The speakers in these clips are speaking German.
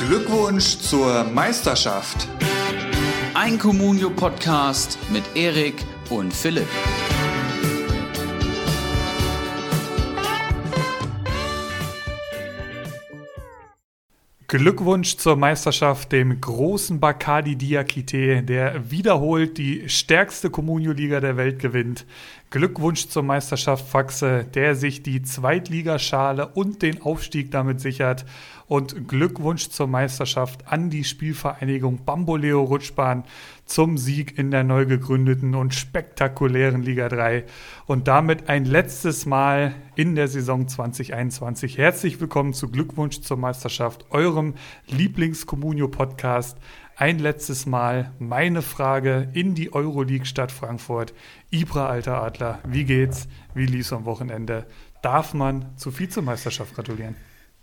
Glückwunsch zur Meisterschaft. Ein Communio-Podcast mit Erik und Philipp. Glückwunsch zur Meisterschaft dem großen Bacardi Diakité, der wiederholt die stärkste Communio-Liga der Welt gewinnt. Glückwunsch zur Meisterschaft Faxe, der sich die Zweitligaschale und den Aufstieg damit sichert. Und Glückwunsch zur Meisterschaft an die Spielvereinigung Bamboleo Rutschbahn zum Sieg in der neu gegründeten und spektakulären Liga 3. Und damit ein letztes Mal in der Saison 2021. Herzlich willkommen zu Glückwunsch zur Meisterschaft, eurem Lieblings-Communio-Podcast. Ein letztes Mal meine Frage in die Euroleague-Stadt Frankfurt. Ibra, alter Adler, wie geht's? Wie lief's am Wochenende? Darf man zur Vizemeisterschaft gratulieren?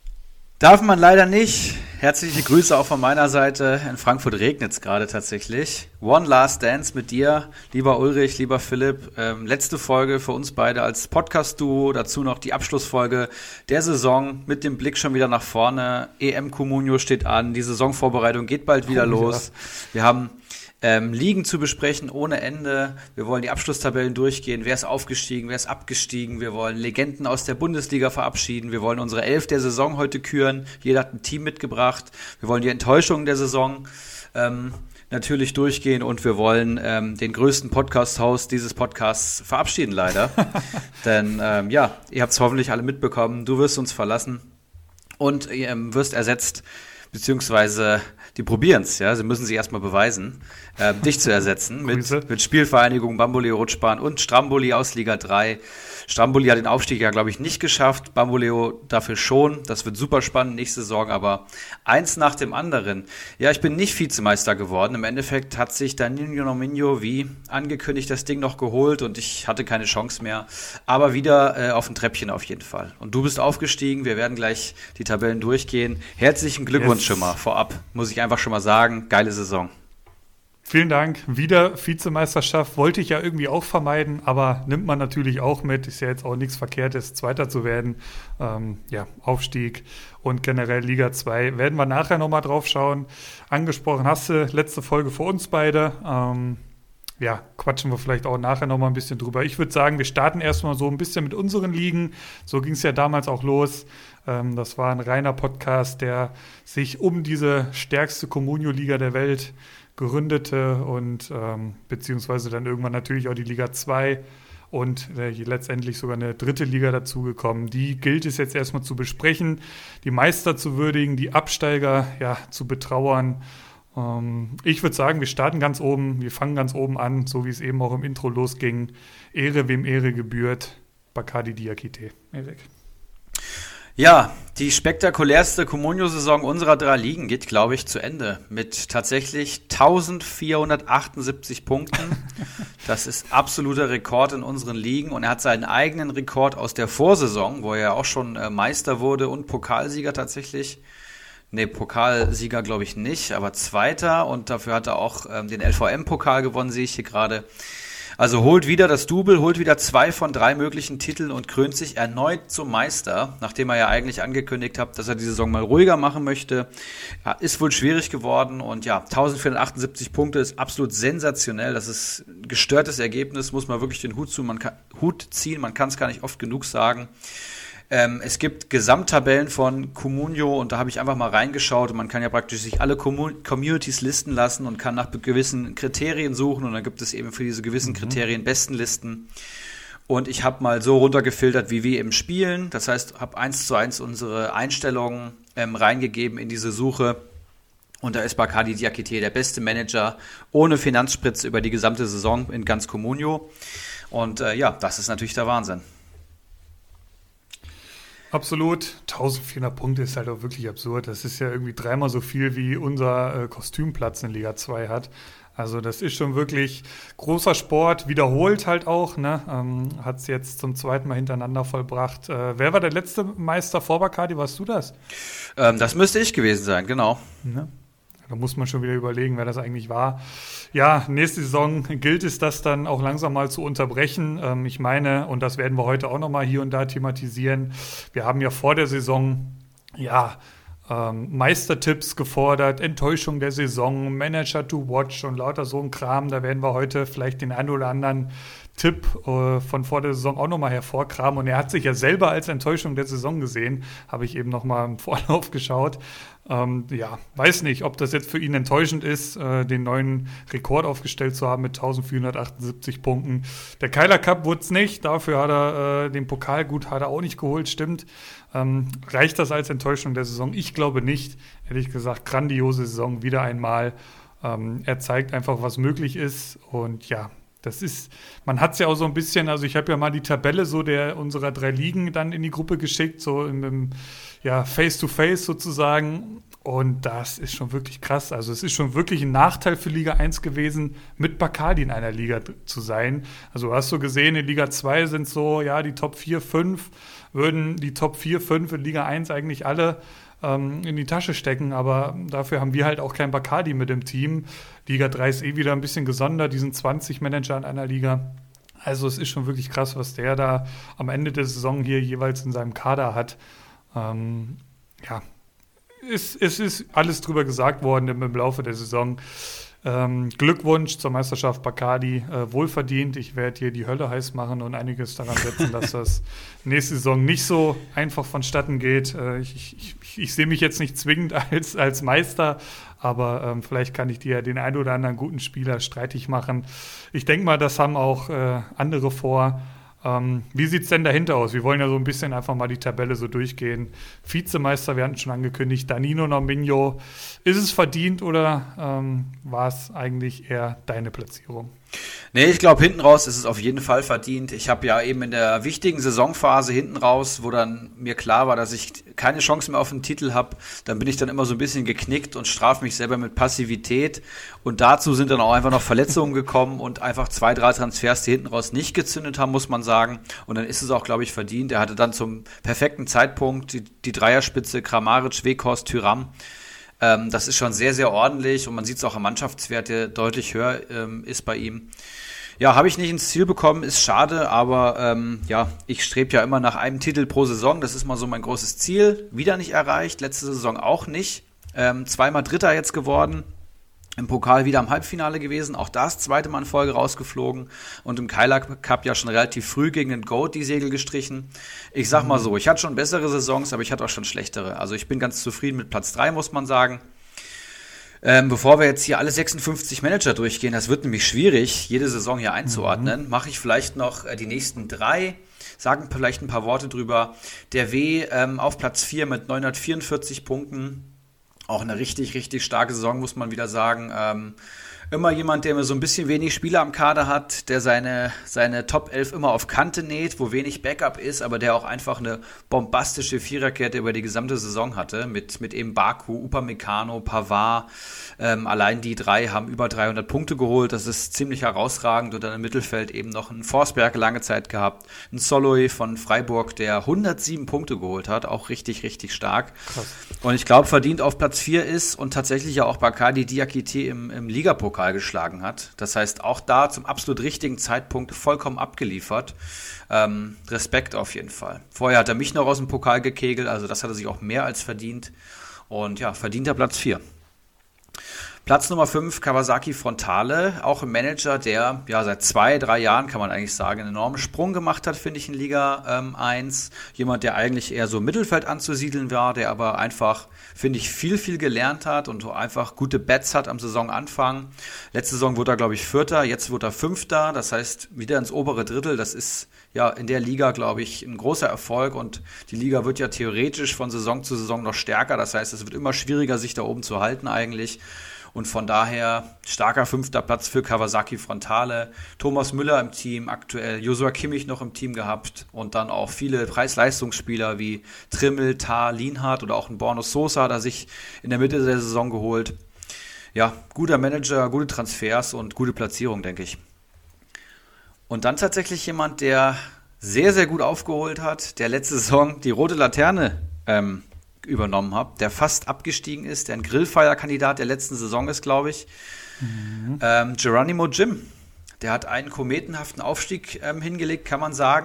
Darf man leider nicht. Herzliche Grüße auch von meiner Seite. In Frankfurt regnet es gerade tatsächlich. One Last Dance mit dir, lieber Ulrich, lieber Philipp. Letzte Folge für uns beide als Podcast-Duo. Dazu noch die Abschlussfolge der Saison mit dem Blick schon wieder nach vorne. EM Communio steht an. Die Saisonvorbereitung geht bald wieder los. Wir haben Ligen zu besprechen ohne Ende. Wir wollen die Abschlusstabellen durchgehen. Wer ist aufgestiegen, wer ist abgestiegen? Wir wollen Legenden aus der Bundesliga verabschieden. Wir wollen unsere 11 der Saison heute küren. Jeder hat ein Team mitgebracht. Wir wollen die Enttäuschungen der Saison natürlich durchgehen und wir wollen den größten Podcast-Host dieses Podcasts verabschieden leider. Denn ihr habt es hoffentlich alle mitbekommen. Du wirst uns verlassen und wirst ersetzt, beziehungsweise die probieren es, ja, sie müssen sich erstmal beweisen, dich zu ersetzen mit Spielvereinigung Bamboleo Rutschbahn und Stramboli aus Liga 3. Stramboli hat den Aufstieg ja, glaube ich, nicht geschafft, Bamboleo dafür schon. Das wird super spannend nächste Saison, aber eins nach dem anderen. Ja, ich bin nicht Vizemeister geworden. Im Endeffekt hat sich Danilo Nominho wie angekündigt das Ding noch geholt und ich hatte keine Chance mehr. Aber wieder auf ein Treppchen auf jeden Fall. Und du bist aufgestiegen, wir werden gleich die Tabellen durchgehen. Herzlichen Glückwunsch schon mal vorab, muss ich einfach schon mal sagen. Geile Saison. Vielen Dank. Wieder Vizemeisterschaft wollte ich ja irgendwie auch vermeiden, aber nimmt man natürlich auch mit. Ist ja jetzt auch nichts Verkehrtes, Zweiter zu werden. Aufstieg und generell Liga 2. Werden wir nachher nochmal drauf schauen. Angesprochen hast du letzte Folge für uns beide. Quatschen wir vielleicht auch nachher nochmal ein bisschen drüber. Ich würde sagen, wir starten erstmal so ein bisschen mit unseren Ligen. So ging es ja damals auch los. Das war ein reiner Podcast, der sich um diese stärkste Communio-Liga der Welt gründete und beziehungsweise dann irgendwann natürlich auch die Liga 2 und letztendlich sogar eine dritte Liga dazugekommen. Die gilt es jetzt erstmal zu besprechen, die Meister zu würdigen, die Absteiger zu betrauern. Ich würde sagen, wir starten ganz oben, wir fangen ganz oben an, so wie es eben auch im Intro losging. Ehre, wem Ehre gebührt, Bacardi Diakité. Erik. Ja, die spektakulärste Communio-Saison unserer 3 Ligen geht, glaube ich, zu Ende mit tatsächlich 1478 Punkten. Das ist absoluter Rekord in unseren Ligen und er hat seinen eigenen Rekord aus der Vorsaison, wo er ja auch schon Meister wurde und Pokalsieger tatsächlich. Nee, Pokalsieger glaube ich nicht, aber Zweiter und dafür hat er auch den LVM-Pokal gewonnen, sehe ich hier gerade. Also holt wieder das Double, holt wieder 2 von 3 möglichen Titeln und krönt sich erneut zum Meister, nachdem er ja eigentlich angekündigt hat, dass er die Saison mal ruhiger machen möchte. Ja, ist wohl schwierig geworden und 1478 Punkte ist absolut sensationell. Das ist ein gestörtes Ergebnis, muss man wirklich den Hut ziehen, man kann es gar nicht oft genug sagen. Es gibt Gesamttabellen von Communio und da habe ich einfach mal reingeschaut und man kann ja praktisch sich alle Communities listen lassen und kann nach gewissen Kriterien suchen und dann gibt es eben für diese gewissen Kriterien Bestenlisten. Und ich habe mal so runtergefiltert, wie wir eben spielen. Das heißt, habe 1:1 unsere Einstellungen reingegeben in diese Suche. Und da ist Bacardi Diakité der beste Manager ohne Finanzspritze über die gesamte Saison in ganz Communio. Und das ist natürlich der Wahnsinn. Absolut. 1400 Punkte ist halt auch wirklich absurd. Das ist ja irgendwie 3-mal so viel, wie unser Kostümplatz in Liga 2 hat. Also das ist schon wirklich großer Sport, wiederholt halt auch, ne? Hat es jetzt zum 2. Mal hintereinander vollbracht. Wer war der letzte Meister vor Bacardi? Warst du das? Das müsste ich gewesen sein, genau. Ja. Da muss man schon wieder überlegen, wer das eigentlich war. Ja, nächste Saison gilt es, das dann auch langsam mal zu unterbrechen. Ich meine, und das werden wir heute auch nochmal hier und da thematisieren, wir haben ja vor der Saison, Meistertipps gefordert, Enttäuschung der Saison, Manager to watch und lauter so ein Kram. Da werden wir heute vielleicht den einen oder anderen Tipp von vor der Saison auch nochmal hervorkramen. Und er hat sich ja selber als Enttäuschung der Saison gesehen, habe ich eben nochmal im Vorlauf geschaut. Weiß nicht, ob das jetzt für ihn enttäuschend ist, den neuen Rekord aufgestellt zu haben mit 1478 Punkten. Der Keiler Cup wurde es nicht, dafür hat er den Pokal hat er auch nicht geholt, stimmt. Reicht das als Enttäuschung der Saison? Ich glaube nicht, ehrlich gesagt, grandiose Saison wieder einmal. Er zeigt einfach, was möglich ist und ja, man hat es ja auch so ein bisschen, also ich habe ja mal die Tabelle unserer 3 Ligen dann in die Gruppe geschickt, so im Face-to-Face sozusagen. Und das ist schon wirklich krass. Also es ist schon wirklich ein Nachteil für Liga 1 gewesen, mit Bacardi in einer Liga zu sein. Also du hast so gesehen, in Liga 2 sind so, die Top 4, 5, würden die Top 4, 5 in Liga 1 eigentlich alle in die Tasche stecken, aber dafür haben wir halt auch kein Bacardi mit im Team. Liga 3 ist wieder ein bisschen gesondert, die sind 20 Manager in einer Liga. Also es ist schon wirklich krass, was der da am Ende der Saison hier jeweils in seinem Kader hat. Es ist alles drüber gesagt worden im Laufe der Saison. Glückwunsch zur Meisterschaft Bacardi, wohlverdient. Ich werde hier die Hölle heiß machen und einiges daran setzen, dass das nächste Saison nicht so einfach vonstatten geht. Ich sehe mich jetzt nicht zwingend als Meister, aber vielleicht kann ich dir den einen oder anderen guten Spieler streitig machen. Ich denke mal, das haben auch andere vor. Wie sieht es denn dahinter aus? Wir wollen ja so ein bisschen einfach mal die Tabelle so durchgehen. Vizemeister, wir hatten schon angekündigt, Danilo Nominho. Ist es verdient oder war es eigentlich eher deine Platzierung? Nee, ich glaube, hinten raus ist es auf jeden Fall verdient. Ich habe ja eben in der wichtigen Saisonphase hinten raus, wo dann mir klar war, dass ich keine Chance mehr auf den Titel habe, dann bin ich dann immer so ein bisschen geknickt und strafe mich selber mit Passivität. Und dazu sind dann auch einfach noch Verletzungen gekommen und einfach 2, 3 Transfers, die hinten raus nicht gezündet haben, muss man sagen. Und dann ist es auch, glaube ich, verdient. Er hatte dann zum perfekten Zeitpunkt die Dreierspitze Kramaric, Weghorst, Thuram. Das ist schon sehr, sehr ordentlich und man sieht es auch am Mannschaftswert, der deutlich höher ist bei ihm. Ja, habe ich nicht ins Ziel bekommen, ist schade, aber ich strebe ja immer nach einem Titel pro Saison. Das ist mal so mein großes Ziel. Wieder nicht erreicht, letzte Saison auch nicht. 2-mal Dritter jetzt geworden. Im Pokal wieder im Halbfinale gewesen, auch das 2. Mal in Folge rausgeflogen und im Keiler Cup ja schon relativ früh gegen den Goat die Segel gestrichen. Ich sag mal so, ich hatte schon bessere Saisons, aber ich hatte auch schon schlechtere. Also ich bin ganz zufrieden mit Platz 3, muss man sagen. Bevor wir jetzt hier alle 56 Manager durchgehen, das wird nämlich schwierig, jede Saison hier einzuordnen, mache ich vielleicht noch die nächsten 3, sagen vielleicht ein paar Worte drüber. Der W auf Platz 4 mit 944 Punkten. Auch eine richtig, richtig starke Saison, muss man wieder sagen. Immer jemand, der mir so ein bisschen wenig Spieler am Kader hat, der seine Top 11 immer auf Kante näht, wo wenig Backup ist, aber der auch einfach eine bombastische Viererkette über die gesamte Saison hatte, mit eben Baku, Upamecano, Pavard. Allein die 3 haben über 300 Punkte geholt, das ist ziemlich herausragend. Und dann im Mittelfeld eben noch einen Forsberg lange Zeit gehabt, ein Soloy von Freiburg, der 107 Punkte geholt hat, auch richtig, richtig stark. Krass. Und ich glaube, verdient auf Platz 4 ist und tatsächlich ja auch Bacardi Diakité im Ligapokal geschlagen hat. Das heißt, auch da zum absolut richtigen Zeitpunkt vollkommen abgeliefert. Respekt auf jeden Fall. Vorher hat er mich noch aus dem Pokal gekegelt, also das hat er sich auch mehr als verdient. Und ja, verdienter Platz 4. Platz Nummer 5, Kawasaki Frontale, auch ein Manager, der seit 2, 3 Jahren, kann man eigentlich sagen, einen enormen Sprung gemacht hat, finde ich, in Liga 1. Jemand, der eigentlich eher so im Mittelfeld anzusiedeln war, der aber einfach, finde ich, viel, viel gelernt hat und einfach gute Bets hat am Saisonanfang. Letzte Saison wurde er, glaube ich, 4., jetzt wurde er 5., das heißt, wieder ins obere Drittel. Das ist ja in der Liga, glaube ich, ein großer Erfolg und die Liga wird ja theoretisch von Saison zu Saison noch stärker. Das heißt, es wird immer schwieriger, sich da oben zu halten eigentlich. Und von daher starker 5. Platz für Kawasaki Frontale. Thomas Müller im Team aktuell, Joshua Kimmich noch im Team gehabt und dann auch viele Preis-Leistungsspieler wie Trimmel, Tah, Lienhardt oder auch ein Borna Sosa hat er sich in der Mitte der Saison geholt. Ja, guter Manager, gute Transfers und gute Platzierung, denke ich. Und dann tatsächlich jemand, der sehr, sehr gut aufgeholt hat, der letzte Saison die rote Laterne übernommen habe, der fast abgestiegen ist, der ein Grillfeierkandidat der letzten Saison ist, glaube ich. Geronimo Jim, der hat einen kometenhaften Aufstieg hingelegt, kann man sagen.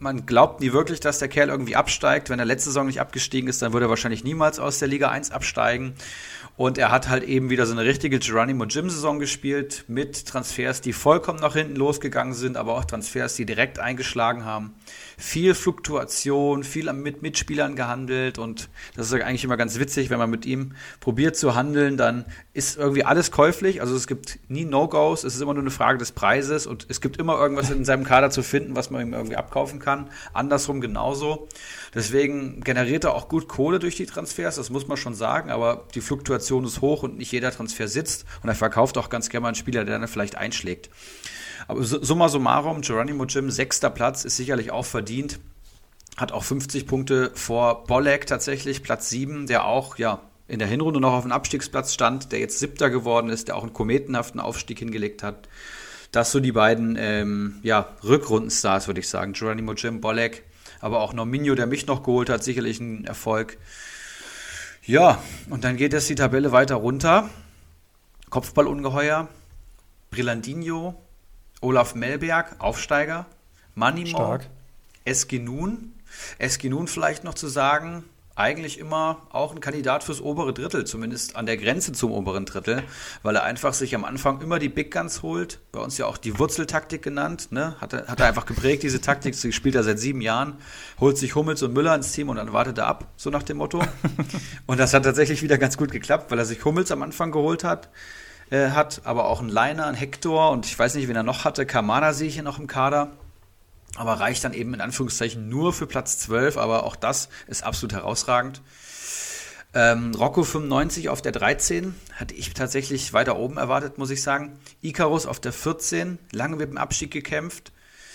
man glaubt nie wirklich, dass der Kerl irgendwie absteigt. Wenn er letzte Saison nicht abgestiegen ist, dann würde er wahrscheinlich niemals aus der Liga 1 absteigen. Und er hat halt eben wieder so eine richtige Geronimo Jim-Saison gespielt mit Transfers, die vollkommen nach hinten losgegangen sind, aber auch Transfers, die direkt eingeschlagen haben. Viel Fluktuation, viel mit Mitspielern gehandelt und das ist eigentlich immer ganz witzig, wenn man mit ihm probiert zu handeln, dann ist irgendwie alles käuflich, also es gibt nie No-Gos, es ist immer nur eine Frage des Preises und es gibt immer irgendwas in seinem Kader zu finden, was man ihm irgendwie abkaufen kann, andersrum genauso. Deswegen generiert er auch gut Kohle durch die Transfers, das muss man schon sagen, aber die Fluktuation ist hoch und nicht jeder Transfer sitzt und er verkauft auch ganz gerne mal einen Spieler, der dann vielleicht einschlägt. Aber summa summarum, Geronimo Jim, 6. Platz, ist sicherlich auch verdient. Hat auch 50 Punkte vor Bolek tatsächlich, Platz 7, der auch in der Hinrunde noch auf dem Abstiegsplatz stand, der jetzt 7. geworden ist, der auch einen kometenhaften Aufstieg hingelegt hat. Das so die beiden Rückrundenstars, würde ich sagen. Geronimo Jim, Bolek, aber auch Norminho, der mich noch geholt hat, sicherlich ein Erfolg. Ja, und dann geht jetzt die Tabelle weiter runter. Kopfballungeheuer, Brillandinho, Olaf Melberg, Aufsteiger, Manimo, Eskinun vielleicht noch zu sagen, eigentlich immer auch ein Kandidat fürs obere Drittel, zumindest an der Grenze zum oberen Drittel, weil er einfach sich am Anfang immer die Big Guns holt, bei uns ja auch die Wurzeltaktik genannt, ne? Hat er einfach geprägt, diese Taktik, sie spielt er seit 7 Jahren, holt sich Hummels und Müller ins Team und dann wartet er ab, so nach dem Motto. Und das hat tatsächlich wieder ganz gut geklappt, weil er sich Hummels am Anfang geholt hat, aber auch einen Leiner, einen Hector und ich weiß nicht, wen er noch hatte, Kamada sehe ich hier noch im Kader, aber reicht dann eben in Anführungszeichen nur für Platz 12, aber auch das ist absolut herausragend. Rocco 95 auf der 13, hatte ich tatsächlich weiter oben erwartet, muss ich sagen. Icarus auf der 14, lange mit dem Abstieg gekämpft.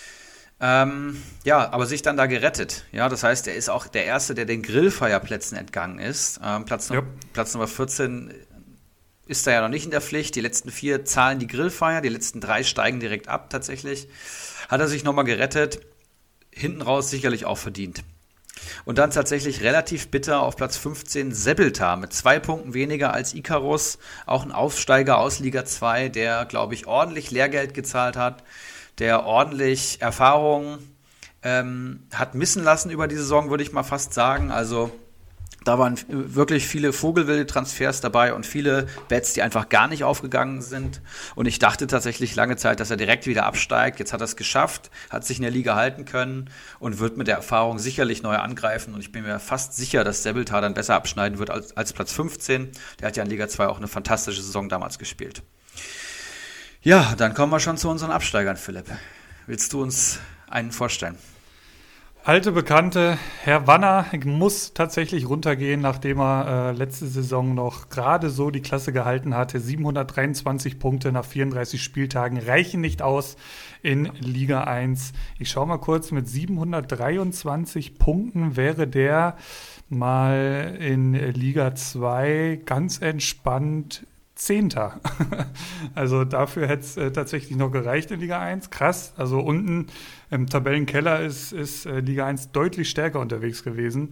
Aber sich dann da gerettet. Ja, das heißt, er ist auch der Erste, der den Grillfeierplätzen entgangen ist. Platz Nummer 14 ist da ja noch nicht in der Pflicht. Die letzten 4 zahlen die Grillfeier, die letzten 3 steigen direkt ab tatsächlich. Hat er sich nochmal gerettet. Hinten raus sicherlich auch verdient. Und dann tatsächlich relativ bitter auf Platz 15 Sebeltar mit 2 Punkten weniger als Icarus. Auch ein Aufsteiger aus Liga 2, der, glaube ich, ordentlich Lehrgeld gezahlt hat, der ordentlich Erfahrung hat missen lassen über die Saison, würde ich mal fast sagen. Also da waren wirklich viele vogelwilde Transfers dabei und viele Bets, die einfach gar nicht aufgegangen sind. Und ich dachte tatsächlich lange Zeit, dass er direkt wieder absteigt. Jetzt hat er es geschafft, hat sich in der Liga halten können und wird mit der Erfahrung sicherlich neu angreifen. Und ich bin mir fast sicher, dass Sebeltar dann besser abschneiden wird als Platz 15. Der hat ja in Liga 2 auch eine fantastische Saison damals gespielt. Ja, dann kommen wir schon zu unseren Absteigern, Philipp. Willst du uns einen vorstellen? Alte Bekannte, Herr Wanner muss tatsächlich runtergehen, nachdem er letzte Saison noch gerade so die Klasse gehalten hatte. 723 Punkte nach 34 Spieltagen reichen nicht aus in Liga 1. Ich schaue mal kurz, mit 723 Punkten wäre der mal in Liga 2 ganz entspannt 10. Also dafür hätte es tatsächlich noch gereicht in Liga 1. Krass. Also unten im Tabellenkeller ist Liga 1 deutlich stärker unterwegs gewesen.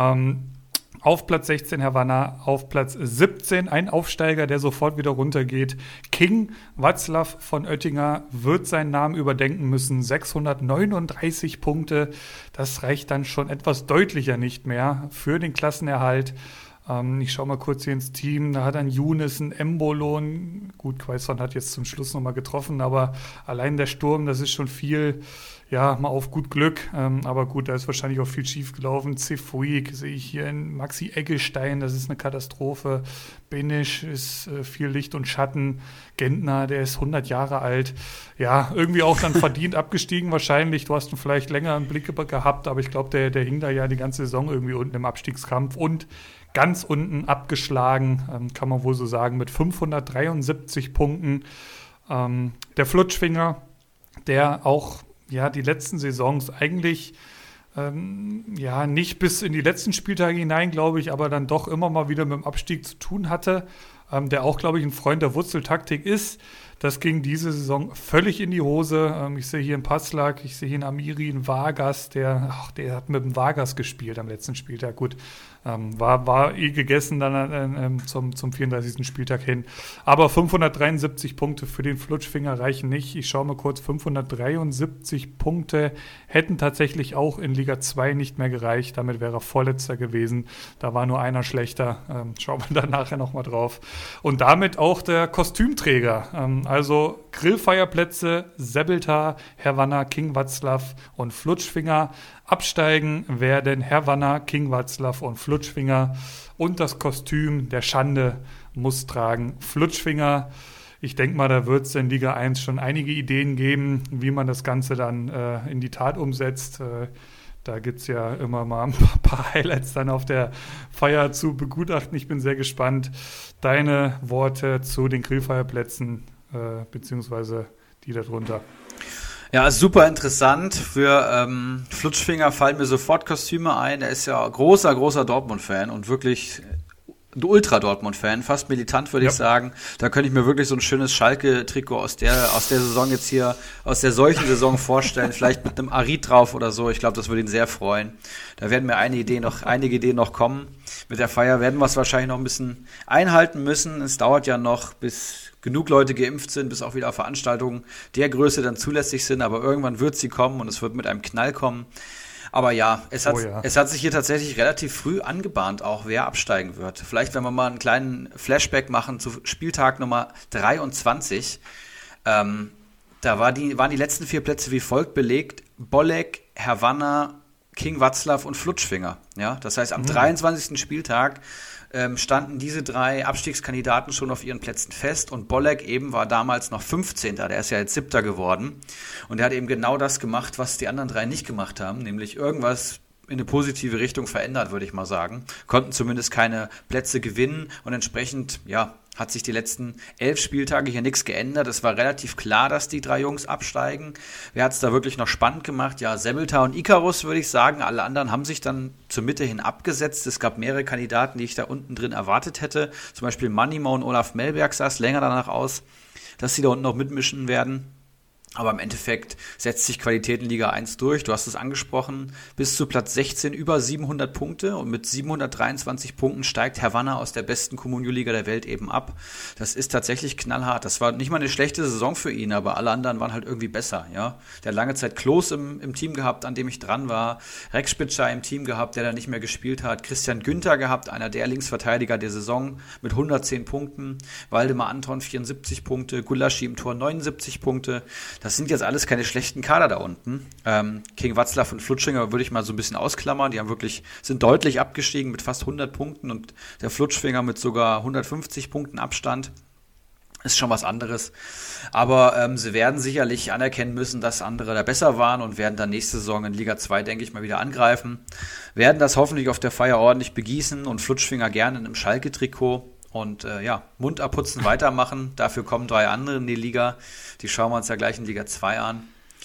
Auf Platz 16 Herr Wanner, auf Platz 17 ein Aufsteiger, der sofort wieder runtergeht. King Václav von Oettinger wird seinen Namen überdenken müssen. 639 Punkte, das reicht dann schon etwas deutlicher nicht mehr für den Klassenerhalt. Ich schaue mal kurz hier ins Team, da hat ein Younes, ein Embolon, gut, Quaison hat jetzt zum Schluss nochmal getroffen, aber allein der Sturm, das ist schon viel, ja, mal auf gut Glück, aber gut, da ist wahrscheinlich auch viel schief gelaufen. Cifuig sehe ich hier in Maxi Eggestein, das ist eine Katastrophe. Benisch ist viel Licht und Schatten. Gentner, der ist 100 Jahre alt. Ja, irgendwie auch dann verdient abgestiegen wahrscheinlich. Du hast ihn vielleicht länger im Blick gehabt, aber ich glaube, der hing da ja die ganze Saison irgendwie unten im Abstiegskampf und ganz unten abgeschlagen, kann man wohl so sagen, mit 573 Punkten. Der Flutschfinger, der auch die letzten Saisons eigentlich nicht bis in die letzten Spieltage hinein, glaube ich, aber dann doch immer mal wieder mit dem Abstieg zu tun hatte, der auch, glaube ich, ein Freund der Wurzeltaktik ist, Das ging diese Saison völlig in die Hose. Ich sehe hier einen Passlack, ich sehe hier einen Amiri, einen Vargas, der hat mit dem Vargas gespielt am letzten Spieltag. Gut, war gegessen dann zum 34. Spieltag hin. Aber 573 Punkte für den Flutschfinger reichen nicht. Ich schaue mal kurz, 573 Punkte hätten tatsächlich auch in Liga 2 nicht mehr gereicht. Damit wäre er Vorletzter gewesen. Da war nur einer schlechter. Schauen wir dann nachher nochmal drauf. Und damit auch der Kostümträger. Also Grillfeierplätze, Sebeltar, Herwanna, King Václav und Flutschfinger. Absteigen werden Herwanna, King Václav und Flutschfinger. Und das Kostüm der Schande muss tragen Flutschfinger. Ich denke mal, da wird es in Liga 1 schon einige Ideen geben, wie man das Ganze dann in die Tat umsetzt. Da gibt es ja immer mal ein paar Highlights dann auf der Feier zu begutachten. Ich bin sehr gespannt. Deine Worte zu den Grillfeierplätzen beziehungsweise die darunter. Ja, super interessant. Für Flutschfinger fallen mir sofort Kostüme ein. Er ist ja großer Dortmund-Fan und wirklich ein Ultra-Dortmund-Fan, fast militant, würde ich sagen. Da könnte ich mir wirklich so ein schönes Schalke-Trikot aus der Saison jetzt hier, aus der solchen Saison vorstellen. Vielleicht mit einem Arid drauf oder so. Ich glaube, das würde ihn sehr freuen. Da werden mir einige Ideen noch kommen. Mit der Feier werden wir es wahrscheinlich noch ein bisschen einhalten müssen. Es dauert ja noch, bis genug Leute geimpft sind, bis auch wieder Veranstaltungen der Größe dann zulässig sind. Aber irgendwann wird sie kommen und es wird mit einem Knall kommen. Aber ja, es hat sich hier tatsächlich relativ früh angebahnt, auch wer absteigen wird. Vielleicht, wenn wir mal einen kleinen Flashback machen zu Spieltag Nummer 23. Da waren die letzten 4 Plätze wie folgt belegt. Bolek, Herwanna, King Václav und Flutschfinger. Ja, das heißt, am 23. Spieltag standen diese 3 Abstiegskandidaten schon auf ihren Plätzen fest und Bolek eben war damals noch 15. Der ist ja jetzt 7. geworden und der hat eben genau das gemacht, was die anderen 3 nicht gemacht haben, nämlich irgendwas in eine positive Richtung verändert, würde ich mal sagen. Konnten zumindest keine Plätze gewinnen und entsprechend, ja, hat sich die letzten 11 Spieltage hier nichts geändert. Es war relativ klar, dass die 3 Jungs absteigen. Wer hat es da wirklich noch spannend gemacht? Ja, Sebeltar und Icarus, würde ich sagen. Alle anderen haben sich dann zur Mitte hin abgesetzt. Es gab mehrere Kandidaten, die ich da unten drin erwartet hätte. Zum Beispiel Manimo und Olaf Melberg sah es länger danach aus, dass sie da unten noch mitmischen werden. Aber im Endeffekt setzt sich Qualität in Liga 1 durch. Du hast es angesprochen, bis zu Platz 16 über 700 Punkte. Und mit 723 Punkten steigt Herwanna aus der besten Comunio-Liga der Welt eben ab. Das ist tatsächlich knallhart. Das war nicht mal eine schlechte Saison für ihn, aber alle anderen waren halt irgendwie besser. Ja? Der hat lange Zeit Klos im Team gehabt, an dem ich dran war. Rex Spitzer im Team gehabt, der da nicht mehr gespielt hat. Christian Günther gehabt, einer der Linksverteidiger der Saison mit 110 Punkten. Waldemar Anton 74 Punkte. Gulaschi im Tor 79 Punkte. Das sind jetzt alles keine schlechten Kader da unten. King Václav und Flutschfinger würde ich mal so ein bisschen ausklammern. Die sind deutlich abgestiegen mit fast 100 Punkten und der Flutschfinger mit sogar 150 Punkten Abstand. Ist schon was anderes. Aber sie werden sicherlich anerkennen müssen, dass andere da besser waren und werden dann nächste Saison in Liga 2, denke ich, mal wieder angreifen. Werden das hoffentlich auf der Feier ordentlich begießen und Flutschfinger gerne in einem Schalke-Trikot. Und Mund abputzen, weitermachen. Dafür kommen 3 andere in die Liga. Die schauen wir uns ja gleich in Liga 2 an.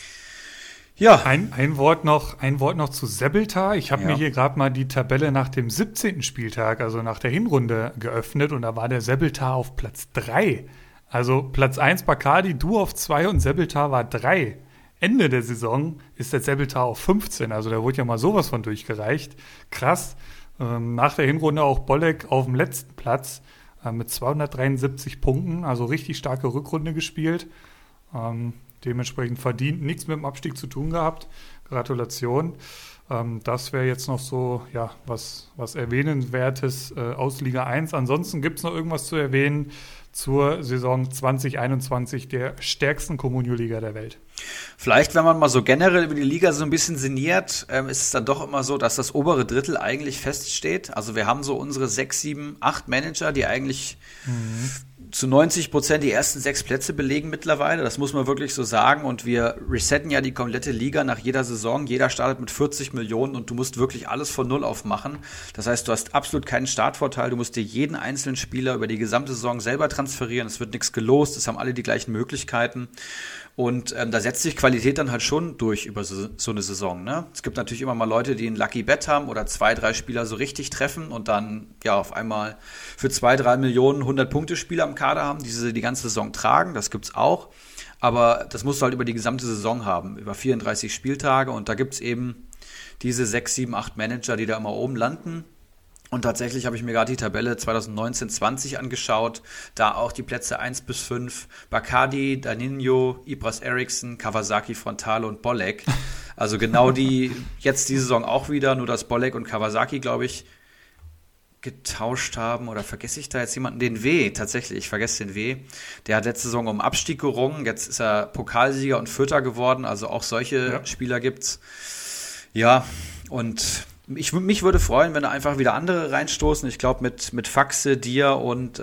Ja. Ein Wort noch zu Sebeltar. Ich habe mir hier gerade mal die Tabelle nach dem 17. Spieltag, also nach der Hinrunde, geöffnet. Und da war der Sebeltar auf Platz 3. Also Platz 1 Bacardi, du auf 2 und Sebeltar war 3. Ende der Saison ist der Sebeltar auf 15. Also da wurde ja mal sowas von durchgereicht. Krass. Nach der Hinrunde auch Bolek auf dem letzten Platz. Mit 273 Punkten, also richtig starke Rückrunde gespielt. Dementsprechend verdient, nichts mit dem Abstieg zu tun gehabt. Gratulation. Das wäre jetzt noch so, ja, was Erwähnenswertes aus Liga 1. Ansonsten gibt es noch irgendwas zu erwähnen zur Saison 2021 der stärksten Comunio-Liga der Welt. Vielleicht, wenn man mal so generell über die Liga so ein bisschen sinniert, ist es dann doch immer so, dass das obere Drittel eigentlich feststeht. Also wir haben so unsere 6, 7, 8 Manager, die eigentlich zu 90% die ersten 6 Plätze belegen mittlerweile. Das muss man wirklich so sagen. Und wir resetten ja die komplette Liga nach jeder Saison. Jeder startet mit 40 Millionen und du musst wirklich alles von Null auf machen. Das heißt, du hast absolut keinen Startvorteil. Du musst dir jeden einzelnen Spieler über die gesamte Saison selber transferieren. Es wird nichts gelost. Es haben alle die gleichen Möglichkeiten. Und da setzt sich Qualität dann halt schon durch über so eine Saison. Ne? Es gibt natürlich immer mal Leute, die ein Lucky Bet haben oder 2-3 Spieler so richtig treffen und dann ja auf einmal für 2-3 Millionen 100-Punkte-Spieler im Kader haben, die sie die ganze Saison tragen. Das gibt's auch. Aber das musst du halt über die gesamte Saison haben, über 34 Spieltage. Und da gibt's eben diese 6, 7, 8 Manager, die da immer oben landen. Und tatsächlich habe ich mir gerade die Tabelle 2019-20 angeschaut, da auch die Plätze 1 bis 5, Bacardi, Danilo, Ibras Eriksson, Kawasaki, Frontale und Bolek. Also genau die jetzt die Saison auch wieder, nur dass Bolek und Kawasaki, glaube ich, getauscht haben. Oder vergesse ich da jetzt jemanden? Den W, tatsächlich, ich vergesse den W. Der hat letzte Saison um Abstieg gerungen, jetzt ist er Pokalsieger und Vierter geworden, also auch solche Spieler gibt's. Ja, und mich würde freuen, wenn da einfach wieder andere reinstoßen. Ich glaube, mit Faxe, dir und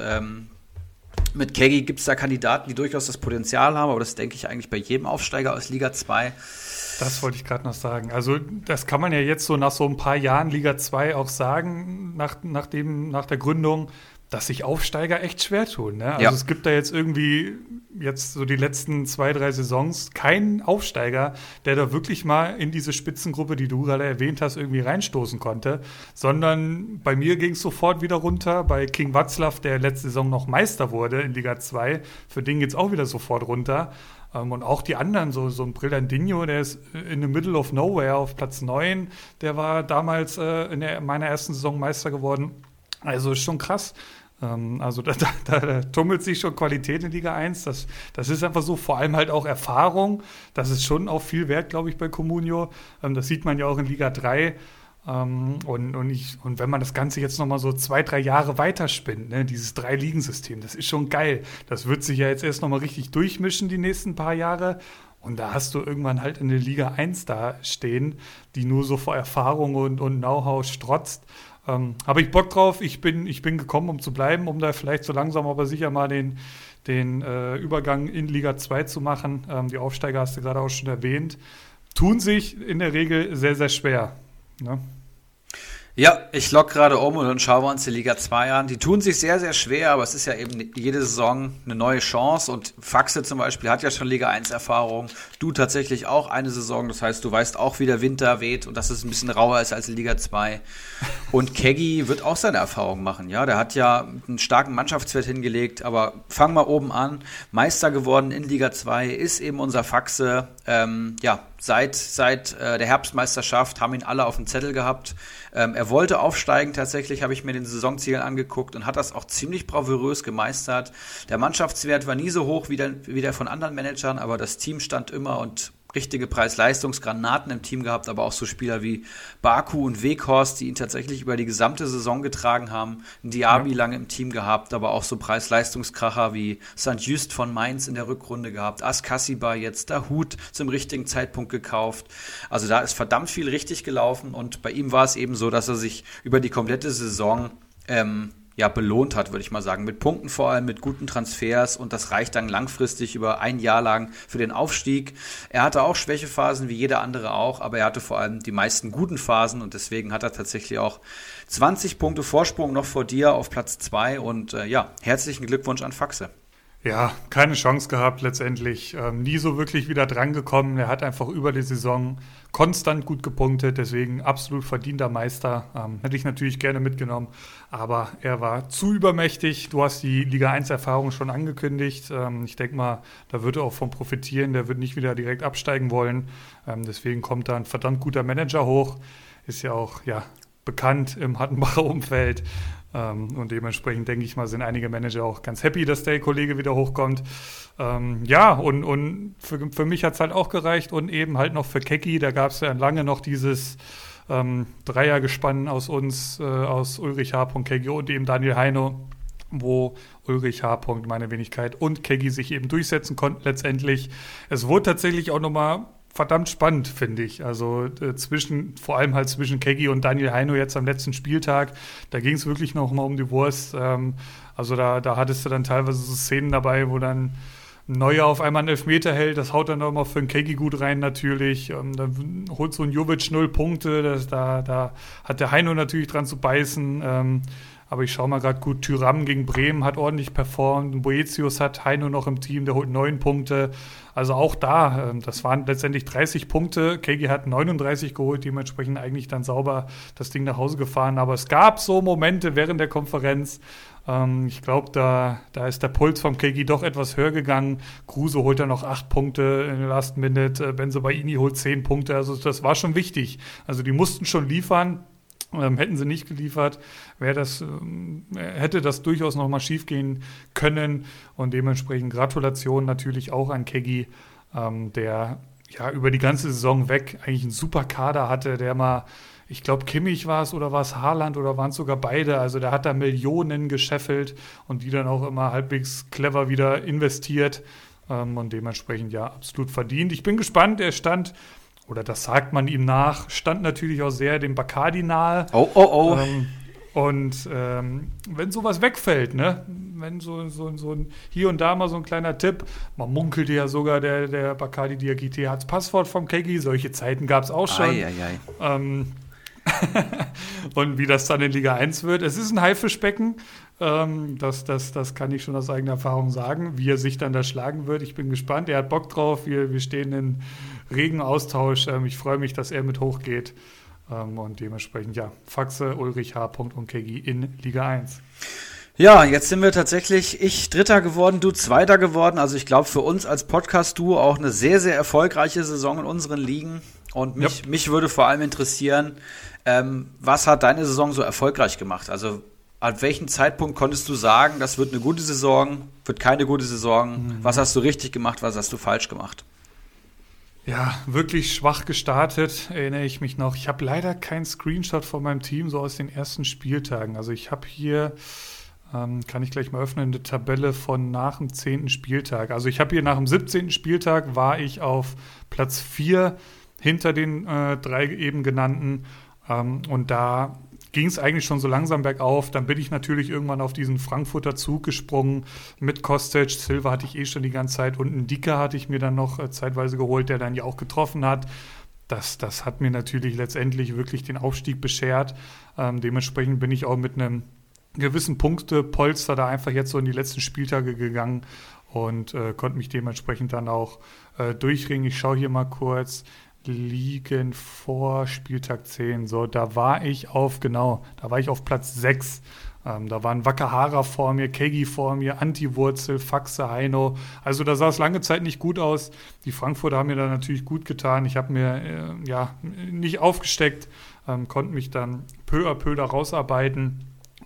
mit Keggy gibt es da Kandidaten, die durchaus das Potenzial haben, aber das denke ich eigentlich bei jedem Aufsteiger aus Liga 2. Das wollte ich gerade noch sagen. Also das kann man ja jetzt so nach so ein paar Jahren Liga 2 auch sagen, nach der Gründung, dass sich Aufsteiger echt schwer tun. Ne? Also es gibt da jetzt irgendwie jetzt so die letzten 2-3 Saisons keinen Aufsteiger, der da wirklich mal in diese Spitzengruppe, die du gerade erwähnt hast, irgendwie reinstoßen konnte, sondern bei mir ging es sofort wieder runter. Bei King Václav, der letzte Saison noch Meister wurde in Liga 2, für den geht es auch wieder sofort runter. Und auch die anderen, so ein Brillandinho, der ist in the middle of nowhere auf Platz 9, der war damals in meiner ersten Saison Meister geworden. Also ist schon krass. Also da tummelt sich schon Qualität in Liga 1. Das ist einfach so, vor allem halt auch Erfahrung. Das ist schon auch viel wert, glaube ich, bei Comunio. Das sieht man ja auch in Liga 3. Und wenn man das Ganze jetzt nochmal so 2-3 Jahre weiterspinnt, ne, dieses 3-Ligen-System, das ist schon geil. Das wird sich ja jetzt erst nochmal richtig durchmischen die nächsten paar Jahre. Und da hast du irgendwann halt in der Liga 1 da stehen, die nur so vor Erfahrung und Know-how strotzt. Habe ich Bock drauf. Ich bin gekommen, um zu bleiben, um da vielleicht so langsam aber sicher mal den Übergang in Liga 2 zu machen. Die Aufsteiger hast du gerade auch schon erwähnt. Tun sich in der Regel sehr, sehr schwer. Ne? Ja, ich logge gerade um und dann schauen wir uns die Liga 2 an. Die tun sich sehr, sehr schwer, aber es ist ja eben jede Saison eine neue Chance. Und Faxe zum Beispiel hat ja schon Liga 1 Erfahrung. Du tatsächlich auch eine Saison. Das heißt, du weißt auch, wie der Winter weht und dass es ein bisschen rauer ist als in Liga 2. Und Keggy wird auch seine Erfahrung machen. Ja, der hat ja einen starken Mannschaftswert hingelegt. Aber fangen wir oben an. Meister geworden in Liga 2 ist eben unser Faxe. Seit der Herbstmeisterschaft haben ihn alle auf dem Zettel gehabt. Er wollte aufsteigen, tatsächlich habe ich mir den Saisonziel angeguckt und hat das auch ziemlich bravourös gemeistert. Der Mannschaftswert war nie so hoch wie der von anderen Managern, aber das Team stand immer und richtige Preis-Leistungsgranaten im Team gehabt, aber auch so Spieler wie Baku und Weghorst, die ihn tatsächlich über die gesamte Saison getragen haben. Diaby lange im Team gehabt, aber auch so Preis-Leistungskracher wie St. Just von Mainz in der Rückrunde gehabt, Askasiba jetzt, Dahut zum richtigen Zeitpunkt gekauft. Also da ist verdammt viel richtig gelaufen und bei ihm war es eben so, dass er sich über die komplette Saison belohnt hat, würde ich mal sagen. Mit Punkten vor allem, mit guten Transfers und das reicht dann langfristig über ein Jahr lang für den Aufstieg. Er hatte auch Schwächephasen, wie jeder andere auch, aber er hatte vor allem die meisten guten Phasen und deswegen hat er tatsächlich auch 20 Punkte Vorsprung noch vor dir auf Platz 2 und herzlichen Glückwunsch an Faxe. Ja, keine Chance gehabt letztendlich, nie so wirklich wieder drangekommen. Er hat einfach über die Saison konstant gut gepunktet, deswegen absolut verdienter Meister. Hätte ich natürlich gerne mitgenommen, aber er war zu übermächtig. Du hast die Liga 1-Erfahrung schon angekündigt. Ich denke mal, da wird er auch von profitieren. Der wird nicht wieder direkt absteigen wollen. Deswegen kommt da ein verdammt guter Manager hoch. Ist ja auch bekannt im Hattenbacher Umfeld. Und dementsprechend denke ich mal, sind einige Manager auch ganz happy, dass der Kollege wieder hochkommt. Und für mich hat es halt auch gereicht und eben halt noch für Keggy, da gab es ja lange noch dieses Dreiergespann aus uns, aus Ulrich H. Keggy und eben Daniel Heino, wo Ulrich H. meine Wenigkeit und Keggy sich eben durchsetzen konnten letztendlich. Es wurde tatsächlich auch nochmal verdammt spannend, finde ich. Also vor allem halt zwischen Keggy und Daniel Heino jetzt am letzten Spieltag, da ging es wirklich noch mal um die Wurst. Also da hattest du dann teilweise so Szenen dabei, wo dann ein Neuer auf einmal einen Elfmeter hält, das haut dann nochmal für einen Keggy gut rein natürlich. Dann holt so ein Jovic 0 Punkte, da hat der Heino natürlich dran zu beißen. Aber ich schaue mal gerade gut, Thuram gegen Bremen hat ordentlich performt, Boetius hat Heino noch im Team, der holt 9 Punkte. Also auch da, das waren letztendlich 30 Punkte. KG hat 39 geholt, dementsprechend eigentlich dann sauber das Ding nach Hause gefahren. Aber es gab so Momente während der Konferenz, ich glaube, da ist der Puls vom KG doch etwas höher gegangen. Kruse holt dann noch 8 Punkte in der Last Minute, Bensebaini holt 10 Punkte. Also das war schon wichtig. Also die mussten schon liefern. Hätten sie nicht geliefert, hätte das durchaus noch mal schief gehen können. Und dementsprechend Gratulation natürlich auch an Keggy, der ja über die ganze Saison weg eigentlich einen super Kader hatte, der mal, ich glaube Kimmich war es oder war es Haaland oder waren es sogar beide. Also der hat da Millionen gescheffelt und die dann auch immer halbwegs clever wieder investiert. Und dementsprechend ja absolut verdient. Ich bin gespannt, oder das sagt man ihm nach, stand natürlich auch sehr dem Bacardi nahe. Oh. Wenn sowas wegfällt, ne, wenn so ein, hier und da mal so ein kleiner Tipp, man munkelte ja sogar, der Bacardi Diakite hat das Passwort vom Keggy, solche Zeiten gab es auch schon. Und wie das dann in Liga 1 wird. Es ist ein Haifischbecken, das kann ich schon aus eigener Erfahrung sagen, wie er sich dann da schlagen wird. Ich bin gespannt, er hat Bock drauf, wir stehen in regen Austausch. Ich freue mich, dass er mit hochgeht. Und dementsprechend, ja, Faxe, Ulrich H. und Keggy in Liga 1. Ja, jetzt sind wir tatsächlich, ich Dritter geworden, du Zweiter geworden. Also ich glaube für uns als Podcast-Duo auch eine sehr, sehr erfolgreiche Saison in unseren Ligen. Und mich würde vor allem interessieren, was hat deine Saison so erfolgreich gemacht? Also ab welchem Zeitpunkt konntest du sagen, das wird eine gute Saison, wird keine gute Saison? Was hast du richtig gemacht, was hast du falsch gemacht? Ja, wirklich schwach gestartet, erinnere ich mich noch. Ich habe leider keinen Screenshot von meinem Team so aus den ersten Spieltagen. Also ich habe hier, kann ich gleich mal öffnen, eine Tabelle von nach dem 10. Spieltag. Also ich habe hier nach dem 17. Spieltag war ich auf Platz 4 hinter den 3 eben genannten. Und da ging es eigentlich schon so langsam bergauf. Dann bin ich natürlich irgendwann auf diesen Frankfurter Zug gesprungen mit Kostic. Silva hatte ich schon die ganze Zeit und einen Dicker hatte ich mir dann noch zeitweise geholt, der dann ja auch getroffen hat. Das hat mir natürlich letztendlich wirklich den Aufstieg beschert. Dementsprechend bin ich auch mit einem gewissen Punktepolster da einfach jetzt so in die letzten Spieltage gegangen und konnte mich dementsprechend dann auch durchringen. Ich schaue hier mal kurz. Liegen vor Spieltag 10. So, da war ich auf Platz 6. Da waren Wakahara vor mir, Keggy vor mir, Antiwurzel, Faxe, Heino. Also da sah es lange Zeit nicht gut aus. Die Frankfurter haben mir da natürlich gut getan. Ich habe mir nicht aufgesteckt, konnte mich dann peu à peu da rausarbeiten.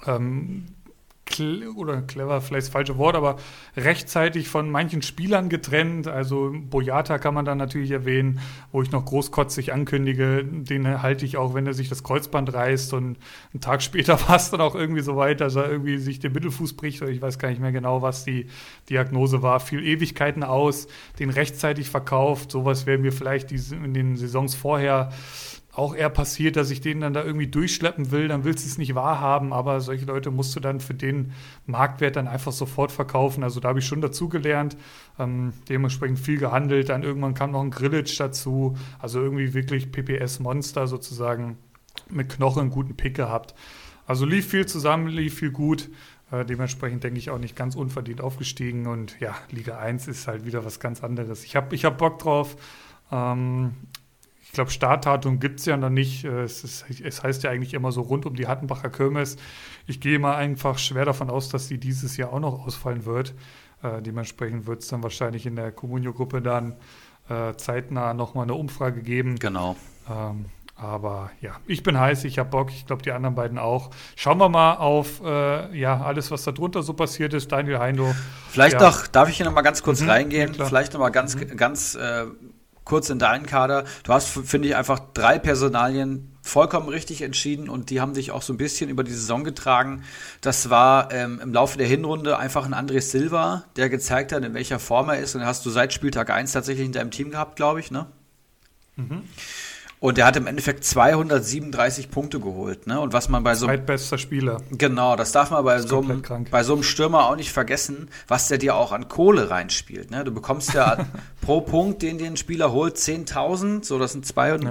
Oder clever, vielleicht das falsche Wort, aber rechtzeitig von manchen Spielern getrennt. Also Boyata kann man dann natürlich erwähnen, wo ich noch großkotzig ankündige, den halte ich auch, wenn er sich das Kreuzband reißt und einen Tag später war es dann auch irgendwie so weit, dass er irgendwie sich den Mittelfuß bricht oder ich weiß gar nicht mehr genau, was die Diagnose war. Viel Ewigkeiten aus, den rechtzeitig verkauft. Sowas wäre mir vielleicht in den Saisons vorher auch eher passiert, dass ich den dann da irgendwie durchschleppen will, dann willst du es nicht wahrhaben, aber solche Leute musst du dann für den Marktwert dann einfach sofort verkaufen. Also da habe ich schon dazugelernt, dementsprechend viel gehandelt. Dann irgendwann kam noch ein Grillitsch dazu, also irgendwie wirklich PPS-Monster sozusagen mit Knochen, einen guten Pick gehabt. Also lief viel zusammen, lief viel gut. Dementsprechend denke ich auch nicht ganz unverdient aufgestiegen und ja, Liga 1 ist halt wieder was ganz anderes. Ich hab Bock drauf. Ich glaube, Startdatum gibt es ja noch nicht. Es heißt ja eigentlich immer so rund um die Hattenbacher Kirmes. Ich gehe mal einfach schwer davon aus, dass die dieses Jahr auch noch ausfallen wird. Dementsprechend wird es dann wahrscheinlich in der Comunio-Gruppe dann zeitnah nochmal eine Umfrage geben. Genau. Aber ja, ich bin heiß, ich habe Bock. Ich glaube, die anderen beiden auch. Schauen wir mal auf alles, was da drunter so passiert ist. Daniel Heino. Vielleicht noch, darf ich hier nochmal ganz kurz reingehen? Ja, vielleicht nochmal ganz kurz in deinen Kader. Du hast, finde ich, einfach 3 Personalien vollkommen richtig entschieden und die haben dich auch so ein bisschen über die Saison getragen. Das war im Laufe der Hinrunde einfach ein André Silva, der gezeigt hat, in welcher Form er ist. Und den hast du seit Spieltag 1 tatsächlich in deinem Team gehabt, glaube ich, ne? Und er hat im Endeffekt 237 Punkte geholt, ne? Und was man bei so einem zweitbester Spieler. Genau, das darf man bei so einem Stürmer auch nicht vergessen, was der dir auch an Kohle reinspielt, ne? Du bekommst ja pro Punkt, den ein Spieler holt, 10.000, so das sind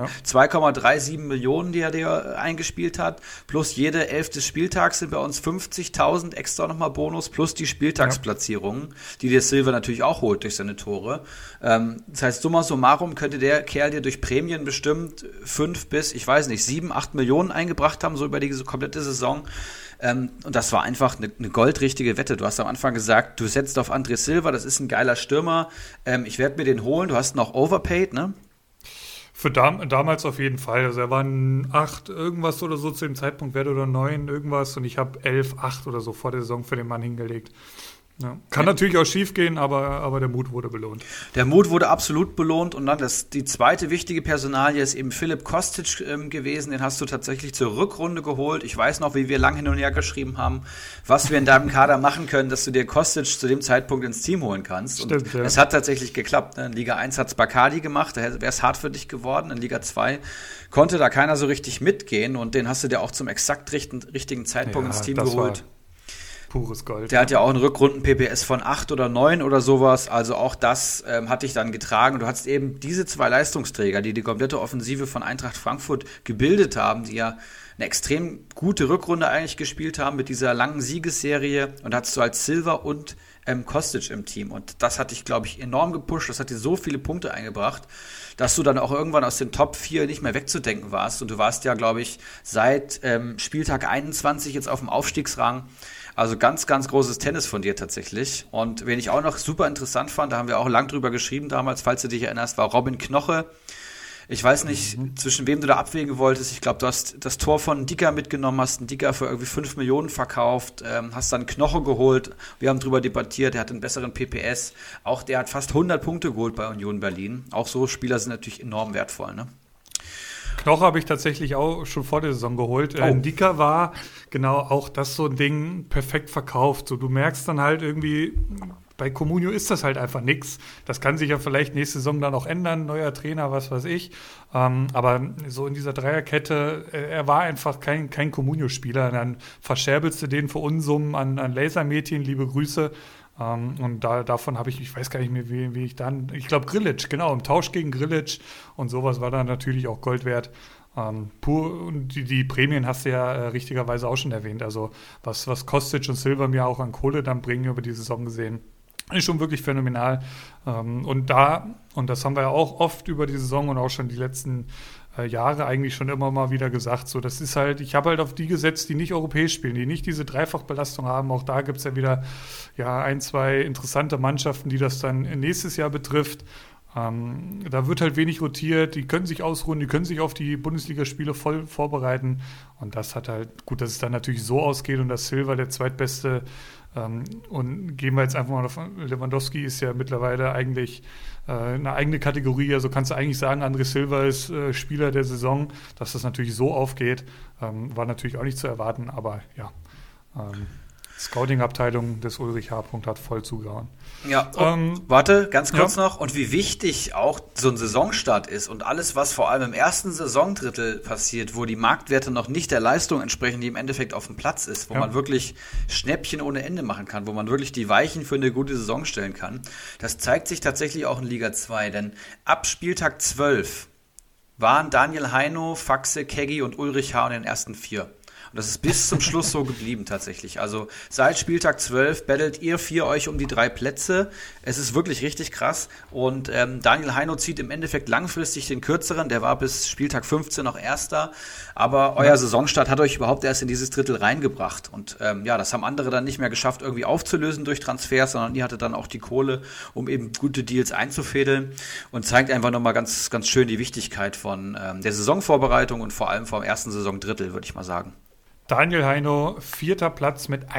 2,37 Millionen, die er dir eingespielt hat, plus jede 11. des Spieltags sind bei uns 50.000 extra nochmal Bonus, plus die Spieltagsplatzierungen, die dir Silva natürlich auch holt durch seine Tore. Das heißt, summa summarum könnte der Kerl dir durch Prämien bestimmt 5 bis, ich weiß nicht, 7, 8 Millionen eingebracht haben, so über die komplette Saison. Und das war einfach eine goldrichtige Wette. Du hast am Anfang gesagt, du setzt auf André Silva, das ist ein geiler Stürmer. Ich werde mir den holen. Du hast noch overpaid, ne? Für damals auf jeden Fall. Also er war ein 8 irgendwas oder so zu dem Zeitpunkt, Wert oder 9 irgendwas. Und ich habe 11, 8 oder so vor der Saison für den Mann hingelegt. Ja. Kann natürlich auch schief gehen, aber der Mut wurde belohnt. Der Mut wurde absolut belohnt und dann die zweite wichtige Personalie ist eben Filip Kostic gewesen. Den hast du tatsächlich zur Rückrunde geholt. Ich weiß noch, wie wir lang hin und her geschrieben haben, was wir in deinem Kader machen können, dass du dir Kostic zu dem Zeitpunkt ins Team holen kannst. Stimmt, und es hat tatsächlich geklappt. In Liga 1 hat es Bacardi gemacht, da wäre es hart für dich geworden. In Liga 2 konnte da keiner so richtig mitgehen und den hast du dir auch zum exakt richtigen Zeitpunkt ins Team geholt. Pures Gold. Der hat ja auch einen Rückrunden-PPS von 8 oder 9 oder sowas. Also auch das hat dich dann getragen. Du hattest eben diese zwei Leistungsträger, die komplette Offensive von Eintracht Frankfurt gebildet haben, die ja eine extrem gute Rückrunde eigentlich gespielt haben mit dieser langen Siegesserie. Und da hattest du als Silva und Kostic im Team. Und das hat dich, glaube ich, enorm gepusht. Das hat dir so viele Punkte eingebracht, dass du dann auch irgendwann aus den Top 4 nicht mehr wegzudenken warst. Und du warst ja, glaube ich, seit Spieltag 21 jetzt auf dem Aufstiegsrang. Also ganz, ganz großes Tennis von dir tatsächlich. Und wen ich auch noch super interessant fand, da haben wir auch lang drüber geschrieben damals, falls du dich erinnerst, war Robin Knoche. Ich weiß nicht, zwischen wem du da abwägen wolltest. Ich glaube, du hast das Tor von Dicker mitgenommen, hast einen Dicker für irgendwie 5 Millionen verkauft, hast dann Knoche geholt. Wir haben drüber debattiert, der hat einen besseren PPS. Auch der hat fast 100 Punkte geholt bei Union Berlin. Auch so Spieler sind natürlich enorm wertvoll, ne? Knoche habe ich tatsächlich auch schon vor der Saison geholt. Dicker war genau auch das so ein Ding perfekt verkauft. So, du merkst dann halt irgendwie, bei Comunio ist das halt einfach nichts. Das kann sich ja vielleicht nächste Saison dann auch ändern, neuer Trainer, was weiß ich. Aber so in dieser Dreierkette, er war einfach kein Comunio-Spieler. Dann verscherbelst du den für Unsummen an Lasermädchen, liebe Grüße. Und davon habe ich weiß gar nicht mehr, wie ich dann, ich glaube Grilic, genau, im Tausch gegen Grilic und sowas war dann natürlich auch Gold wert. Und die Prämien hast du ja richtigerweise auch schon erwähnt, also was Kostic und Silva mir auch an Kohle dann bringen über die Saison gesehen, ist schon wirklich phänomenal. Und das haben wir ja auch oft über die Saison und auch schon die letzten Jahre eigentlich schon immer mal wieder gesagt, so das ist halt, ich habe halt auf die gesetzt, die nicht europäisch spielen, die nicht diese Dreifachbelastung haben. Auch da gibt es ja wieder 1, 2 interessante Mannschaften, die das dann nächstes Jahr betrifft. Da wird halt wenig rotiert, die können sich ausruhen, die können sich auf die Bundesligaspiele voll vorbereiten und das hat halt, gut, dass es dann natürlich so ausgeht und dass Silva der zweitbeste und gehen wir jetzt einfach mal davon, Lewandowski ist ja mittlerweile eigentlich eine eigene Kategorie, also kannst du eigentlich sagen, André Silva ist Spieler der Saison, dass das natürlich so aufgeht, war natürlich auch nicht zu erwarten, aber ja, Scouting-Abteilung des Ulrich H. hat voll zugehauen. Ja, warte, ganz kurz noch. Und wie wichtig auch so ein Saisonstart ist und alles, was vor allem im ersten Saisondrittel passiert, wo die Marktwerte noch nicht der Leistung entsprechen, die im Endeffekt auf dem Platz ist, wo man wirklich Schnäppchen ohne Ende machen kann, wo man wirklich die Weichen für eine gute Saison stellen kann. Das zeigt sich tatsächlich auch in Liga 2, denn ab Spieltag 12 waren Daniel Heino, Faxe, Keggi und Ulrich H. in den ersten 4. Und das ist bis zum Schluss so geblieben tatsächlich. Also seit Spieltag 12 battelt ihr 4 euch um die 3 Plätze. Es ist wirklich richtig krass. Und Daniel Heino zieht im Endeffekt langfristig den kürzeren. Der war bis Spieltag 15 noch Erster. Aber euer Saisonstart hat euch überhaupt erst in dieses Drittel reingebracht. Und das haben andere dann nicht mehr geschafft, irgendwie aufzulösen durch Transfers, sondern ihr hattet dann auch die Kohle, um eben gute Deals einzufädeln. Und zeigt einfach nochmal ganz, ganz schön die Wichtigkeit von der Saisonvorbereitung und vor allem vom ersten Saisondrittel, würde ich mal sagen. Daniel Heino, 4. Platz mit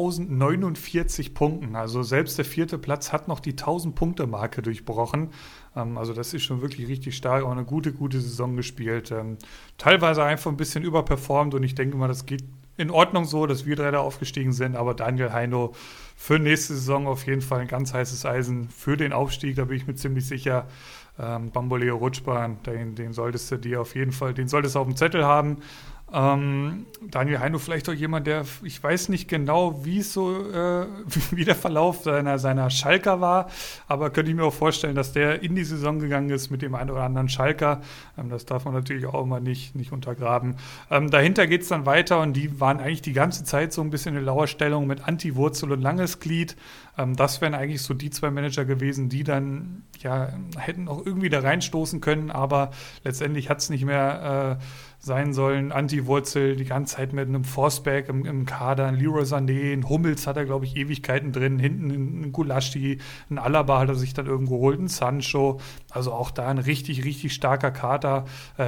1049 Punkten. Also selbst der 4. Platz hat noch die 1000-Punkte-Marke durchbrochen. Also das ist schon wirklich richtig stark. Auch eine gute Saison gespielt. Teilweise einfach ein bisschen überperformt. Und ich denke mal, das geht in Ordnung so, dass wir 3 da aufgestiegen sind. Aber Daniel Heino für nächste Saison auf jeden Fall ein ganz heißes Eisen für den Aufstieg. Da bin ich mir ziemlich sicher. Bamboleo Rutschbahn, den solltest du dir auf jeden Fall, den solltest du auf dem Zettel haben. Daniel Heino vielleicht auch jemand, der, ich weiß nicht genau, wie es so, wie der Verlauf seiner Schalker war, aber könnte ich mir auch vorstellen, dass der in die Saison gegangen ist mit dem einen oder anderen Schalker. Das darf man natürlich auch immer nicht untergraben. Dahinter geht es dann weiter und die waren eigentlich die ganze Zeit so ein bisschen in Lauerstellung mit Anti-Wurzel und Langes Glied. Das wären eigentlich so die zwei Manager gewesen, die dann hätten auch irgendwie da reinstoßen können, aber letztendlich hat es nicht mehr sein sollen. Anti-Wurzel die ganze Zeit mit einem Forsberg im Kader, ein Leroy Sané, ein Hummels hat er, glaube ich, Ewigkeiten drin, hinten ein Gulaschi, ein Alaba hat er sich dann irgendwo geholt, ein Sancho, also auch da ein richtig, richtig starker Kader,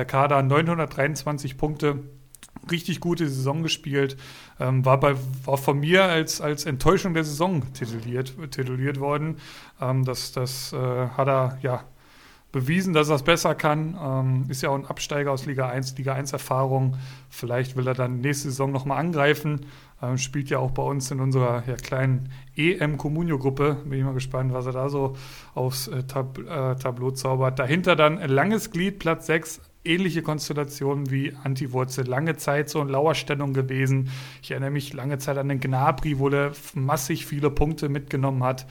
923 Punkte, richtig gute Saison gespielt, war von mir als Enttäuschung der Saison tituliert worden. Das hat er bewiesen, dass er es besser kann. Ist ja auch ein Absteiger aus Liga 1 Erfahrung. Vielleicht will er dann nächste Saison nochmal angreifen. Spielt ja auch bei uns in unserer kleinen EM-Comunio-Gruppe. Bin ich mal gespannt, was er da so aufs Tableau zaubert. Dahinter dann ein Langes Glied, Platz 6. Ähnliche Konstellationen wie Anti-Wurzel. Lange Zeit so in Lauerstellung gewesen. Ich erinnere mich lange Zeit an den Gnabry, wo der massig viele Punkte mitgenommen hat.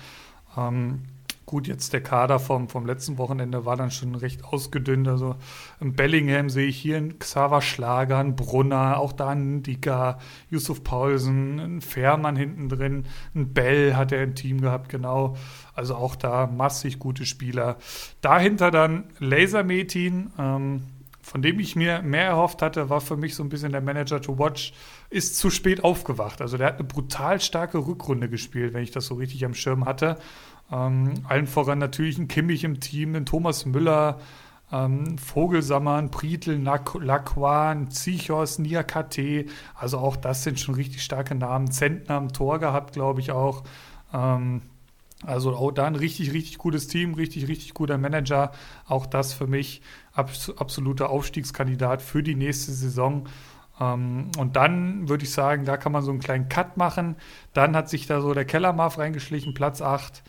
Gut, jetzt der Kader vom letzten Wochenende war dann schon recht ausgedünnt. Also in Bellingham sehe ich hier einen Xaver Schlager, einen Brunner, auch da einen Dika, Yusuf Paulsen, einen Fährmann hinten drin, einen Bell hat er im Team gehabt, genau. Also auch da massig gute Spieler. Dahinter dann Laser Metin, von dem ich mir mehr erhofft hatte, war für mich so ein bisschen der Manager to watch, ist zu spät aufgewacht. Also der hat eine brutal starke Rückrunde gespielt, wenn ich das so richtig am Schirm hatte. Allen voran natürlich ein Kimmich im Team, ein Thomas Müller, Vogelsammer, ein Prietl, Lacroix, ein Zichos, Niakate. Also auch das sind schon richtig starke Namen. Zentner am Tor gehabt, glaube ich auch. Also auch da ein richtig, richtig gutes Team, richtig, richtig guter Manager. Auch das für mich absoluter Aufstiegskandidat für die nächste Saison. Und dann würde ich sagen, da kann man so einen kleinen Cut machen. Dann hat sich da so der Kellermarf reingeschlichen, Platz 8.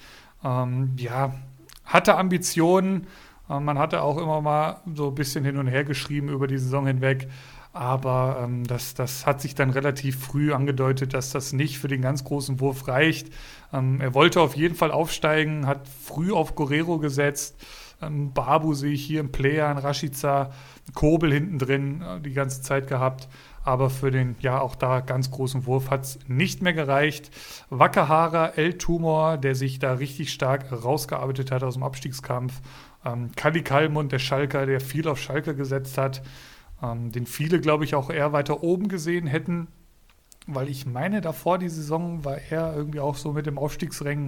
Hatte Ambitionen. Man hatte auch immer mal so ein bisschen hin und her geschrieben über die Saison hinweg. Aber das hat sich dann relativ früh angedeutet, dass das nicht für den ganz großen Wurf reicht. Er wollte auf jeden Fall aufsteigen, hat früh auf Guerrero gesetzt. Babu sehe ich hier im Player, ein Rashica, Kobel hinten drin die ganze Zeit gehabt. Aber für den, auch da ganz großen Wurf hat es nicht mehr gereicht. Wakahara, El Tumor, der sich da richtig stark rausgearbeitet hat aus dem Abstiegskampf. Kali Kalmund, der Schalker, der viel auf Schalke gesetzt hat. Den viele, glaube ich, auch eher weiter oben gesehen hätten, weil ich meine, davor die Saison war er irgendwie auch so mit dem Aufstiegsrennen,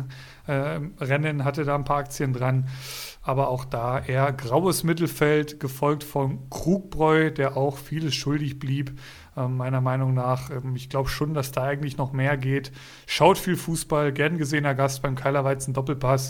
hatte da ein paar Aktien dran, aber auch da eher graues Mittelfeld, gefolgt von Krugbräu, der auch vieles schuldig blieb, meiner Meinung nach. Ich glaube schon, dass da eigentlich noch mehr geht. Schaut viel Fußball, gern gesehener Gast beim Keilerweizen Doppelpass.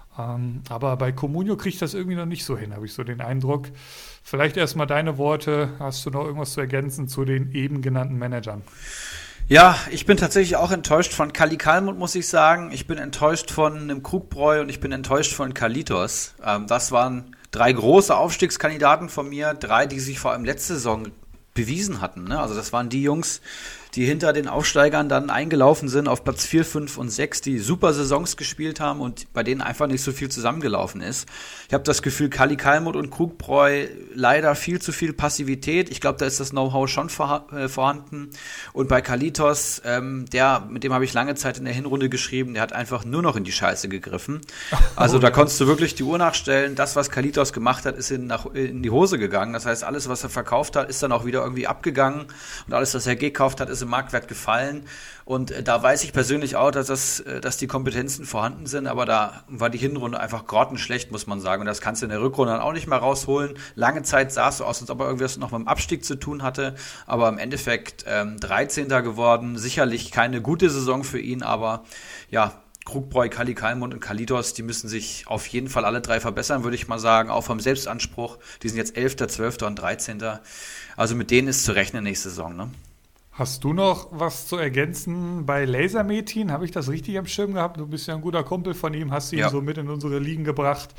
Aber bei Comunio kriegt das irgendwie noch nicht so hin, habe ich so den Eindruck. Vielleicht erstmal deine Worte. Hast du noch irgendwas zu ergänzen zu den eben genannten Managern? Ja, ich bin tatsächlich auch enttäuscht von Kali Kalmund, muss ich sagen. Ich bin enttäuscht von einem Krugbräu und ich bin enttäuscht von Kalitos. Das waren 3 große Aufstiegskandidaten von mir, 3, die sich vor allem letzte Saison bewiesen hatten. Ne? Also das waren die Jungs, die hinter den Aufsteigern dann eingelaufen sind auf Platz 4, 5 und 6, die super Saisons gespielt haben und bei denen einfach nicht so viel zusammengelaufen ist. Ich habe das Gefühl, Kali Kalmund und Krugbräu leider viel zu viel Passivität. Ich glaube, da ist das Know-how schon vorhanden. Und bei Kalitos, mit dem habe ich lange Zeit in der Hinrunde geschrieben, der hat einfach nur noch in die Scheiße gegriffen. Also da konntest du wirklich die Uhr nachstellen. Das, was Kalitos gemacht hat, ist in die Hose gegangen. Das heißt, alles, was er verkauft hat, ist dann auch wieder irgendwie abgegangen. Und alles, was er gekauft hat, ist im Marktwert gefallen. Und da weiß ich persönlich auch, dass die Kompetenzen vorhanden sind, aber da war die Hinrunde einfach grottenschlecht, muss man sagen. Und das kannst du in der Rückrunde dann auch nicht mehr rausholen. Lange Zeit sah es so aus, als ob er irgendwas noch mit dem Abstieg zu tun hatte. Aber im Endeffekt 13. geworden. Sicherlich keine gute Saison für ihn, aber ja, Krugbräu, Kali Kalmund und Kalitos, die müssen sich auf jeden Fall alle 3 verbessern, würde ich mal sagen. Auch vom Selbstanspruch. Die sind jetzt 11., 12. und 13. Also mit denen ist zu rechnen nächste Saison, ne? Hast du noch was zu ergänzen bei Laser Metin? Habe ich das richtig am Schirm gehabt? Du bist ja ein guter Kumpel von ihm, hast ihn so mit in unsere Ligen gebracht.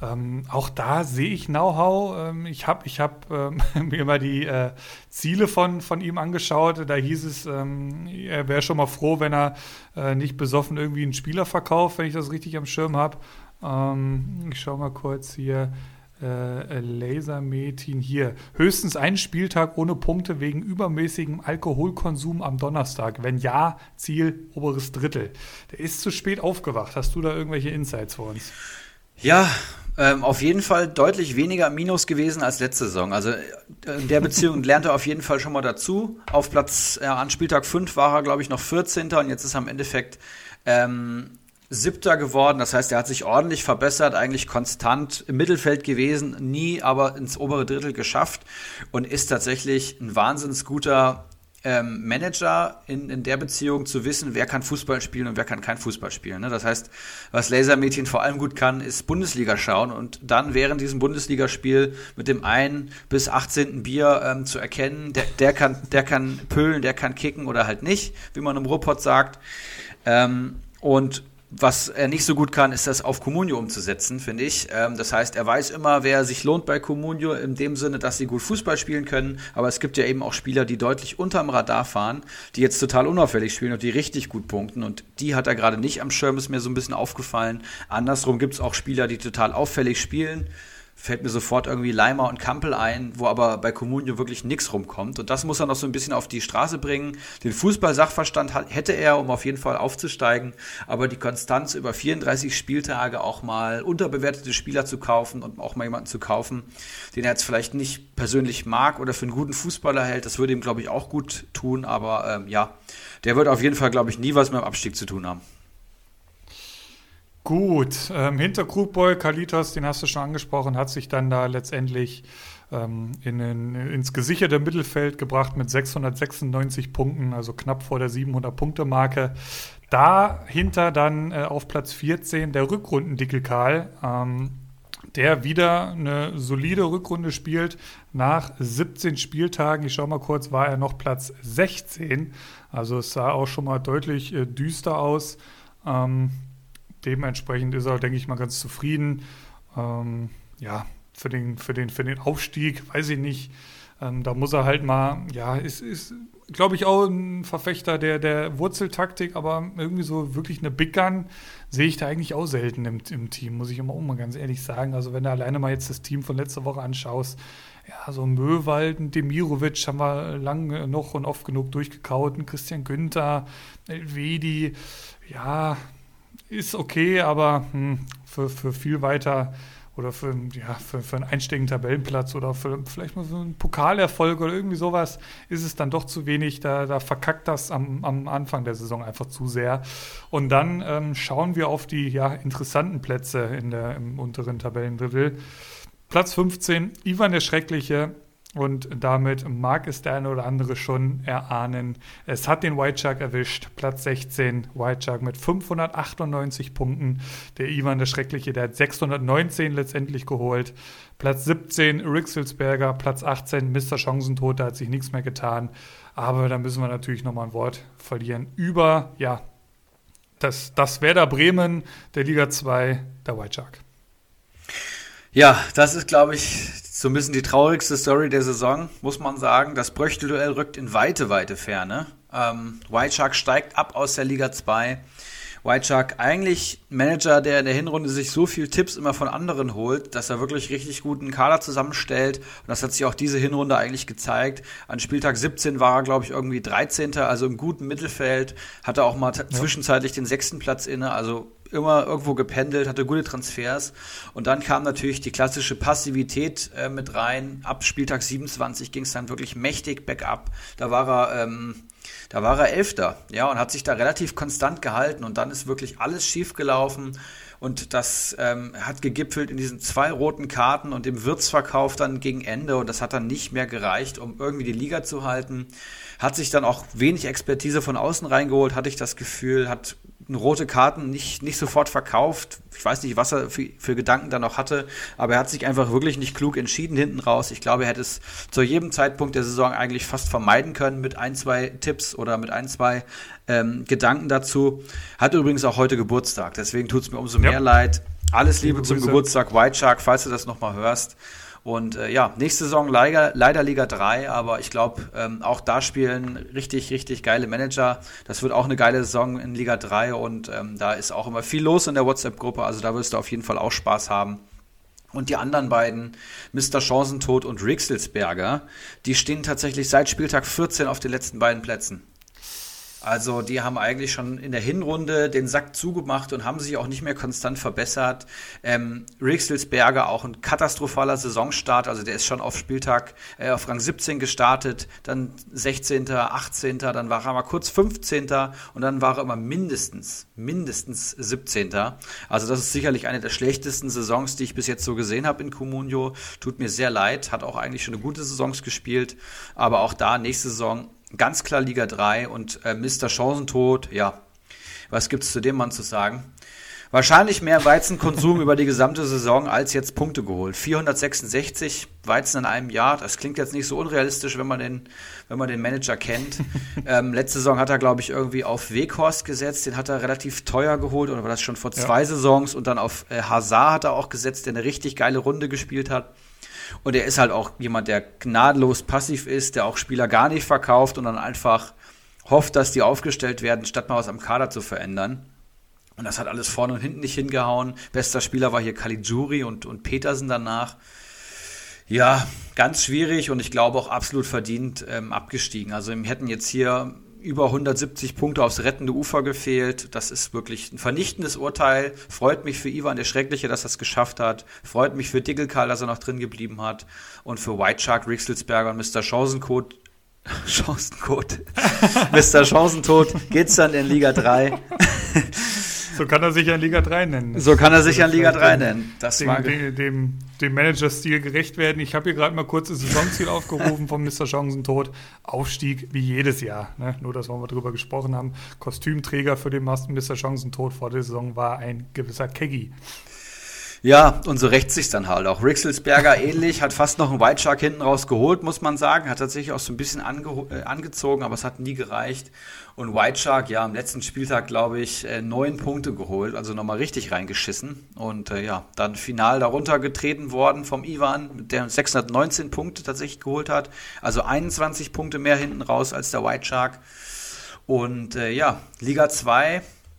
Auch da sehe ich Know-how. Ich hab mir mal die Ziele von ihm angeschaut. Da hieß es, er wäre schon mal froh, wenn er nicht besoffen irgendwie einen Spieler verkauft, wenn ich das richtig am Schirm habe. Ich schaue mal kurz hier. Lasermetin hier. Höchstens einen Spieltag ohne Punkte wegen übermäßigem Alkoholkonsum am Donnerstag. Wenn ja, Ziel oberes Drittel. Der ist zu spät aufgewacht. Hast du da irgendwelche Insights für uns? Ja, auf jeden Fall deutlich weniger Minus gewesen als letzte Saison. Also in der Beziehung lernt er auf jeden Fall schon mal dazu. Auf an Spieltag 5 war er, glaube ich, noch 14. und jetzt ist er im Endeffekt 7. geworden, das heißt, er hat sich ordentlich verbessert, eigentlich konstant im Mittelfeld gewesen, nie aber ins obere Drittel geschafft und ist tatsächlich ein wahnsinnig guter Manager in der Beziehung zu wissen, wer kann Fußball spielen und wer kann kein Fußball spielen. Ne? Das heißt, was Lasermädchen vor allem gut kann, ist Bundesliga schauen und dann während diesem Bundesligaspiel mit dem 1. bis 18. Bier zu erkennen, der kann pölen, der kann kicken oder halt nicht, wie man im Ruhrpott sagt. Und was er nicht so gut kann, ist das auf Comunio umzusetzen, finde ich. Das heißt, er weiß immer, wer sich lohnt bei Comunio, in dem Sinne, dass sie gut Fußball spielen können. Aber es gibt ja eben auch Spieler, die deutlich unterm Radar fahren, die jetzt total unauffällig spielen und die richtig gut punkten. Und die hat er gerade nicht am Schirm, ist mir so ein bisschen aufgefallen. Andersrum gibt es auch Spieler, die total auffällig spielen. Fällt mir sofort irgendwie Leimer und Kampel ein, wo aber bei Comunio wirklich nichts rumkommt. Und das muss er noch so ein bisschen auf die Straße bringen. Den Fußball-Sachverstand hätte er, um auf jeden Fall aufzusteigen. Aber die Konstanz über 34 Spieltage auch mal unterbewertete Spieler zu kaufen und auch mal jemanden zu kaufen, den er jetzt vielleicht nicht persönlich mag oder für einen guten Fußballer hält, das würde ihm, glaube ich, auch gut tun. Aber der wird auf jeden Fall, glaube ich, nie was mit dem Abstieg zu tun haben. Gut, hinter Krugboy, Kalitos, den hast du schon angesprochen, hat sich dann da letztendlich ins gesicherte Mittelfeld gebracht mit 696 Punkten, also knapp vor der 700-Punkte-Marke. Dahinter dann auf Platz 14 der Rückrundendickel Karl, der wieder eine solide Rückrunde spielt. Nach 17 Spieltagen, ich schau mal kurz, war er noch Platz 16. Also es sah auch schon mal deutlich düster aus. Dementsprechend ist er, denke ich mal, ganz zufrieden. Für den Aufstieg, weiß ich nicht. Da muss er halt mal, ist glaube ich, auch ein Verfechter der Wurzeltaktik, aber irgendwie so wirklich eine Big Gun sehe ich da eigentlich auch selten im Team, muss ich immer auch mal ganz ehrlich sagen. Also wenn du alleine mal jetzt das Team von letzter Woche anschaust, so ein Möwald, ein Demirovic haben wir lang noch und oft genug durchgekaut, ein Christian Günther, Elvedi, ist okay, aber für viel weiter oder für einen einstelligen Tabellenplatz oder vielleicht mal so einen Pokalerfolg oder irgendwie sowas ist es dann doch zu wenig. Da verkackt das am Anfang der Saison einfach zu sehr. Und dann schauen wir auf die interessanten Plätze im unteren Tabellendrittel. Platz 15, Ivan der Schreckliche. Und damit mag es der eine oder andere schon erahnen. Es hat den White Shark erwischt. Platz 16, White Shark mit 598 Punkten. Der Ivan der Schreckliche, der hat 619 letztendlich geholt. Platz 17, Rixelsberger. Platz 18, Mr. Chancentod. Da hat sich nichts mehr getan. Aber da müssen wir natürlich nochmal ein Wort verlieren über, das Werder Bremen der Liga 2, der White Shark. Ja, das ist, glaube ich, so ein bisschen die traurigste Story der Saison, muss man sagen. Das Bröchtel-Duell rückt in weite, weite Ferne. White Shark steigt ab aus der Liga 2. White Shark eigentlich ein Manager, der in der Hinrunde sich so viel Tipps immer von anderen holt, dass er wirklich richtig guten Kader zusammenstellt. Und das hat sich auch diese Hinrunde eigentlich gezeigt. An Spieltag 17 war er, glaube ich, irgendwie 13., also im guten Mittelfeld. Hatte auch mal zwischenzeitlich den 6. Platz inne, also immer irgendwo gependelt, hatte gute Transfers. Und dann kam natürlich die klassische Passivität mit rein. Ab Spieltag 27 ging es dann wirklich mächtig bergab. Da war er 11. Und hat sich da relativ konstant gehalten. Und dann ist wirklich alles schief gelaufen. Und das hat gegipfelt in diesen 2 roten Karten und dem Wirtsverkauf dann gegen Ende. Und das hat dann nicht mehr gereicht, um irgendwie die Liga zu halten. Hat sich dann auch wenig Expertise von außen reingeholt, hatte ich das Gefühl, hat rote Karten nicht sofort verkauft. Ich weiß nicht, was er für Gedanken da noch hatte, aber er hat sich einfach wirklich nicht klug entschieden hinten raus. Ich glaube, er hätte es zu jedem Zeitpunkt der Saison eigentlich fast vermeiden können mit 1-2 Tipps oder mit 1-2 Gedanken dazu. Hat übrigens auch heute Geburtstag, deswegen tut es mir umso mehr leid. Alles Liebe zum Geburtstag, White Shark, falls du das nochmal hörst. Und nächste Saison leider Liga 3, aber ich glaube, auch da spielen richtig, richtig geile Manager. Das wird auch eine geile Saison in Liga 3 und da ist auch immer viel los in der WhatsApp-Gruppe, also da wirst du auf jeden Fall auch Spaß haben. Und die anderen beiden, Mr. Chancentod und Rixelsberger, die stehen tatsächlich seit Spieltag 14 auf den letzten beiden Plätzen. Also die haben eigentlich schon in der Hinrunde den Sack zugemacht und haben sich auch nicht mehr konstant verbessert. Rixelsberger auch ein katastrophaler Saisonstart, also der ist schon auf auf Rang 17 gestartet, dann 16., 18., dann war er mal kurz 15. und dann war er immer mindestens 17. Also das ist sicherlich eine der schlechtesten Saisons, die ich bis jetzt so gesehen habe in Comunio. Tut mir sehr leid, hat auch eigentlich schon eine gute Saisons gespielt, aber auch da nächste Saison ganz klar Liga 3 und Mr. Chancentod, ja, was gibt's zu dem Mann zu sagen? Wahrscheinlich mehr Weizenkonsum über die gesamte Saison als jetzt Punkte geholt. 466 Weizen in einem Jahr, das klingt jetzt nicht so unrealistisch, wenn man den Manager kennt. Letzte Saison hat er, glaube ich, irgendwie auf Weghorst gesetzt, den hat er relativ teuer geholt, oder war das schon vor 2 Saisons, und dann auf Hazard hat er auch gesetzt, der eine richtig geile Runde gespielt hat. Und er ist halt auch jemand, der gnadenlos passiv ist, der auch Spieler gar nicht verkauft und dann einfach hofft, dass die aufgestellt werden, statt mal was am Kader zu verändern. Und das hat alles vorne und hinten nicht hingehauen. Bester Spieler war hier Caligiuri und Petersen danach. Ja, ganz schwierig und ich glaube auch absolut verdient abgestiegen. Also ihm hätten jetzt hier über 170 Punkte aufs rettende Ufer gefehlt. Das ist wirklich ein vernichtendes Urteil. Freut mich für Ivan der Schreckliche, dass er es geschafft hat. Freut mich für Diggelkarl, dass er noch drin geblieben hat. Und für White Shark, Rixelsberger und Mr. Chancentod Mr. Chancentod geht's dann in Liga 3. So kann er sich ja in Liga 3 nennen. So kann er sich ja in Liga 3 nennen. Dem Manager-Stil gerecht werden. Ich habe hier gerade mal kurz das Saisonziel aufgerufen von Mr. Chancentod. Aufstieg wie jedes Jahr. Ne? Nur, dass wir mal drüber gesprochen haben. Kostümträger für den Mr. Chancentod vor der Saison war ein gewisser Keggy. Ja, und so rächt sich's dann halt auch. Rixelsberger ähnlich, hat fast noch einen White Shark hinten raus geholt, muss man sagen. Hat tatsächlich auch so ein bisschen angezogen, aber es hat nie gereicht. Und White Shark, ja, am letzten Spieltag, glaube ich, 9 Punkte geholt, also nochmal richtig reingeschissen. Und dann final darunter getreten worden vom Ivan, der 619 Punkte tatsächlich geholt hat. Also 21 Punkte mehr hinten raus als der White Shark. Und Liga 2...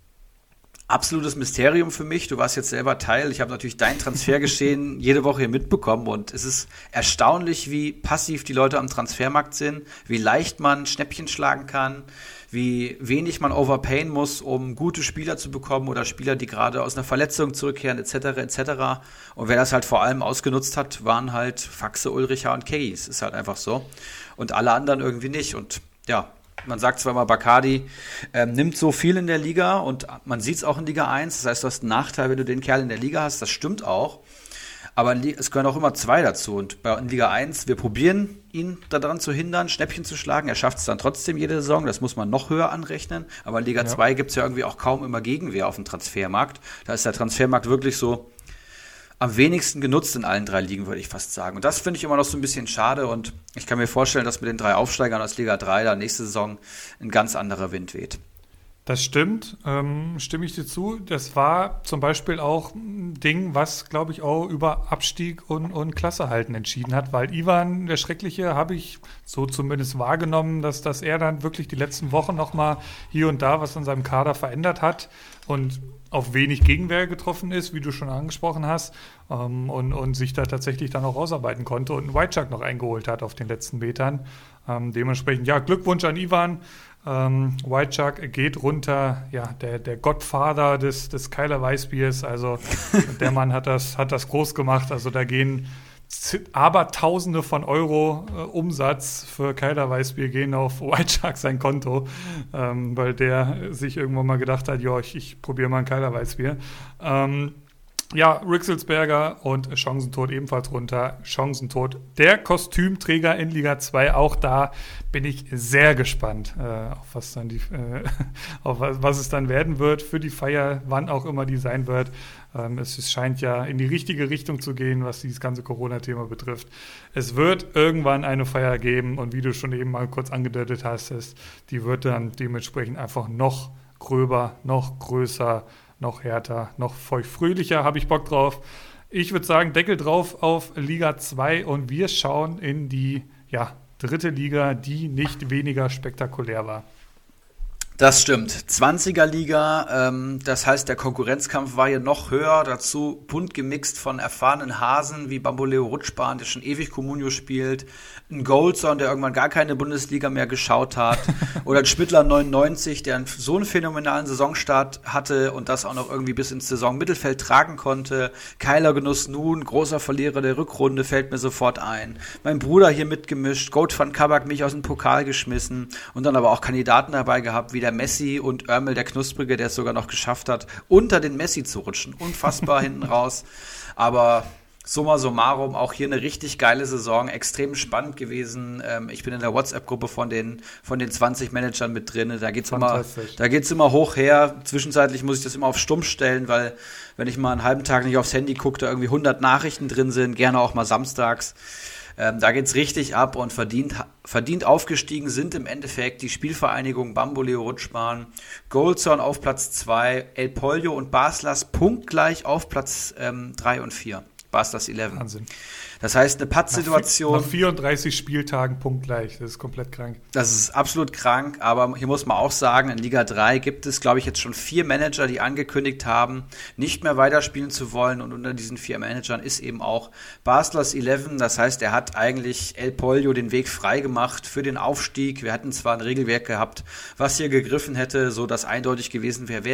absolutes Mysterium für mich. Du warst jetzt selber Teil. Ich habe natürlich dein Transfergeschehen jede Woche hier mitbekommen und es ist erstaunlich, wie passiv die Leute am Transfermarkt sind, wie leicht man Schnäppchen schlagen kann, wie wenig man overpayen muss, um gute Spieler zu bekommen oder Spieler, die gerade aus einer Verletzung zurückkehren, etc. etc. Und wer das halt vor allem ausgenutzt hat, waren halt Faxe, Ulricha und Keggy. Ist halt einfach so. Und alle anderen irgendwie nicht. Und ja, man sagt zwar immer, Bacardi nimmt so viel in der Liga und man sieht es auch in Liga 1. Das heißt, du hast einen Nachteil, wenn du den Kerl in der Liga hast. Das stimmt auch. Aber es gehören auch immer 2 dazu. Und in Liga 1, wir probieren ihn daran zu hindern, Schnäppchen zu schlagen. Er schafft es dann trotzdem jede Saison. Das muss man noch höher anrechnen. Aber in Liga 2 gibt es ja irgendwie auch kaum immer Gegenwehr auf dem Transfermarkt. Da ist der Transfermarkt wirklich so am wenigsten genutzt in allen 3 Ligen, würde ich fast sagen. Und das finde ich immer noch so ein bisschen schade. Und ich kann mir vorstellen, dass mit den 3 Aufsteigern aus Liga 3 da nächste Saison ein ganz anderer Wind weht. Das stimmt, stimme ich dir zu. Das war zum Beispiel auch ein Ding, was, glaube ich, auch über Abstieg und Klasse halten entschieden hat, weil Ivan, der Schreckliche, habe ich so zumindest wahrgenommen, dass er dann wirklich die letzten Wochen nochmal hier und da was an seinem Kader verändert hat und auf wenig Gegenwehr getroffen ist, wie du schon angesprochen hast, und sich da tatsächlich dann auch rausarbeiten konnte und einen White Shark noch eingeholt hat auf den letzten Metern. Dementsprechend, ja, Glückwunsch an Ivan. White Shark geht runter, ja, der Godfather des Keiler Weißbiers, also der Mann hat das groß gemacht, also da gehen aber Tausende von Euro Umsatz für Keiler Weißbier gehen auf White Shark sein Konto, weil der sich irgendwann mal gedacht hat, ja, ich probiere mal ein Keiler Weißbier. Ja, Rixelsberger und Chancentod ebenfalls runter. Chancentod, der Kostümträger in Liga 2, auch da bin ich sehr gespannt, auf was es dann werden wird für die Feier, wann auch immer die sein wird. Es scheint ja in die richtige Richtung zu gehen, was dieses ganze Corona-Thema betrifft. Es wird irgendwann eine Feier geben und wie du schon eben mal kurz angedeutet hast, die wird dann dementsprechend einfach noch gröber, noch größer, noch härter, noch feuchtfröhlicher, habe ich Bock drauf. Ich würde sagen, Deckel drauf auf Liga 2 und wir schauen in die dritte Liga, die nicht weniger spektakulär war. Das stimmt. 20er Liga, das heißt, der Konkurrenzkampf war hier noch höher, dazu bunt gemixt von erfahrenen Hasen wie Bamboleo Rutschbahn, der schon ewig Comunio spielt, ein Goldson, der irgendwann gar keine Bundesliga mehr geschaut hat, oder ein Schmittler 99, der so einen phänomenalen Saisonstart hatte und das auch noch irgendwie bis ins Saisonmittelfeld tragen konnte. Keiler Genuss nun, großer Verlierer der Rückrunde, fällt mir sofort ein. Mein Bruder hier mitgemischt, Goat van Kabak mich aus dem Pokal geschmissen und dann aber auch Kandidaten dabei gehabt, wie der Messi und Örmel der Knusprige, der es sogar noch geschafft hat, unter den Messi zu rutschen. Unfassbar hinten raus. Aber summa summarum, auch hier eine richtig geile Saison, extrem spannend gewesen. Ich bin in der WhatsApp-Gruppe von den 20 Managern mit drin. Da geht's immer hoch her. Zwischenzeitlich muss ich das immer auf Stumm stellen, weil wenn ich mal einen halben Tag nicht aufs Handy gucke, da irgendwie 100 Nachrichten drin sind, gerne auch mal samstags. Da geht's richtig ab und verdient aufgestiegen sind im Endeffekt die Spielvereinigung Bamboleo Rutschbahn, Goldson auf Platz 2, El Pollo und Baslas punktgleich auf Platz 3 und 4. Baslas 11. Wahnsinn. Das heißt, eine Pattsituation. Nach 34 Spieltagen punktgleich. Das ist komplett krank. Das ist absolut krank, aber hier muss man auch sagen, in Liga 3 gibt es, glaube ich, jetzt schon 4 Manager, die angekündigt haben, nicht mehr weiterspielen zu wollen. Und unter diesen 4 Managern ist eben auch Baslas 11. Das heißt, er hat eigentlich El Pollo den Weg frei gemacht für den Aufstieg. Wir hatten zwar ein Regelwerk gehabt, was hier gegriffen hätte, so dass eindeutig gewesen wäre,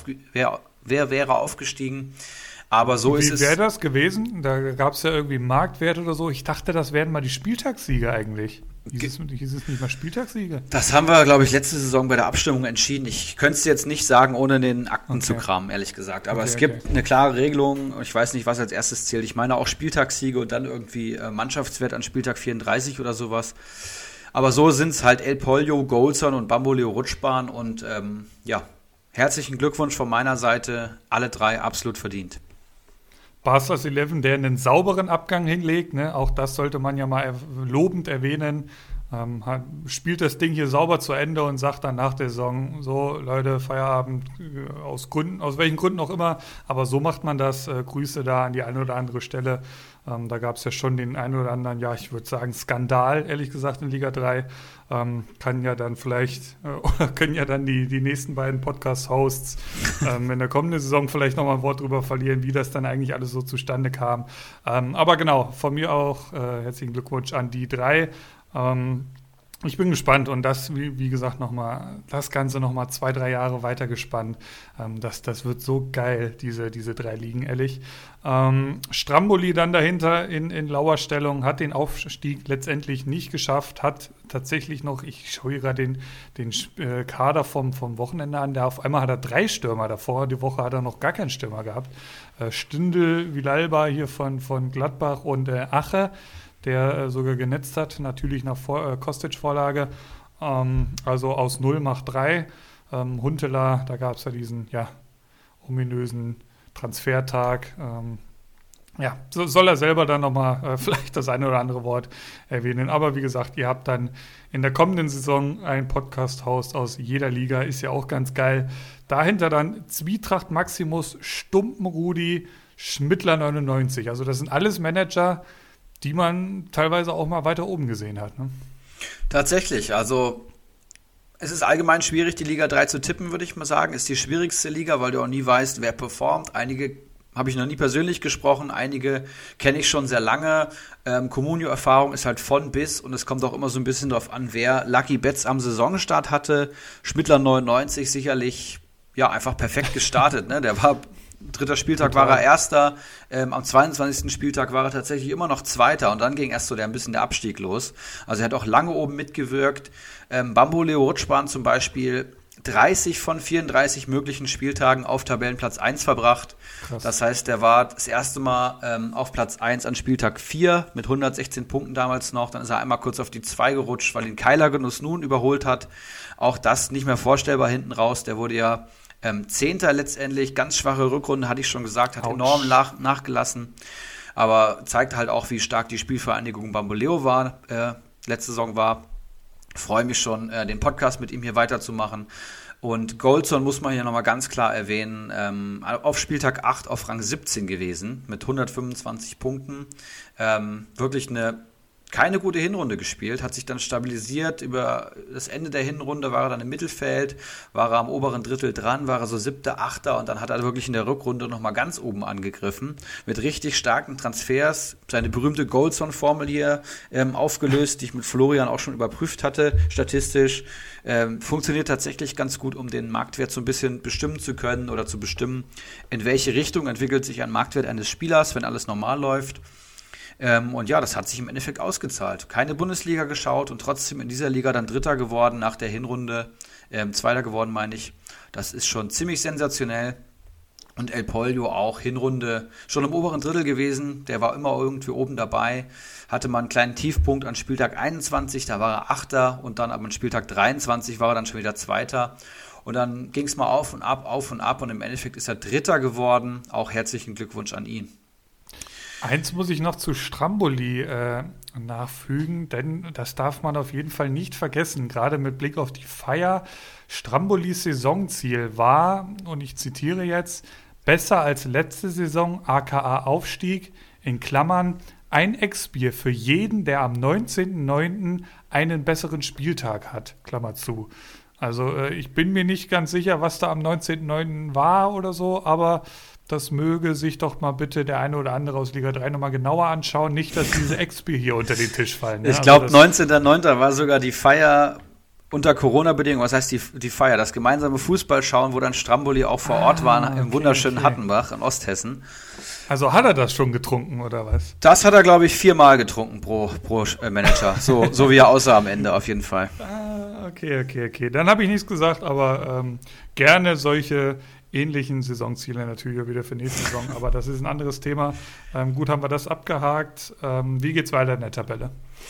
wer wäre aufgestiegen. Aber so ist es. Wie wäre das gewesen? Da gab es ja irgendwie Marktwert oder so. Ich dachte, das wären mal die Spieltagssieger eigentlich. Hieß es nicht mal Spieltagssieger? Das haben wir, glaube ich, letzte Saison bei der Abstimmung entschieden. Ich könnte es jetzt nicht sagen, ohne den Akten zu kramen, ehrlich gesagt. Aber es gibt eine klare Regelung. Ich weiß nicht, was als erstes zählt. Ich meine auch Spieltagssiege und dann irgendwie Mannschaftswert an Spieltag 34 oder sowas. Aber so sind es halt El Pollo, Goldson und Bamboleo Rutschbahn. Und herzlichen Glückwunsch von meiner Seite. Alle 3 absolut verdient. Baslas 11, der einen sauberen Abgang hinlegt, ne? Auch das sollte man ja mal lobend erwähnen. Spielt das Ding hier sauber zu Ende und sagt dann nach der Saison, so Leute, Feierabend, aus welchen Gründen auch immer, aber so macht man das. Grüße da an die eine oder andere Stelle. Da gab es ja schon den einen oder anderen, ich würde sagen Skandal, ehrlich gesagt, in Liga 3. Können ja dann die nächsten beiden Podcast-Hosts in der kommenden Saison vielleicht nochmal ein Wort drüber verlieren, wie das dann eigentlich alles so zustande kam. Aber genau, von mir auch herzlichen Glückwunsch an die 3. Ich bin gespannt und das, wie gesagt, das Ganze nochmal 2-3 Jahre weiter gespannt. Das wird so geil, diese 3 Ligen, ehrlich. Stramboli dann dahinter in Lauerstellung, hat den Aufstieg letztendlich nicht geschafft, hat tatsächlich noch, ich schaue hier gerade den Kader vom Wochenende an, auf einmal hat er 3 Stürmer davor, die Woche hat er noch gar keinen Stürmer gehabt. Stindl, Villalba hier von Gladbach und Ache, der sogar genetzt hat, natürlich nach Kostic-Vorlage. Also aus 0 macht 3. Huntelaar, da gab es ja diesen ominösen Transfertag. Soll er selber dann nochmal vielleicht das eine oder andere Wort erwähnen. Aber wie gesagt, ihr habt dann in der kommenden Saison ein Podcast-Host aus jeder Liga, ist ja auch ganz geil. Dahinter dann Zwietracht Maximus, Stumpen-Rudi, Schmittler 99. Also das sind alles Manager, die man teilweise auch mal weiter oben gesehen hat. Ne? Tatsächlich, also es ist allgemein schwierig, die Liga 3 zu tippen, würde ich mal sagen. Ist die schwierigste Liga, weil du auch nie weißt, wer performt. Einige habe ich noch nie persönlich gesprochen, einige kenne ich schon sehr lange. Comunio-Erfahrung ist halt von bis und es kommt auch immer so ein bisschen darauf an, wer Lucky Bets am Saisonstart hatte. Schmittler 99 sicherlich einfach perfekt gestartet. Ne? Der war 3. Spieltag war er Erster, am 22. Spieltag war er tatsächlich immer noch Zweiter und dann ging erst so ein bisschen der Abstieg los. Also er hat auch lange oben mitgewirkt. Bamboleo Rutschbahn zum Beispiel 30 von 34 möglichen Spieltagen auf Tabellenplatz 1 verbracht. Krass. Das heißt, er war das erste Mal auf Platz 1 an Spieltag 4 mit 116 Punkten damals noch. Dann ist er einmal kurz auf die 2 gerutscht, weil ihn Keiler Genuss nun überholt hat. Auch das nicht mehr vorstellbar hinten raus. Der wurde ja 10. letztendlich, ganz schwache Rückrunde, hatte ich schon gesagt, hat enorm nachgelassen. Aber zeigt halt auch, wie stark die Spielvereinigung Bamboleo letzte Saison war. Freue mich schon, den Podcast mit ihm hier weiterzumachen. Und Goldson muss man hier nochmal ganz klar erwähnen, auf Spieltag 8 auf Rang 17 gewesen mit 125 Punkten. Wirklich keine gute Hinrunde gespielt, hat sich dann stabilisiert. Über das Ende der Hinrunde war er dann im Mittelfeld, war er am oberen Drittel dran, war er so 7., 8. und dann hat er wirklich in der Rückrunde nochmal ganz oben angegriffen, mit richtig starken Transfers. Seine berühmte Goldson-Formel hier aufgelöst, die ich mit Florian auch schon überprüft hatte, statistisch. Funktioniert tatsächlich ganz gut, um den Marktwert so ein bisschen bestimmen zu können oder zu bestimmen, in welche Richtung entwickelt sich ein Marktwert eines Spielers, wenn alles normal läuft. Und ja, das hat sich im Endeffekt ausgezahlt. Keine Bundesliga geschaut und trotzdem in dieser Liga dann Dritter geworden nach der Hinrunde. Zweiter geworden, meine ich. Das ist schon ziemlich sensationell. Und El Pollo auch Hinrunde schon im oberen Drittel gewesen. Der war immer irgendwie oben dabei. Hatte mal einen kleinen Tiefpunkt an Spieltag 21, da war er Achter. Und dann am Spieltag 23 war er dann schon wieder Zweiter. Und dann ging es mal auf und ab. Und im Endeffekt ist er Dritter geworden. Auch herzlichen Glückwunsch an ihn. Eins muss ich noch zu Stramboli nachfügen, denn das darf man auf jeden Fall nicht vergessen, gerade mit Blick auf die Feier. Strambolis Saisonziel war, und ich zitiere jetzt, besser als letzte Saison, aka Aufstieg, in Klammern, ein Ex-Bier für jeden, der am 19.09. einen besseren Spieltag hat, Klammer zu. Also ich bin mir nicht ganz sicher, was da am 19.09. war oder so, aber das möge sich doch mal bitte der eine oder andere aus Liga 3 nochmal genauer anschauen. Nicht, dass diese Ex-Bier hier unter den Tisch fallen. Ne? Ich glaube, 19.09. war sogar die Feier unter Corona-Bedingungen. Was heißt die Feier? Das gemeinsame Fußballschauen, wo dann Stramboli auch vor Ort war, im wunderschönen Hattenbach in Osthessen. Also hat er das schon getrunken, oder was? Das hat er, glaube ich, 4-mal getrunken pro Manager. So wie er aussah am Ende, auf jeden Fall. Okay. Dann habe ich nichts gesagt, aber gerne solche ähnlichen Saisonziele natürlich auch wieder für nächste Saison, aber das ist ein anderes Thema. Gut, haben wir das abgehakt. Wie geht's weiter in der Tabelle?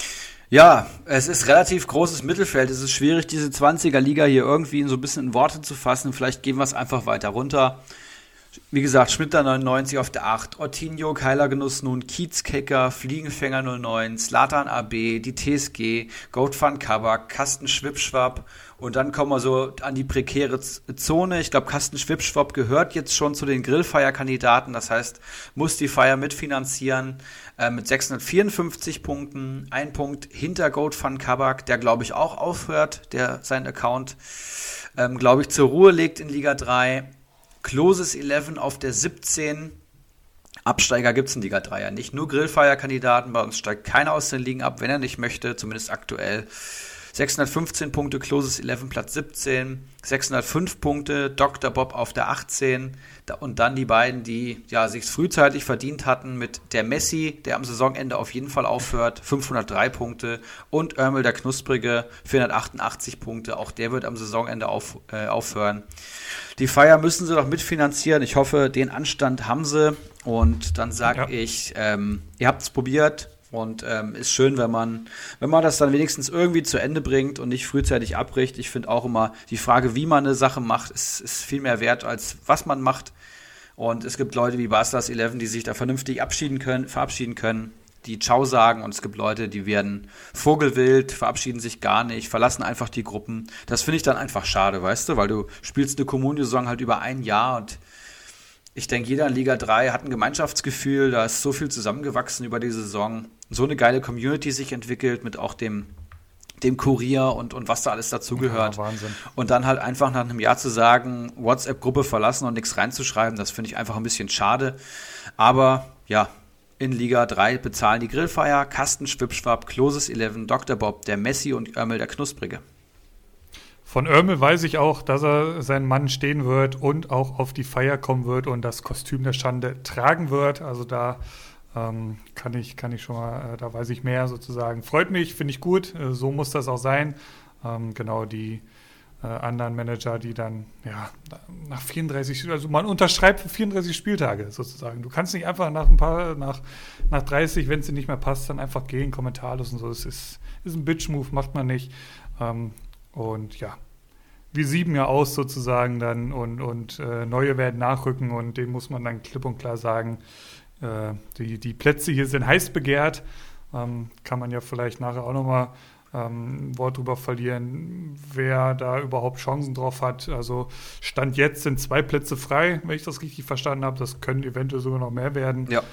Ja, es ist relativ großes Mittelfeld. Es ist schwierig, diese 20er-Liga hier irgendwie so ein bisschen in Worte zu fassen. Vielleicht gehen wir es einfach weiter runter. Wie gesagt, Schmitter 99 auf der 8, Ortinho, Keilergenuss nun, Kiezkecker, Fliegenfänger 09, Zlatan AB, die TSG, Goat van Kabak, Carsten Schwipschwapp und dann kommen wir so an die prekäre Zone. Ich glaube, Carsten Schwipschwapp gehört jetzt schon zu den Grillfeier-Kandidaten, das heißt, muss die Feier mitfinanzieren mit 654 Punkten, ein Punkt hinter Goat van Kabak, der glaube ich auch aufhört, der seinen Account glaube ich zur Ruhe legt in Liga 3. Closes 11 auf der 17. Absteiger gibt es in Liga 3 ja nicht. Nur Grillfeier-Kandidaten. Bei uns steigt keiner aus den Ligen ab, wenn er nicht möchte, zumindest aktuell. 615 Punkte, Closes 11 Platz 17. 605 Punkte, Dr. Bob auf der 18. Und dann die beiden, die ja sich frühzeitig verdient hatten mit der Messi, der am Saisonende auf jeden Fall aufhört, 503 Punkte. Und Örmel der Knusprige, 488 Punkte. Auch der wird am Saisonende aufhören. Die Feier müssen sie doch mitfinanzieren. Ich hoffe, den Anstand haben sie. Und dann sage ich, ihr habt es probiert. Und ist schön, wenn man das dann wenigstens irgendwie zu Ende bringt und nicht frühzeitig abbricht. Ich finde auch immer, die Frage, wie man eine Sache macht, ist viel mehr wert, als was man macht. Und es gibt Leute wie Bastards 11, die sich da vernünftig verabschieden können, die Ciao sagen. Und es gibt Leute, die werden vogelwild, verabschieden sich gar nicht, verlassen einfach die Gruppen. Das finde ich dann einfach schade, weißt du, weil du spielst eine Comunio-Saison halt über ein Jahr und ich denke, jeder in Liga 3 hat ein Gemeinschaftsgefühl, da ist so viel zusammengewachsen über die Saison. So eine geile Community sich entwickelt mit auch dem Kurier und was da alles dazugehört. Ja, Wahnsinn. Und dann halt einfach nach einem Jahr zu sagen, WhatsApp-Gruppe verlassen und nichts reinzuschreiben, das finde ich einfach ein bisschen schade. Aber ja, in Liga 3 bezahlen die Grillfeier, Carsten Schwipschwapp, Closes 11, Dr. Bob, der Messi und Örmel der Knusprige. Von Örmel weiß ich auch, dass er seinen Mann stehen wird und auch auf die Feier kommen wird und das Kostüm der Schande tragen wird. Also da kann ich schon mal, da weiß ich mehr sozusagen. Freut mich, finde ich gut, so muss das auch sein. Genau, die anderen Manager, die dann nach 34, also man unterschreibt für 34 Spieltage sozusagen. Du kannst nicht einfach nach 30, wenn es dir nicht mehr passt, dann einfach gehen, kommentarlos und so. Das ist ein Bitch-Move, macht man nicht. Und ja, wir sieben ja aus sozusagen dann und neue werden nachrücken und dem muss man dann klipp und klar sagen, die Plätze hier sind heiß begehrt. Kann man ja vielleicht nachher auch nochmal ein Wort drüber verlieren, wer da überhaupt Chancen drauf hat. Also Stand jetzt sind 2 Plätze frei, wenn ich das richtig verstanden habe. Das können eventuell sogar noch mehr werden. Ja.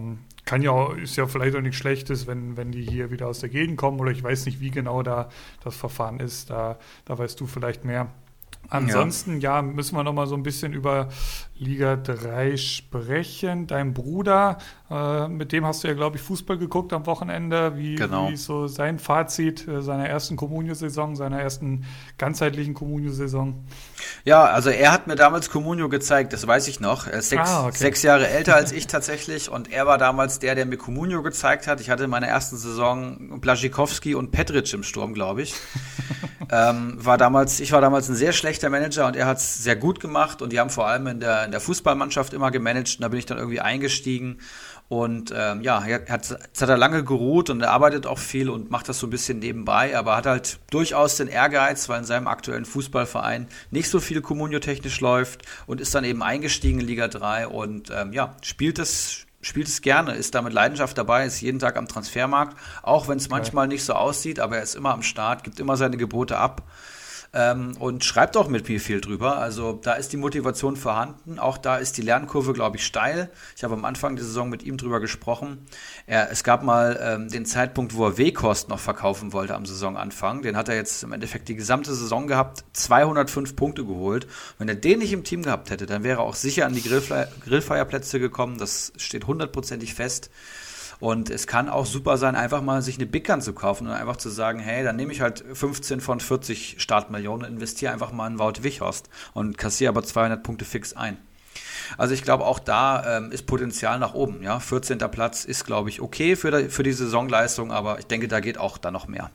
Ist ja vielleicht auch nichts Schlechtes, wenn die hier wieder aus der Gegend kommen, oder ich weiß nicht, wie genau da das Verfahren ist. Da weißt du vielleicht mehr. Ansonsten, müssen wir noch mal so ein bisschen über Liga 3 sprechen. Dein Bruder, mit dem hast du ja, glaube ich, Fußball geguckt am Wochenende. Wie ist so sein Fazit seiner ersten Comunio-Saison, seiner ersten ganzheitlichen Comunio-Saison? Ja, also er hat mir damals Comunio gezeigt, das weiß ich noch. Er ist 6 Jahre älter als ich tatsächlich, und er war damals der mir Comunio gezeigt hat. Ich hatte in meiner ersten Saison Blažekovský und Petric im Sturm, glaube ich. Ich war damals ein sehr schlechter Manager, und er hat es sehr gut gemacht, und die haben vor allem in der Fußballmannschaft immer gemanagt, und da bin ich dann irgendwie eingestiegen. Und jetzt hat er lange geruht, und er arbeitet auch viel und macht das so ein bisschen nebenbei, aber hat halt durchaus den Ehrgeiz, weil in seinem aktuellen Fußballverein nicht so viel Comunio-technisch läuft, und ist dann eben eingestiegen in Liga 3 und spielt es gerne, ist da mit Leidenschaft dabei, ist jeden Tag am Transfermarkt, auch wenn es manchmal nicht so aussieht, aber er ist immer am Start, gibt immer seine Gebote ab. Und schreibt auch mit mir viel drüber. Also da ist die Motivation vorhanden. Auch da ist die Lernkurve, glaube ich, steil. Ich habe am Anfang der Saison mit ihm drüber gesprochen. Es gab mal den Zeitpunkt, wo er Weghorst noch verkaufen wollte am Saisonanfang. Den hat er jetzt im Endeffekt die gesamte Saison gehabt, 205 Punkte geholt. Wenn er den nicht im Team gehabt hätte, dann wäre er auch sicher an die Grillfeierplätze gekommen. Das steht 100%ig fest. Und es kann auch super sein, einfach mal sich eine Big Gun zu kaufen und einfach zu sagen, hey, dann nehme ich halt 15 von 40 Startmillionen, investiere einfach mal in Wout Weghorst und kassiere aber 200 Punkte fix ein. Also ich glaube, auch da ist Potenzial nach oben. Ja? 14. Platz ist, glaube ich, okay für die Saisonleistung, aber ich denke, da geht auch dann noch mehr.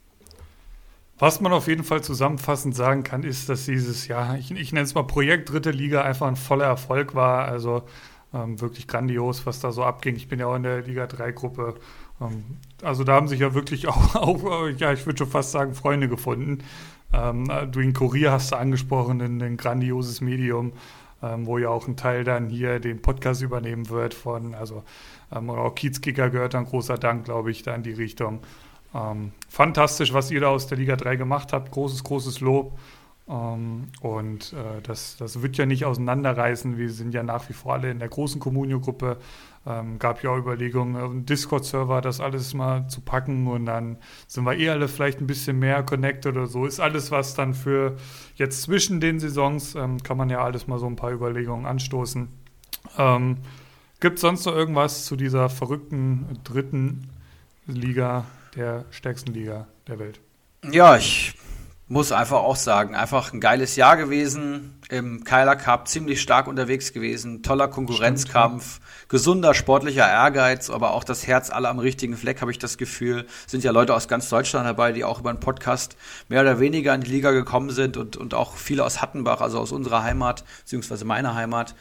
Was man auf jeden Fall zusammenfassend sagen kann, ist, dass dieses Jahr, ich nenne es mal Projekt Dritte Liga, einfach ein voller Erfolg war. Also wirklich grandios, was da so abging. Ich bin ja auch in der Liga 3-Gruppe. Also da haben sich ja wirklich auch ich würde schon fast sagen, Freunde gefunden. Du in Kurier hast du angesprochen, ein grandioses Medium, wo ja auch ein Teil dann hier den Podcast übernehmen wird und auch Kiezkicker gehört dann, großer Dank, glaube ich, da in die Richtung. Fantastisch, was ihr da aus der Liga 3 gemacht habt. Großes Lob. Das wird ja nicht auseinanderreißen. Wir sind ja nach wie vor alle in der großen Comunio-Gruppe. Gab ja auch Überlegungen, auf einen Discord-Server das alles mal zu packen, und dann sind wir alle vielleicht ein bisschen mehr connected oder so. Ist alles, was dann für jetzt zwischen den Saisons, kann man ja alles mal so ein paar Überlegungen anstoßen. Gibt es sonst noch irgendwas zu dieser verrückten dritten Liga, der stärksten Liga der Welt? Ja, ich muss einfach auch sagen, einfach ein geiles Jahr gewesen, im Keiler Cup ziemlich stark unterwegs gewesen, toller Konkurrenzkampf, gesunder sportlicher Ehrgeiz, aber auch das Herz aller am richtigen Fleck, habe ich das Gefühl. Sind ja Leute aus ganz Deutschland dabei, die auch über einen Podcast mehr oder weniger in die Liga gekommen sind, und auch viele aus Hattenbach, also aus unserer Heimat, beziehungsweise meiner Heimat.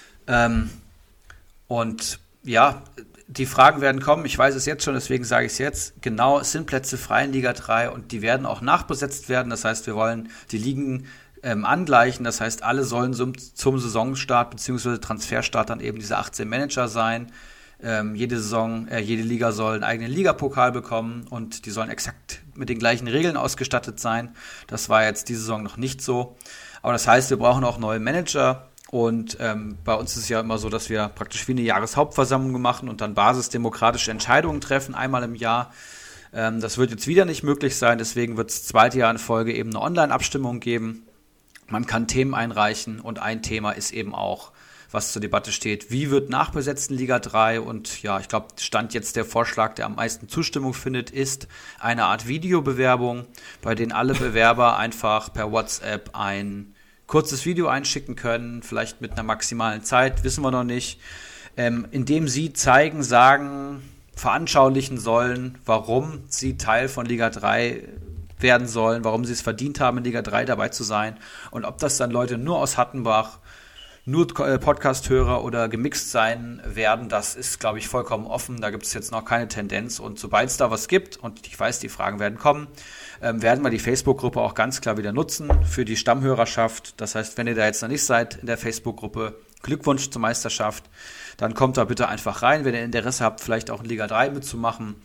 Die Fragen werden kommen, ich weiß es jetzt schon, deswegen sage ich es jetzt. Genau, es sind Plätze frei in Liga 3, und die werden auch nachbesetzt werden. Das heißt, wir wollen die Ligen angleichen. Das heißt, alle sollen zum Saisonstart bzw. Transferstart dann eben diese 18 Manager sein. Jede Liga soll einen eigenen Ligapokal bekommen, und die sollen exakt mit den gleichen Regeln ausgestattet sein. Das war jetzt diese Saison noch nicht so. Aber das heißt, wir brauchen auch neue Manager. Und bei uns ist es ja immer so, dass wir praktisch wie eine Jahreshauptversammlung machen und dann basisdemokratische Entscheidungen treffen, einmal im Jahr. Das wird jetzt wieder nicht möglich sein, deswegen wird es 2. Jahr in Folge eben eine Online-Abstimmung geben. Man kann Themen einreichen, und ein Thema ist eben auch, was zur Debatte steht, wie wird nachbesetzt in Liga 3? Und ja, ich glaube, Stand jetzt der Vorschlag, der am meisten Zustimmung findet, ist eine Art Videobewerbung, bei denen alle Bewerber einfach per WhatsApp ein kurzes Video einschicken können, vielleicht mit einer maximalen Zeit, wissen wir noch nicht, indem sie zeigen, sagen, veranschaulichen sollen, warum sie Teil von Liga 3 werden sollen, warum sie es verdient haben, in Liga 3 dabei zu sein, und ob das dann Leute nur aus Hattenbach, nur Podcast-Hörer oder gemixt sein werden, das ist, glaube ich, vollkommen offen. Da gibt es jetzt noch keine Tendenz, und sobald es da was gibt, und ich weiß, die Fragen werden kommen, werden wir die Facebook-Gruppe auch ganz klar wieder nutzen für die Stammhörerschaft. Das heißt, wenn ihr da jetzt noch nicht seid in der Facebook-Gruppe, Glückwunsch zur Meisterschaft, dann kommt da bitte einfach rein. Wenn ihr Interesse habt, vielleicht auch in Liga 3 mitzumachen.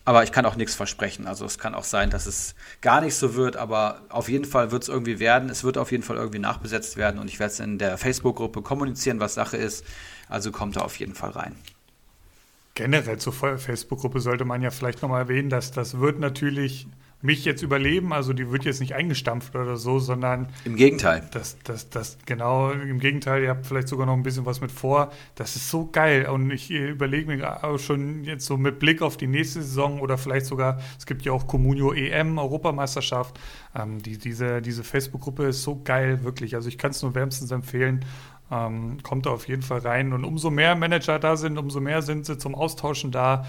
Aber ich kann auch nichts versprechen. Also es kann auch sein, dass es gar nicht so wird, aber auf jeden Fall wird es irgendwie werden. Es wird auf jeden Fall irgendwie nachbesetzt werden und ich werde es in der Facebook-Gruppe kommunizieren, was Sache ist. Also kommt da auf jeden Fall rein. Generell zur Facebook-Gruppe sollte man ja vielleicht nochmal erwähnen, dass das wird natürlich mich jetzt überleben, also die wird jetzt nicht eingestampft oder so, sondern im Gegenteil. Genau, im Gegenteil, ihr habt vielleicht sogar noch ein bisschen was mit vor. Das ist so geil und ich überlege mir auch schon jetzt so mit Blick auf die nächste Saison oder vielleicht sogar, es gibt ja auch Comunio EM, Europameisterschaft, diese Facebook-Gruppe ist so geil, wirklich, also ich kann es nur wärmstens empfehlen. Kommt da auf jeden Fall rein. Und umso mehr Manager da sind, umso mehr sind sie zum Austauschen da.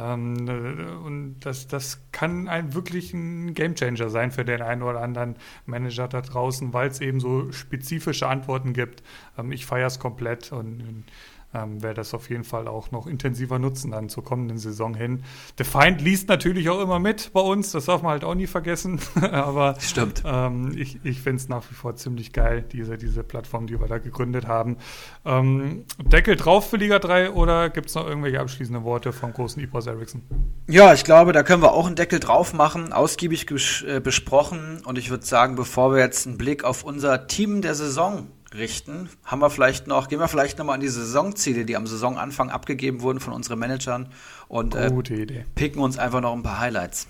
Und das kann wirklich ein Gamechanger sein für den einen oder anderen Manager da draußen, weil es eben so spezifische Antworten gibt. Ich feiere es komplett und werde das auf jeden Fall auch noch intensiver nutzen dann zur kommenden Saison hin. Der Feind liest natürlich auch immer mit bei uns, das darf man halt auch nie vergessen, aber stimmt. Ich finde es nach wie vor ziemlich geil, diese Plattform, die wir da gegründet haben. Deckel drauf für Liga 3 oder gibt es noch irgendwelche abschließenden Worte vom großen Ibras Eriksson? Ja, ich glaube, da können wir auch einen Deckel drauf machen, ausgiebig besprochen und ich würde sagen, bevor wir jetzt einen Blick auf unser Team der Saison richten, gehen wir vielleicht nochmal an die Saisonziele, die am Saisonanfang abgegeben wurden von unseren Managern und picken uns einfach noch ein paar Highlights.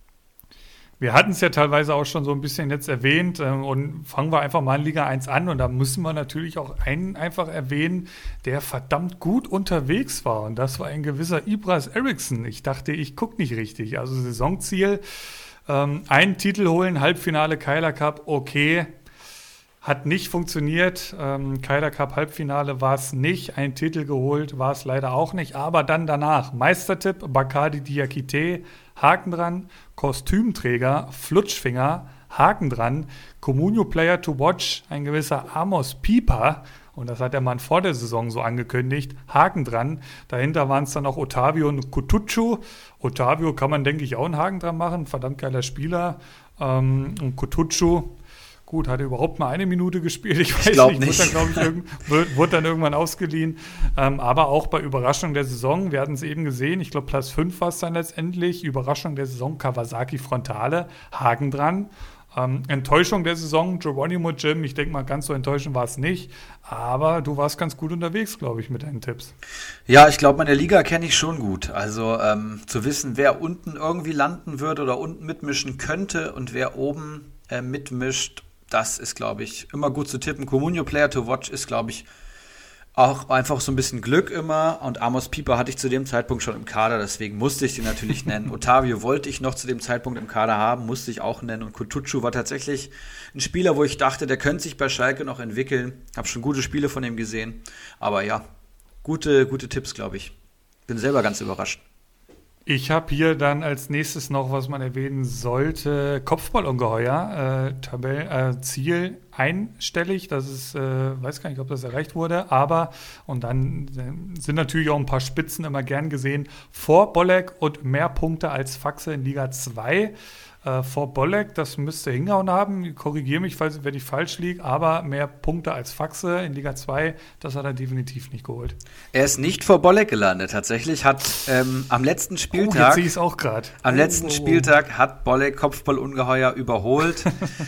Wir hatten es ja teilweise auch schon so ein bisschen jetzt erwähnt und fangen wir einfach mal in Liga 1 an und da müssen wir natürlich auch einen einfach erwähnen, der verdammt gut unterwegs war und das war ein gewisser Ibras Eriksson. Ich dachte, ich gucke nicht richtig. Also Saisonziel, einen Titel holen, Halbfinale Keiler Cup, okay. Hat nicht funktioniert. Keiler Cup Halbfinale war es nicht. Ein Titel geholt war es leider auch nicht. Aber dann danach Meistertipp, Bacardi Diakite, Haken dran. Kostümträger, Flutschfinger, Haken dran. Comunio Player to Watch, ein gewisser Amos Pieper. Und das hat der Mann vor der Saison so angekündigt. Haken dran. Dahinter waren es dann auch Otavio und Kutucu. Otavio kann man, denke ich, auch einen Haken dran machen. Verdammt geiler Spieler. Und Kutucu, gut, hat er überhaupt mal eine Minute gespielt? Ich weiß nicht. Wurde dann irgendwann ausgeliehen. Aber auch bei Überraschung der Saison, wir hatten es eben gesehen, ich glaube Platz 5 war es dann letztendlich. Überraschung der Saison, Kawasaki Frontale, Haken dran. Enttäuschung der Saison, Geronimo Jim, ich denke mal, ganz so enttäuschend war es nicht. Aber du warst ganz gut unterwegs, glaube ich, mit deinen Tipps. Ja, ich glaube, meine Liga kenne ich schon gut. Also zu wissen, wer unten irgendwie landen wird oder unten mitmischen könnte und wer oben mitmischt, das ist, glaube ich, immer gut zu tippen. Comunio Player to Watch ist, glaube ich, auch einfach so ein bisschen Glück immer. Und Amos Pieper hatte ich zu dem Zeitpunkt schon im Kader, deswegen musste ich den natürlich nennen. Otavio wollte ich noch zu dem Zeitpunkt im Kader haben, musste ich auch nennen. Und Kutucu war tatsächlich ein Spieler, wo ich dachte, der könnte sich bei Schalke noch entwickeln. Habe schon gute Spiele von ihm gesehen. Aber ja, gute Tipps, glaube ich. Bin selber ganz überrascht. Ich habe hier dann als nächstes noch, was man erwähnen sollte, Kopfballungeheuer, Ziel einstellig, das ist, weiß gar nicht, ob das erreicht wurde, aber, und dann sind natürlich auch ein paar Spitzen immer gern gesehen, vor Bolek und mehr Punkte als Faxe in Liga 2. Vor Bolek, das müsste hingehauen haben, korrigiere mich, wenn ich falsch liege, aber mehr Punkte als Faxe in Liga 2, das hat er definitiv nicht geholt. Er ist nicht vor Bolek gelandet, tatsächlich hat am letzten Spieltag, jetzt sehe ich es auch gerade. Am letzten Spieltag hat Bolek Kopfballungeheuer überholt.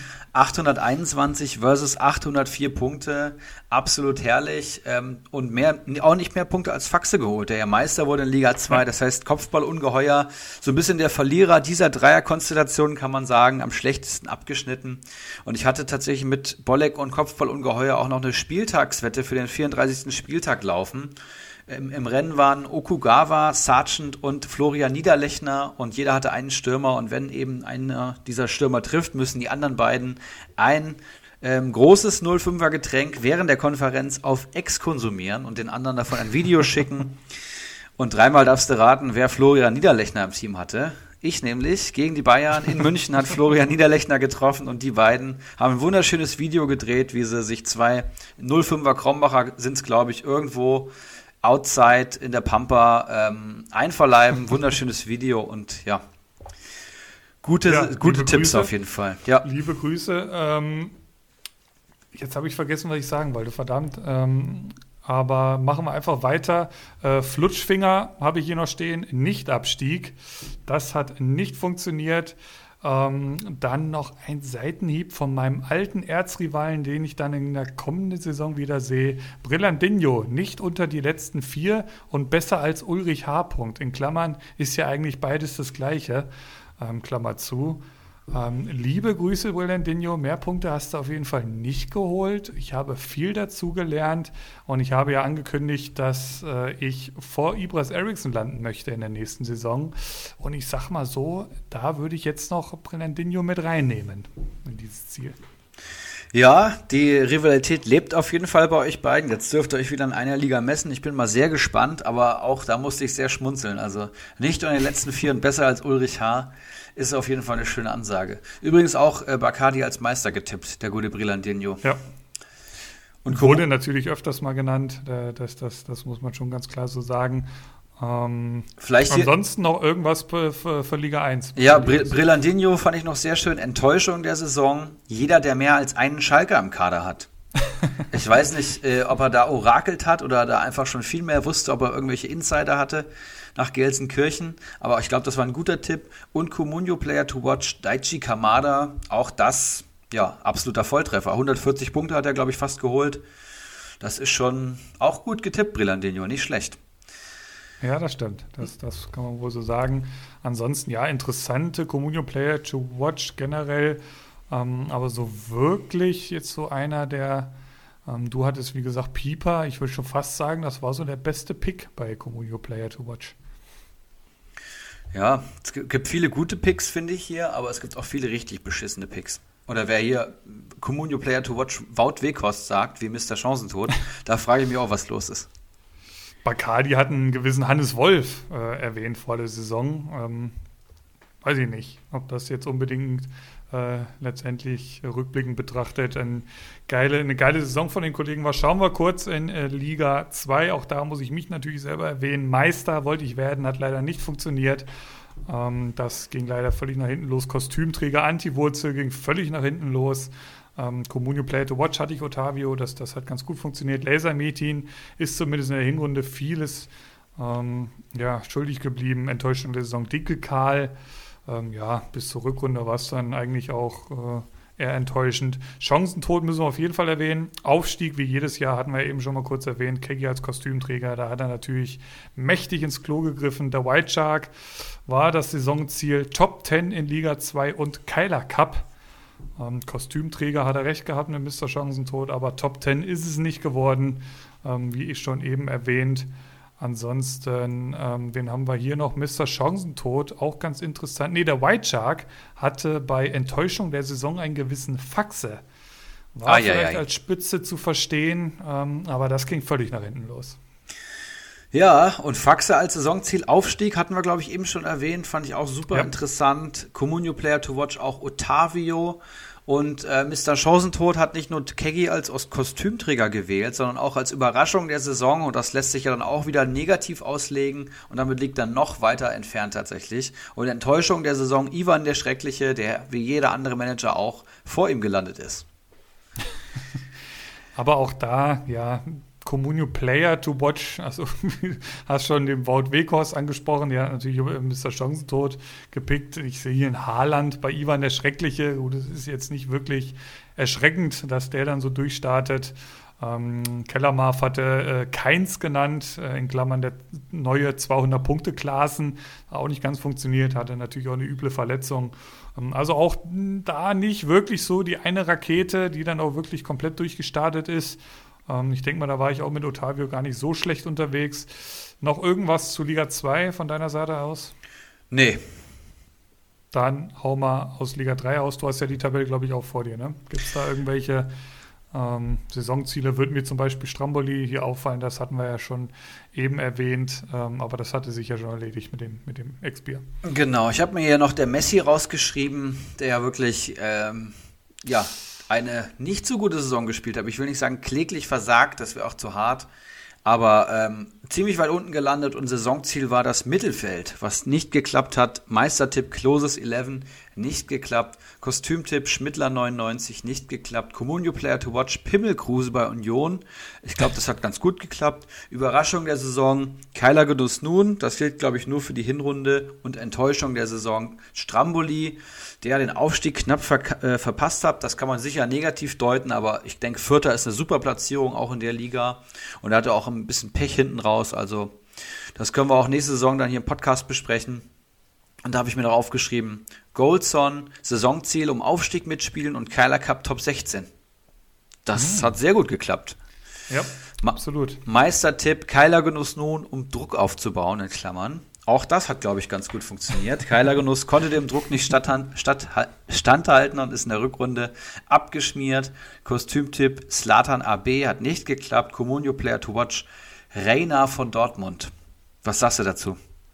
821 versus 804 Punkte, absolut herrlich und auch nicht mehr Punkte als Faxe geholt, der ja Meister wurde in Liga 2, das heißt Kopfballungeheuer, so ein bisschen der Verlierer dieser Dreierkonstellation, kann man sagen, am schlechtesten abgeschnitten und ich hatte tatsächlich mit Bolek und Kopfballungeheuer auch noch eine Spieltagswette für den 34. Spieltag laufen. Im Rennen waren Okugawa, Sargent und Florian Niederlechner und jeder hatte einen Stürmer und wenn eben einer dieser Stürmer trifft, müssen die anderen beiden ein großes 05er Getränk während der Konferenz auf Ex konsumieren und den anderen davon ein Video schicken und dreimal darfst du raten, wer Florian Niederlechner im Team hatte. Ich nämlich, gegen die Bayern in München hat Florian Niederlechner getroffen und die beiden haben ein wunderschönes Video gedreht, wie sie sich zwei 05er Krombacher sind es, glaube ich, irgendwo outside in der Pampa einverleiben. Wunderschönes Video und ja, gute Tipps Grüße, auf jeden Fall. Ja. Liebe Grüße. Jetzt habe ich vergessen, was ich sagen wollte, verdammt. Aber machen wir einfach weiter. Flutschfinger habe ich hier noch stehen, Nicht-Abstieg. Das hat nicht funktioniert. Dann noch ein Seitenhieb von meinem alten Erzrivalen, den ich dann in der kommenden Saison wieder sehe. Brillandinho, nicht unter die letzten 4 und besser als Ulrich H. In Klammern ist ja eigentlich beides das Gleiche. Klammer zu. Liebe Grüße, Brillandinho. Mehr Punkte hast du auf jeden Fall nicht geholt. Ich habe viel dazu gelernt und ich habe ja angekündigt, dass ich vor Ibras Eriksson landen möchte in der nächsten Saison. Und ich sag mal so, da würde ich jetzt noch Brillandinho mit reinnehmen in dieses Ziel. Ja, die Rivalität lebt auf jeden Fall bei euch beiden. Jetzt dürft ihr euch wieder in einer Liga messen. Ich bin mal sehr gespannt, aber auch da musste ich sehr schmunzeln. Also nicht unter den letzten 4 und besser als Ulrich H. ist auf jeden Fall eine schöne Ansage. Übrigens auch Bacardi als Meister getippt, der gute Brillandinho. Ja. Und wurde natürlich öfters mal genannt. Das muss man schon ganz klar so sagen. Vielleicht ansonsten noch irgendwas für Liga 1. Ja, Brillandinho fand ich noch sehr schön. Enttäuschung der Saison. Jeder, der mehr als einen Schalker im Kader hat. Ich weiß nicht, ob er da orakelt hat oder da einfach schon viel mehr wusste, ob er irgendwelche Insider hatte nach Gelsenkirchen. Aber ich glaube, das war ein guter Tipp. Und Comunio Player to Watch, Daichi Kamada, auch das, ja, absoluter Volltreffer. 140 Punkte hat er, glaube ich, fast geholt. Das ist schon auch gut getippt, Brillandinho, nicht schlecht. Ja, das stimmt. Das kann man wohl so sagen. Ansonsten, ja, interessante Comunio Player to Watch generell. Aber so wirklich jetzt so einer, der, du hattest wie gesagt Pieper, ich würde schon fast sagen, das war so der beste Pick bei Comunio Player to Watch. Ja, es gibt viele gute Picks, finde ich hier, aber es gibt auch viele richtig beschissene Picks. Oder wer hier Comunio Player to Watch Wout Weghorst sagt, wie Mr. Chancentod, da frage ich mich auch, was los ist. Bacardi hat einen gewissen Hannes Wolf erwähnt vor der Saison. Weiß ich nicht, ob das jetzt unbedingt letztendlich rückblickend betrachtet eine geile Saison von den Kollegen war. Schauen wir kurz in Liga 2. Auch da muss ich mich natürlich selber erwähnen. Meister wollte ich werden, hat leider nicht funktioniert. Das ging leider völlig nach hinten los. Kostümträger Anti-Wurzel ging völlig nach hinten los. Comunio Player to Watch hatte ich Otavio, das hat ganz gut funktioniert. Laser Metin ist zumindest in der Hinrunde vieles schuldig geblieben. Enttäuschung der Saison. Dicke Karl, bis zur Rückrunde war es dann eigentlich auch eher enttäuschend. Chancentod müssen wir auf jeden Fall erwähnen. Aufstieg, wie jedes Jahr, hatten wir eben schon mal kurz erwähnt. Keggy als Kostümträger, da hat er natürlich mächtig ins Klo gegriffen. Der White Shark war das Saisonziel. Top 10 in Liga 2 und Keiler Cup. Kostümträger hat er recht gehabt mit Mr. Chancentod, aber Top 10 ist es nicht geworden, wie ich schon eben erwähnt. Ansonsten, wen haben wir hier noch? Mr. Chancentod, auch ganz interessant. Der White Shark hatte bei Enttäuschung der Saison einen gewissen Faxe. War vielleicht als Spitze zu verstehen, aber das ging völlig nach hinten los. Ja, und Faxe als Saisonziel Aufstieg hatten wir, glaube ich, eben schon erwähnt. Fand ich auch super interessant. Comunio Player to Watch auch Otavio. Und Mr. Chancentod hat nicht nur Keggy als Kostümträger gewählt, sondern auch als Überraschung der Saison. Und das lässt sich ja dann auch wieder negativ auslegen. Und damit liegt dann noch weiter entfernt tatsächlich. Und Enttäuschung der Saison Ivan der Schreckliche, der wie jeder andere Manager auch vor ihm gelandet ist. Aber auch da, Comunio Player to Watch, also hast schon den Wout Weghorst angesprochen, der hat natürlich Mr. Chancentod gepickt. Ich sehe hier einen Haaland bei Ivan der Schreckliche. Gut, das ist jetzt nicht wirklich erschreckend, dass der dann so durchstartet. Kellermarf hatte Keins genannt, in Klammern der neue 200-Punkte-Klassen, auch nicht ganz funktioniert, hatte natürlich auch eine üble Verletzung. Also auch da nicht wirklich so die eine Rakete, die dann auch wirklich komplett durchgestartet ist. Ich denke mal, da war ich auch mit Otavio gar nicht so schlecht unterwegs. Noch irgendwas zu Liga 2 von deiner Seite aus? Nee. Dann hau mal aus Liga 3 aus. Du hast ja die Tabelle, glaube ich, auch vor dir, ne? Gibt es da irgendwelche Saisonziele? Würde mir zum Beispiel Stramboli hier auffallen, das hatten wir ja schon eben erwähnt, aber das hatte sich ja schon erledigt mit dem Ex-Bier. Genau, ich habe mir hier noch der Messi rausgeschrieben, der ja wirklich, eine nicht so gute Saison gespielt habe. Ich will nicht sagen, kläglich versagt, das wäre auch zu hart. Aber ziemlich weit unten gelandet und Saisonziel war das Mittelfeld, was nicht geklappt hat. Meistertipp Closes 11 nicht geklappt. Kostümtipp Schmidtler 99, nicht geklappt. Comunio Player to Watch, Pimmelkruse bei Union. Ich glaube, das hat ganz gut geklappt. Überraschung der Saison, Keiler Genuss nun. Das gilt, glaube ich, nur für die Hinrunde. Und Enttäuschung der Saison, Stramboli, der den Aufstieg knapp verpasst hat. Das kann man sicher negativ deuten, aber ich denke, Vierter ist eine super Platzierung, auch in der Liga. Und er hatte auch ein bisschen Pech hinten raus. Also das können wir auch nächste Saison dann hier im Podcast besprechen. Und da habe ich mir noch aufgeschrieben, Goldson, Saisonziel um Aufstieg mitspielen und Keiler Cup Top 16. Das hat sehr gut geklappt. Ja, absolut. Meistertipp, Keiler Genuss nun, um Druck aufzubauen, in Klammern. Auch das hat, glaube ich, ganz gut funktioniert. Keiler Genuss konnte dem Druck nicht standhalten und ist in der Rückrunde abgeschmiert. Kostümtipp, Zlatan AB hat nicht geklappt. Comunio Player to Watch, Reina von Dortmund. Was sagst du dazu?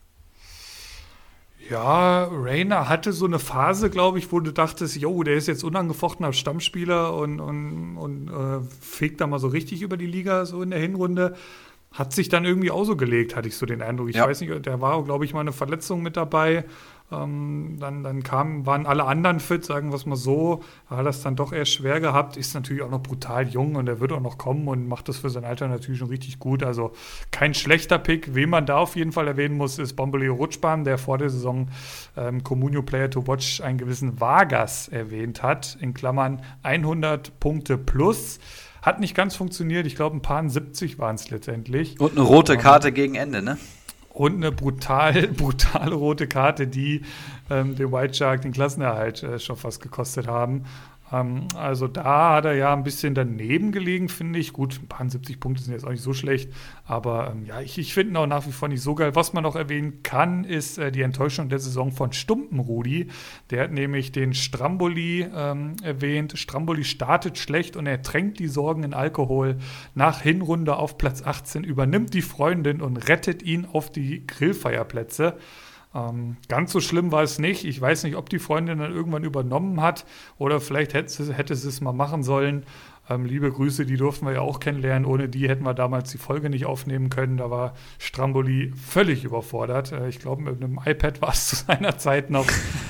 Ja, Reina hatte so eine Phase, glaube ich, wo du dachtest, jo, der ist jetzt unangefochtener Stammspieler und fegt da mal so richtig über die Liga so in der Hinrunde. Hat sich dann irgendwie auch so gelegt, hatte ich so den Eindruck. Ich weiß nicht, da war, glaube ich, mal eine Verletzung mit dabei. Dann waren alle anderen fit, sagen wir es mal so. Hat das dann doch eher schwer gehabt. Ist natürlich auch noch brutal jung und er wird auch noch kommen und macht das für sein Alter natürlich schon richtig gut. Also kein schlechter Pick. Wen man da auf jeden Fall erwähnen muss, ist Bomboleo Rutschbahn, der vor der Saison Comunio Player to Watch einen gewissen Vargas erwähnt hat. In Klammern 100 Punkte plus. Hat nicht ganz funktioniert. Ich glaube, ein paar 70 waren es letztendlich. Und eine rote Karte gegen Ende, ne? Und eine brutale rote Karte, die dem White Shark den Klassenerhalt schon fast gekostet haben. Also da hat er ja ein bisschen daneben gelegen, finde ich. Gut, ein paar 70 Punkte sind jetzt auch nicht so schlecht. Aber ich finde ihn auch nach wie vor nicht so geil. Was man noch erwähnen kann, ist die Enttäuschung der Saison von Stumpenrudi. Der hat nämlich den Stramboli erwähnt. Stramboli startet schlecht und ertränkt die Sorgen in Alkohol. Nach Hinrunde auf Platz 18 übernimmt die Freundin und rettet ihn auf die Grillfeierplätze. Ganz so schlimm war es nicht. Ich weiß nicht, ob die Freundin dann irgendwann übernommen hat oder vielleicht hätte sie es mal machen sollen. Liebe Grüße, die durften wir ja auch kennenlernen. Ohne die hätten wir damals die Folge nicht aufnehmen können. Da war Stramboli völlig überfordert. Ich glaube, mit einem iPad war es zu seiner Zeit noch.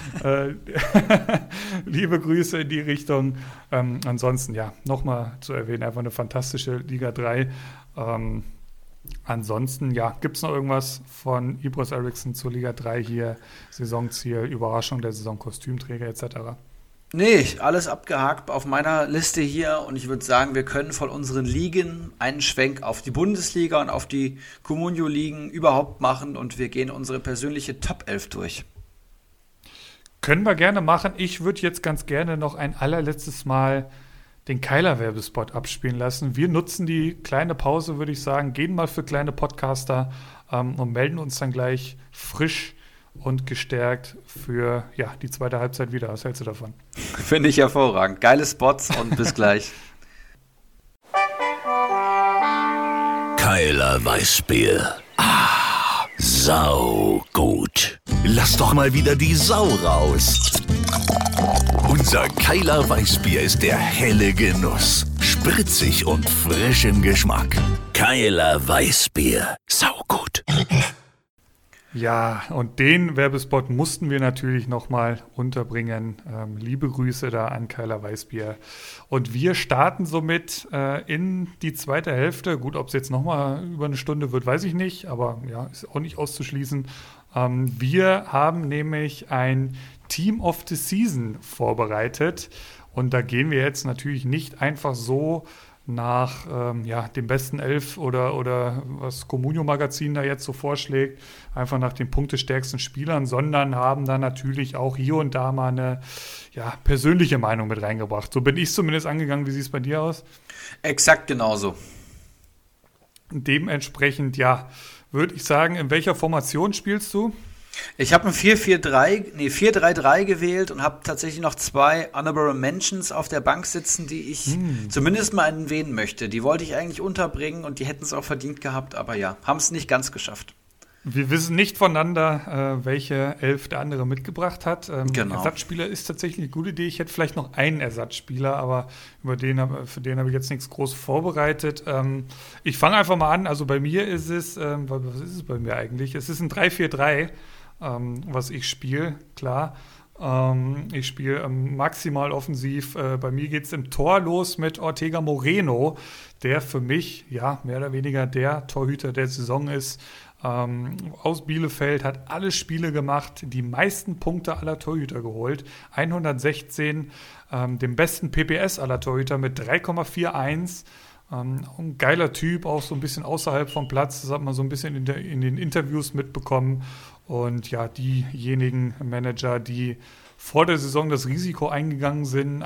Liebe Grüße in die Richtung. Ansonsten, ja, nochmal zu erwähnen, einfach eine fantastische Liga 3. Ansonsten, ja, gibt es noch irgendwas von Ibros Eriksson zur Liga 3 hier? Saisonziel, Überraschung der Saison, Kostümträger etc.? Nee, alles abgehakt auf meiner Liste hier und ich würde sagen, wir können von unseren Ligen einen Schwenk auf die Bundesliga und auf die Comunio-Ligen überhaupt machen und wir gehen unsere persönliche Top 11 durch. Können wir gerne machen. Ich würde jetzt ganz gerne noch ein allerletztes Mal den Keiler-Werbespot abspielen lassen. Wir nutzen die kleine Pause, würde ich sagen, gehen mal für kleine Podcaster und melden uns dann gleich frisch und gestärkt für die zweite Halbzeit wieder. Was hältst du davon? Finde ich hervorragend. Geile Spots und bis gleich. Keiler Weißbier. Sau gut. Lass doch mal wieder die Sau raus. Unser Keiler Weißbier ist der helle Genuss. Spritzig und frisch im Geschmack. Keiler Weißbier. Sau gut. Ja, und den Werbespot mussten wir natürlich nochmal unterbringen. Liebe Grüße da an Keiler Weißbier. Und wir starten somit in die zweite Hälfte. Gut, ob es jetzt nochmal über eine Stunde wird, weiß ich nicht. Aber ja, ist auch nicht auszuschließen. Wir haben nämlich ein Team of the Season vorbereitet. Und da gehen wir jetzt natürlich nicht einfach so nach dem besten 11 oder was Comunio Magazin da jetzt so vorschlägt, einfach nach den punktestärksten Spielern, sondern haben da natürlich auch hier und da mal eine persönliche Meinung mit reingebracht. So bin ich zumindest angegangen. Wie sieht es bei dir aus? Exakt genauso. Dementsprechend, würde ich sagen, in welcher Formation spielst du? Ich habe ein 4-3-3 gewählt und habe tatsächlich noch 2 Honorable Mentions auf der Bank sitzen, die ich zumindest mal erwähnen möchte. Die wollte ich eigentlich unterbringen und die hätten es auch verdient gehabt, aber haben es nicht ganz geschafft. Wir wissen nicht voneinander, welche 11 der andere mitgebracht hat. Genau. Ersatzspieler ist tatsächlich eine gute Idee. Ich hätte vielleicht noch einen Ersatzspieler, aber für den habe ich jetzt nichts groß vorbereitet. Ich fange einfach mal an. Also bei mir ist es, was ist es bei mir eigentlich? Es ist ein 3-4-3, was ich spiele, klar. Ich spiele maximal offensiv. Bei mir geht es im Tor los mit Ortega Moreno, der für mich ja mehr oder weniger der Torhüter der Saison ist. Aus Bielefeld, hat alle Spiele gemacht, die meisten Punkte aller Torhüter geholt. 116, den besten PPS aller Torhüter mit 3,41. Ein geiler Typ, auch so ein bisschen außerhalb vom Platz. Das hat man so ein bisschen in den Interviews mitbekommen. Und ja, diejenigen Manager, die vor der Saison das Risiko eingegangen sind,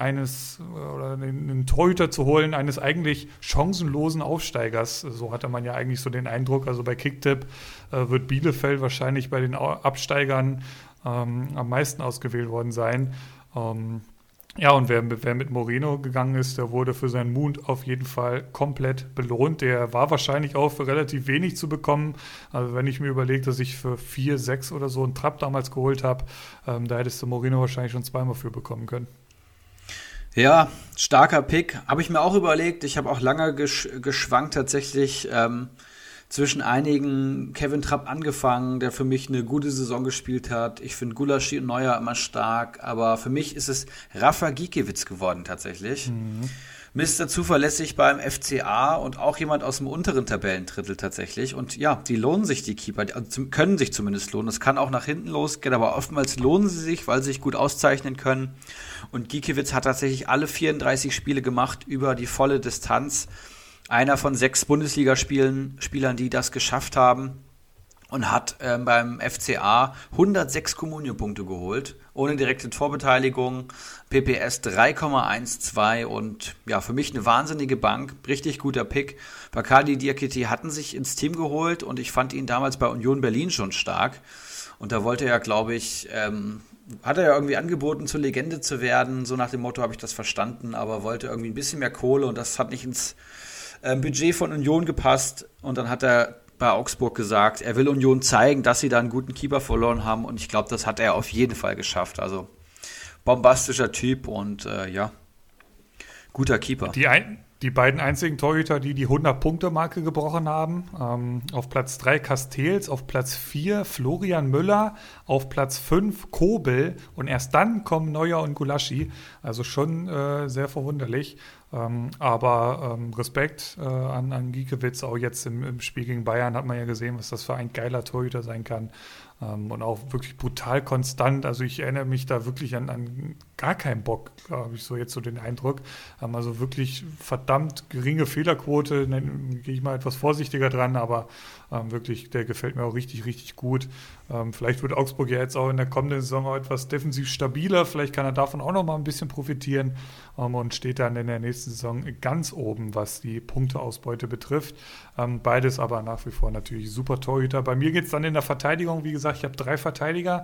einen Torhüter zu holen, eines eigentlich chancenlosen Aufsteigers. So hatte man ja eigentlich so den Eindruck. Also bei Kicktipp wird Bielefeld wahrscheinlich bei den Absteigern am meisten ausgewählt worden sein. Ja, und wer mit Moreno gegangen ist, der wurde für seinen Mut auf jeden Fall komplett belohnt. Der war wahrscheinlich auch für relativ wenig zu bekommen. Also wenn ich mir überlege, dass ich für 4, 6 oder so einen Trapp damals geholt habe, da hättest du Moreno wahrscheinlich schon zweimal für bekommen können. Ja, starker Pick. Habe ich mir auch überlegt. Ich habe auch lange geschwankt tatsächlich zwischen einigen. Kevin Trapp angefangen, der für mich eine gute Saison gespielt hat. Ich finde Gulaschi und Neuer immer stark, aber für mich ist es Rafa Gikiewicz geworden tatsächlich. Mr. Zuverlässig beim FCA und auch jemand aus dem unteren Tabellendrittel tatsächlich. Und ja, die lohnen sich, die Keeper, also können sich zumindest lohnen. Es kann auch nach hinten losgehen, aber oftmals lohnen sie sich, weil sie sich gut auszeichnen können. Und Gikiewicz hat tatsächlich alle 34 Spiele gemacht über die volle Distanz. Einer von 6 Bundesligaspielern, die das geschafft haben, und hat beim FCA 106 Comunio-Punkte geholt, ohne direkte Torbeteiligung, PPS 3,12 und ja, für mich eine wahnsinnige Bank, richtig guter Pick. Bacardi Diakité hatten sich ins Team geholt und ich fand ihn damals bei Union Berlin schon stark. Und da wollte er, glaube ich, hat er ja irgendwie angeboten, zur Legende zu werden, so nach dem Motto habe ich das verstanden, aber wollte irgendwie ein bisschen mehr Kohle und das hat nicht ins Budget von Union gepasst und dann hat er bei Augsburg gesagt, er will Union zeigen, dass sie da einen guten Keeper verloren haben und ich glaube, das hat er auf jeden Fall geschafft. Also bombastischer Typ und ja, guter Keeper. Die beiden einzigen Torhüter, die 100-Punkte-Marke gebrochen haben. Auf Platz 3 Castells, auf Platz 4 Florian Müller, auf Platz 5 Kobel und erst dann kommen Neuer und Gulaschi. Also schon sehr verwunderlich. Aber Respekt an Gikiewicz, auch jetzt im Spiel gegen Bayern hat man ja gesehen, was das für ein geiler Torhüter sein kann. Und auch wirklich brutal konstant. Also ich erinnere mich da wirklich an gar keinen Bock, habe ich so jetzt so den Eindruck. Also wirklich verdammt geringe Fehlerquote, gehe ich mal etwas vorsichtiger dran, aber wirklich, der gefällt mir auch richtig, richtig gut. Vielleicht wird Augsburg ja jetzt auch in der kommenden Saison auch etwas defensiv stabiler. Vielleicht kann er davon auch noch mal ein bisschen profitieren und steht dann in der nächsten Saison ganz oben, was die Punkteausbeute betrifft. Beides aber nach wie vor natürlich super Torhüter. Bei mir geht es dann in der Verteidigung, wie gesagt, ich habe 3 Verteidiger.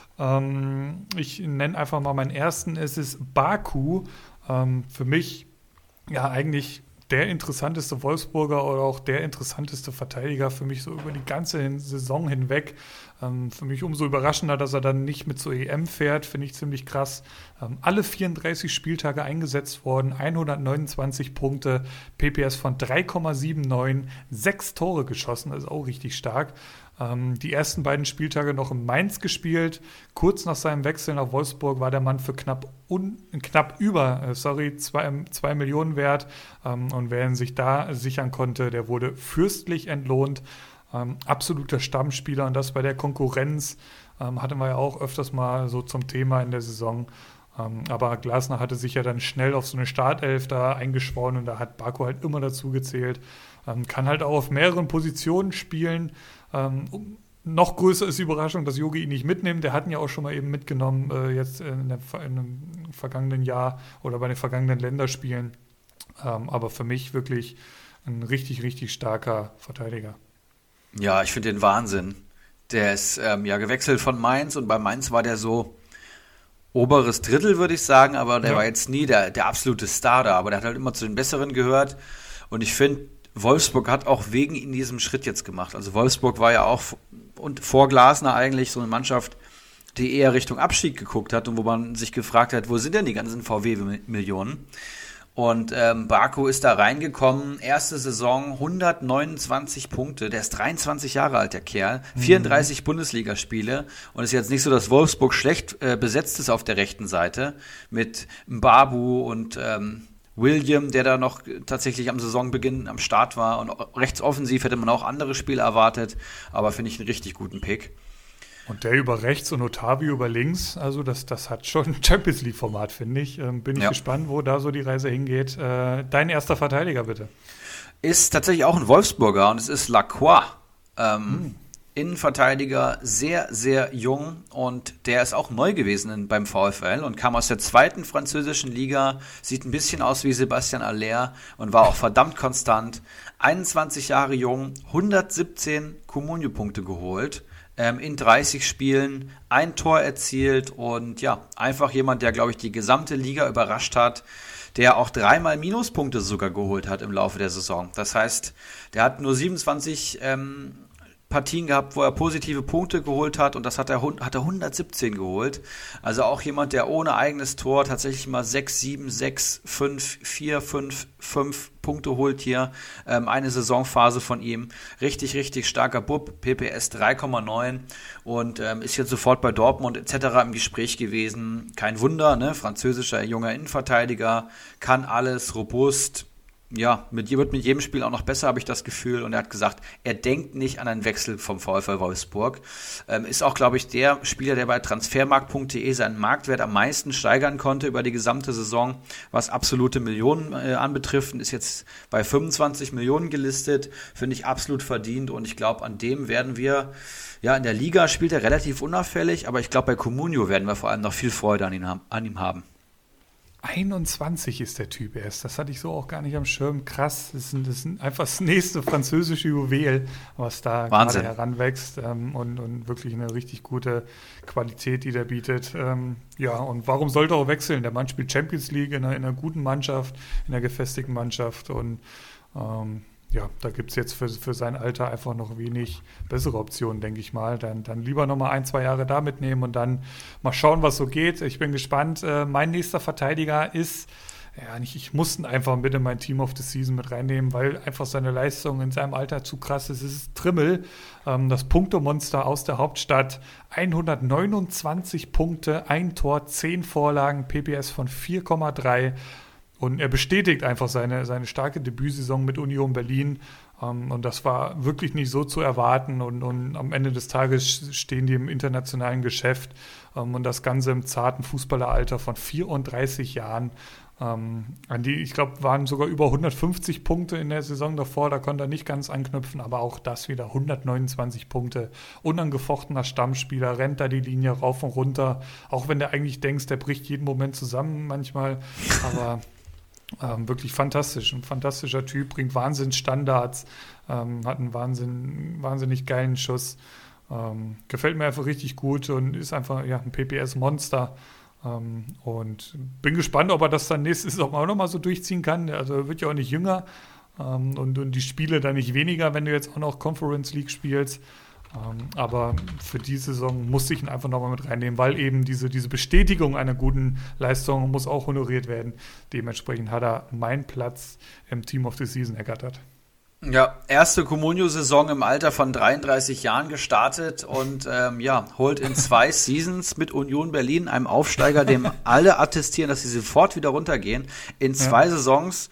Ich nenne einfach mal meinen ersten, es ist Baku. Für mich ja eigentlich der interessanteste Wolfsburger oder auch der interessanteste Verteidiger für mich so über die ganze Saison hinweg. Für mich umso überraschender, dass er dann nicht mit zur EM fährt, finde ich ziemlich krass. Alle 34 Spieltage eingesetzt worden, 129 Punkte, PPS von 3,79, 6 Tore geschossen, das ist auch richtig stark. Die ersten beiden Spieltage noch in Mainz gespielt. Kurz nach seinem Wechsel nach Wolfsburg war der Mann für knapp über 2 Millionen wert. Und wer ihn sich da sichern konnte, der wurde fürstlich entlohnt. Absoluter Stammspieler und das bei der Konkurrenz hatten wir ja auch öfters mal so zum Thema in der Saison. Aber Glasner hatte sich ja dann schnell auf so eine Startelf da eingeschworen und da hat Baku halt immer dazu gezählt. Kann halt auch auf mehreren Positionen spielen. Noch größer ist die Überraschung, dass Jogi ihn nicht mitnimmt. Der hat ihn ja auch schon mal eben mitgenommen, jetzt in einem vergangenen Jahr oder bei den vergangenen Länderspielen. Aber für mich wirklich ein richtig, richtig starker Verteidiger. Ja, ich finde den Wahnsinn. Der ist ja gewechselt von Mainz und bei Mainz war der so oberes Drittel, würde ich sagen, aber der war jetzt nie der absolute Star da, aber der hat halt immer zu den Besseren gehört und ich finde, Wolfsburg hat auch wegen ihn diesen Schritt jetzt gemacht. Also Wolfsburg war ja auch und vor Glasner eigentlich so eine Mannschaft, die eher Richtung Abstieg geguckt hat und wo man sich gefragt hat, wo sind denn die ganzen VW-Millionen? Und Baku ist da reingekommen, erste Saison, 129 Punkte, der ist 23 Jahre alt, der Kerl, 34 Bundesligaspiele und ist jetzt nicht so, dass Wolfsburg schlecht besetzt ist auf der rechten Seite mit Mbabu und William, der da noch tatsächlich am Saisonbeginn am Start war und rechtsoffensiv hätte man auch andere Spiele erwartet, aber finde ich einen richtig guten Pick. Und der über rechts und Otavio über links, also das hat schon ein Champions-League-Format, finde ich. Bin ich gespannt, wo da so die Reise hingeht. Dein erster Verteidiger, bitte. Ist tatsächlich auch ein Wolfsburger und es ist Lacroix. Innenverteidiger, sehr, sehr jung und der ist auch neu gewesen beim VfL und kam aus der 2. französischen Liga, sieht ein bisschen aus wie Sebastian Aller und war auch verdammt konstant. 21 Jahre jung, 117 Comunio-Punkte geholt. In 30 Spielen, ein Tor erzielt und ja, einfach jemand, der, glaube ich, die gesamte Liga überrascht hat, der auch 3-mal Minuspunkte sogar geholt hat im Laufe der Saison. Das heißt, der hat nur 27 Partien gehabt, wo er positive Punkte geholt hat und das hat er 117 geholt. Also auch jemand, der ohne eigenes Tor tatsächlich mal 6, 7, 6, 5, 4, 5, 5 Punkte holt hier. Eine Saisonphase von ihm. Richtig, richtig starker Bub. PPS 3,9 und ist jetzt sofort bei Dortmund etc. im Gespräch gewesen. Kein Wunder, ne? Französischer junger Innenverteidiger, kann alles, robust. Ja, wird mit jedem Spiel auch noch besser, habe ich das Gefühl. Und er hat gesagt, er denkt nicht an einen Wechsel vom VfL Wolfsburg. Ist auch, glaube ich, der Spieler, der bei transfermarkt.de seinen Marktwert am meisten steigern konnte über die gesamte Saison, was absolute Millionen anbetrifft. Und ist jetzt bei 25 Millionen gelistet. Finde ich absolut verdient. Und ich glaube, an dem werden wir, ja, in der Liga spielt er relativ unauffällig. Aber ich glaube, bei Comunio werden wir vor allem noch viel Freude an ihm haben. 21 ist der Typ erst. Das hatte ich so auch gar nicht am Schirm. Krass, das ist einfach das nächste französische Juwel, was da gerade heranwächst und wirklich eine richtig gute Qualität, die der bietet. Ja, und warum sollte er auch wechseln? Der Mann spielt Champions League in einer guten Mannschaft, in einer gefestigten Mannschaft und ja, da gibt es jetzt für sein Alter einfach noch wenig bessere Optionen, denke ich mal. Dann lieber nochmal 1-2 Jahre da mitnehmen und dann mal schauen, was so geht. Ich bin gespannt. Mein nächster Verteidiger ist, ja, ich musste einfach mit in mein Team of the Season mit reinnehmen, weil einfach seine Leistung in seinem Alter zu krass ist. Es ist Trimmel, das Punktemonster aus der Hauptstadt. 129 Punkte, 1 Tor, 10 Vorlagen, PPS von 4,3. Und er bestätigt einfach seine starke Debütsaison mit Union Berlin. Und das war wirklich nicht so zu erwarten. Und am Ende des Tages stehen die im internationalen Geschäft. Und das Ganze im zarten Fußballeralter von 34 Jahren. Ich glaube, waren sogar über 150 Punkte in der Saison davor. Da konnte er nicht ganz anknüpfen. Aber auch das wieder 129 Punkte. Unangefochtener Stammspieler, rennt da die Linie rauf und runter. Auch wenn du eigentlich denkst, der bricht jeden Moment zusammen manchmal. Aber wirklich fantastisch. Ein fantastischer Typ, bringt Wahnsinnsstandards, hat einen wahnsinnig geilen Schuss. Gefällt mir einfach richtig gut und ist einfach ein PPS-Monster. Und bin gespannt, ob er das dann nächstes Saison auch nochmal so durchziehen kann. Also er wird ja auch nicht jünger und die Spiele dann nicht weniger, wenn du jetzt auch noch Conference League spielst. Aber für die Saison musste ich ihn einfach nochmal mit reinnehmen, weil eben diese Bestätigung einer guten Leistung muss auch honoriert werden. Dementsprechend hat er meinen Platz im Team of the Season ergattert. Ja, erste Comunio-Saison im Alter von 33 Jahren gestartet und holt in 2 Seasons mit Union Berlin, einem Aufsteiger, dem alle attestieren, dass sie sofort wieder runtergehen, in 2 Saisons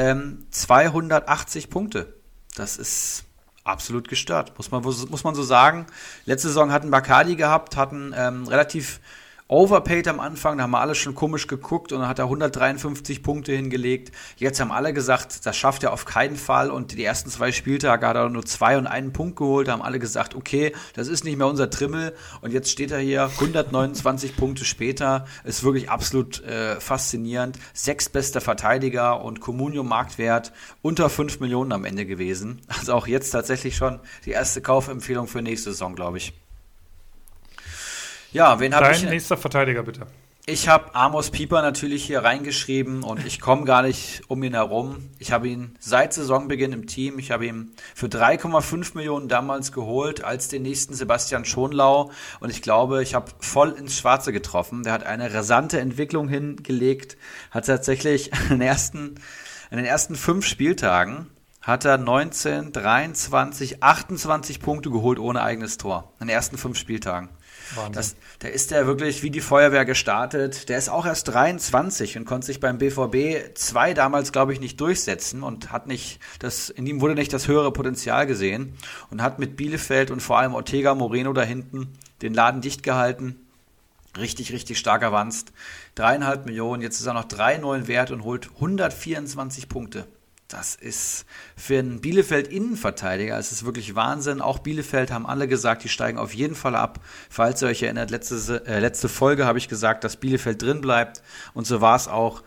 280 Punkte. Das ist absolut gestört, muss man so sagen. Letzte Saison hatten Bacardi gehabt, hatten relativ overpaid am Anfang, da haben wir alle schon komisch geguckt und dann hat er 153 Punkte hingelegt. Jetzt haben alle gesagt, das schafft er auf keinen Fall und die ersten 2 Spieltage hat er nur 2 und 1 Punkt geholt, da haben alle gesagt, okay, das ist nicht mehr unser Trimmel und jetzt steht er hier 129 Punkte später, ist wirklich absolut faszinierend. 6. bester Verteidiger und Comunio-Marktwert unter 5 Millionen am Ende gewesen. Also auch jetzt tatsächlich schon die erste Kaufempfehlung für nächste Saison, glaube ich. Ja, wen habe ich? Dein nächster Verteidiger, bitte. Ich habe Amos Pieper natürlich hier reingeschrieben und ich komme gar nicht um ihn herum. Ich habe ihn seit Saisonbeginn im Team. Ich habe ihn für 3,5 Millionen damals geholt als den nächsten Sebastian Schonlau. Und ich glaube, ich habe voll ins Schwarze getroffen. Der hat eine rasante Entwicklung hingelegt, hat tatsächlich in den ersten 5 Spieltagen hat er 19, 23, 28 Punkte geholt ohne eigenes Tor. In den ersten 5 Spieltagen. Der ist ja wirklich wie die Feuerwehr gestartet. Der ist auch erst 23 und konnte sich beim BVB 2 damals, glaube ich, nicht durchsetzen und in ihm wurde nicht das höhere Potenzial gesehen und hat mit Bielefeld und vor allem Ortega Moreno da hinten den Laden dicht gehalten. Richtig, richtig stark avanzt. 3,5 Millionen, jetzt ist er noch 3,9 wert und holt 124 Punkte. Das ist für einen Bielefeld-Innenverteidiger, es ist wirklich Wahnsinn. Auch Bielefeld haben alle gesagt, die steigen auf jeden Fall ab. Falls ihr euch erinnert, letzte Folge habe ich gesagt, dass Bielefeld drin bleibt. Und so war es auch.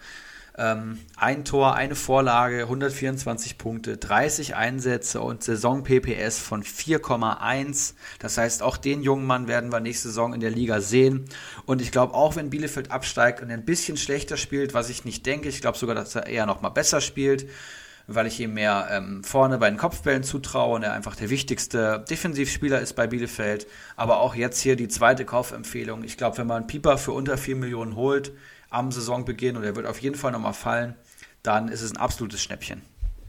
Ein Tor, eine Vorlage, 124 Punkte, 30 Einsätze und Saison-PPS von 4,1. Das heißt, auch den jungen Mann werden wir nächste Saison in der Liga sehen. Und ich glaube, auch wenn Bielefeld absteigt und ein bisschen schlechter spielt, was ich nicht denke, ich glaube sogar, dass er eher noch mal besser spielt, weil ich ihm mehr vorne bei den Kopfbällen zutraue und er einfach der wichtigste Defensivspieler ist bei Bielefeld. Aber auch jetzt hier die zweite Kaufempfehlung. Ich glaube, wenn man Pieper für unter 4 Millionen holt am Saisonbeginn und er wird auf jeden Fall nochmal fallen, dann ist es ein absolutes Schnäppchen.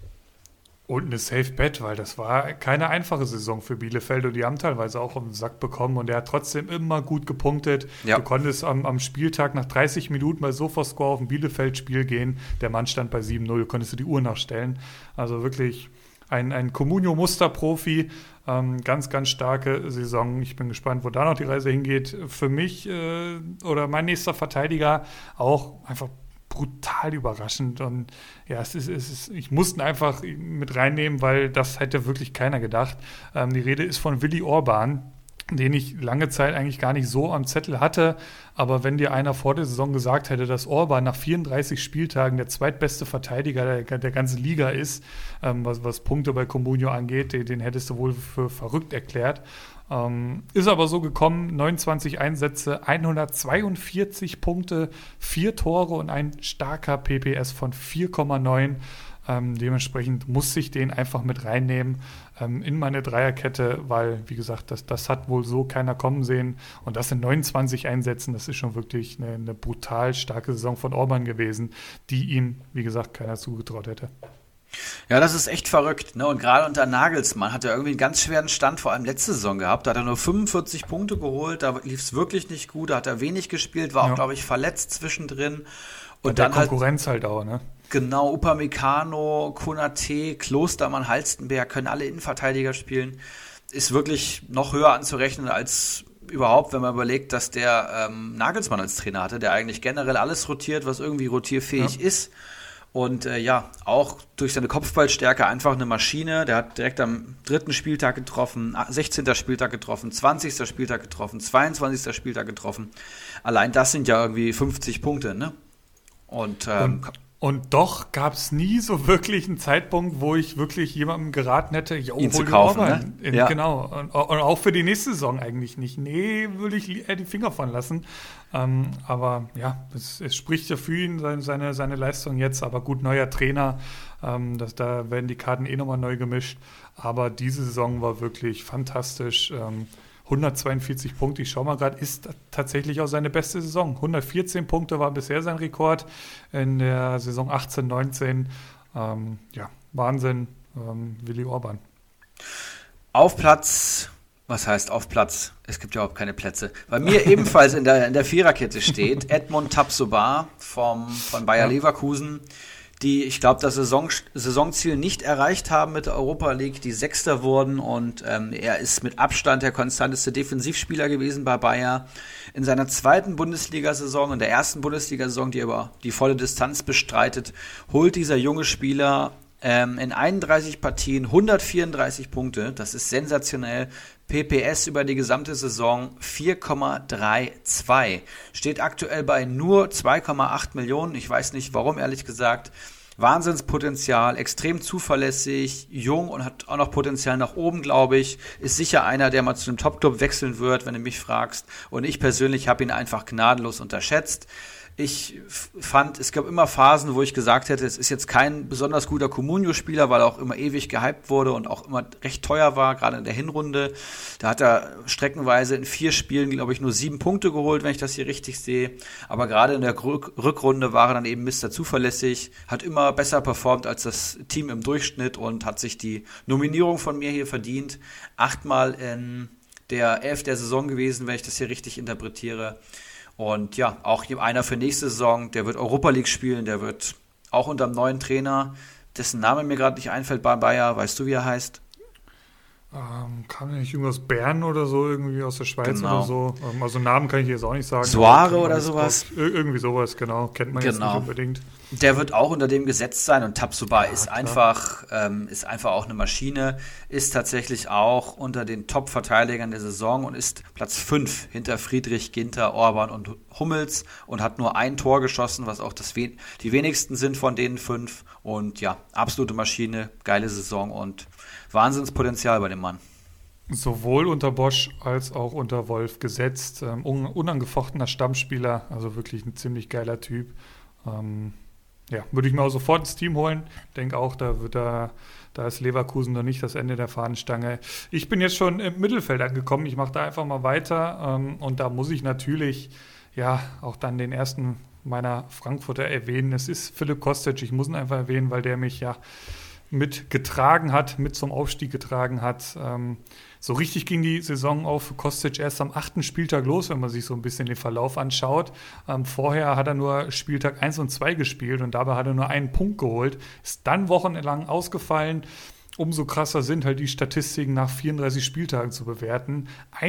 Und eine Safe-Bet, weil das war keine einfache Saison für Bielefeld und die haben teilweise auch auf den Sack bekommen und er hat trotzdem immer gut gepunktet. Ja. Du konntest am Spieltag nach 30 Minuten bei Sofascore auf ein Bielefeld-Spiel gehen, der Mann stand bei 7-0, konntest du die Uhr nachstellen. Also wirklich ein Comunio-Musterprofi, ganz, ganz starke Saison. Ich bin gespannt, wo da noch die Reise hingeht. Für mich oder mein nächster Verteidiger auch einfach brutal überraschend und ja, ich musste ihn einfach mit reinnehmen, weil das hätte wirklich keiner gedacht. Die Rede ist von Willi Orban, den ich lange Zeit eigentlich gar nicht so am Zettel hatte, aber wenn dir einer vor der Saison gesagt hätte, dass Orban nach 34 Spieltagen der zweitbeste Verteidiger der ganzen Liga ist, was Punkte bei Comunio angeht, den hättest du wohl für verrückt erklärt. Ist aber so gekommen, 29 Einsätze, 142 Punkte, 4 Tore und ein starker PPS von 4,9. Dementsprechend muss ich den einfach mit reinnehmen in meine Dreierkette, weil, wie gesagt, das hat wohl so keiner kommen sehen. Und das in 29 Einsätzen, das ist schon wirklich eine brutal starke Saison von Orban gewesen, die ihm, wie gesagt, keiner zugetraut hätte. Ja, das ist echt verrückt, ne? Und gerade unter Nagelsmann hat er irgendwie einen ganz schweren Stand, vor allem letzte Saison gehabt. Da hat er nur 45 Punkte geholt, da lief es wirklich nicht gut, da hat er wenig gespielt, war auch, glaube ich, verletzt zwischendrin. Und dann Konkurrenz halt auch, ne? Genau, Upamecano, Konate, Klostermann, Halstenberg können alle Innenverteidiger spielen. Ist wirklich noch höher anzurechnen als überhaupt, wenn man überlegt, dass der Nagelsmann als Trainer hatte, der eigentlich generell alles rotiert, was irgendwie rotierfähig ist. Und auch durch seine Kopfballstärke einfach eine Maschine. Der hat direkt am 3. Spieltag getroffen, 16. Spieltag getroffen, 20. Spieltag getroffen, 22. Spieltag getroffen. Allein das sind ja irgendwie 50 Punkte, ne? Und doch gab es nie so wirklich einen Zeitpunkt, wo ich wirklich jemandem geraten hätte, ihn zu kaufen, ne? Ja. Genau. Und auch für die nächste Saison eigentlich nicht. Nee, würde ich eher die Finger von lassen. Aber ja, es spricht ja für ihn, seine Leistung jetzt. Aber gut, neuer Trainer, da werden die Karten nochmal neu gemischt. Aber diese Saison war wirklich fantastisch. 142 Punkte, ich schaue mal gerade, ist tatsächlich auch seine beste Saison. 114 Punkte war bisher sein Rekord in der Saison 18/19. Wahnsinn, Willi Orban. Auf Platz, was heißt auf Platz? Es gibt ja überhaupt keine Plätze. Bei mir ebenfalls in der Viererkette steht Edmond Tapsoba von Bayer Leverkusen, die, ich glaube, das Saisonziel nicht erreicht haben mit der Europa League, die Sechster wurden und er ist mit Abstand der konstanteste Defensivspieler gewesen bei Bayer. In seiner zweiten Bundesliga-Saison, in der ersten Bundesliga-Saison, die aber die volle Distanz bestreitet, holt dieser junge Spieler in 31 Partien 134 Punkte. Das ist sensationell. PPS über die gesamte Saison 4,32. Steht aktuell bei nur 2,8 Millionen. Ich weiß nicht warum, ehrlich gesagt. Wahnsinnspotenzial, extrem zuverlässig, jung und hat auch noch Potenzial nach oben, glaube ich. Ist sicher einer, der mal zu einem Top-Club wechseln wird, wenn du mich fragst. Und ich persönlich habe ihn einfach gnadenlos unterschätzt. Ich fand, es gab immer Phasen, wo ich gesagt hätte, es ist jetzt kein besonders guter Comunio-Spieler, weil er auch immer ewig gehypt wurde und auch immer recht teuer war, gerade in der Hinrunde. Da hat er streckenweise in 4 Spielen, glaube ich, nur 7 Punkte geholt, wenn ich das hier richtig sehe. Aber gerade in der Rückrunde war er dann eben Mr. Zuverlässig, hat immer besser performt als das Team im Durchschnitt und hat sich die Nominierung von mir hier verdient. 8-mal in der 11. der Saison gewesen, wenn ich das hier richtig interpretiere. Und ja, auch einer für nächste Saison, der wird Europa League spielen, der wird auch unter einem neuen Trainer, dessen Name mir gerade nicht einfällt bei Bayer, weißt du, wie er heißt? Kam nicht irgendwas Bern oder so, irgendwie aus der Schweiz Genau. oder so. Also Namen kann ich jetzt auch nicht sagen. Soare oder sowas? Irgendwie sowas, genau. Kennt man jetzt nicht unbedingt. Der wird auch unter dem Gesetz sein und Tabsoba ist einfach auch eine Maschine, ist tatsächlich auch unter den Top-Verteidigern der Saison und ist Platz 5 hinter Friedrich, Ginter, Orban und Hummels und hat nur ein Tor geschossen, was auch die wenigsten sind von den 5. Und ja, absolute Maschine, geile Saison und Wahnsinnspotenzial bei dem Mann. Sowohl unter Bosch als auch unter Wolf gesetzt. Unangefochtener Stammspieler, also wirklich ein ziemlich geiler Typ. Ja, würde ich mir auch sofort ins Team holen. Denke auch, da ist Leverkusen noch nicht das Ende der Fahnenstange. Ich bin jetzt schon im Mittelfeld angekommen. Ich mache da einfach mal weiter. Und da muss ich natürlich ja auch dann den ersten meiner Frankfurter erwähnen. Es ist Philipp Kostic. Ich muss ihn einfach erwähnen, weil der mich ja mit zum Aufstieg getragen hat. So richtig ging die Saison auch für Kostic erst am 8. Spieltag los, wenn man sich so ein bisschen den Verlauf anschaut. Vorher hat er nur Spieltag 1 und 2 gespielt und dabei hat er nur einen Punkt geholt, ist dann wochenlang ausgefallen. Umso krasser sind halt die Statistiken nach 34 Spieltagen zu bewerten.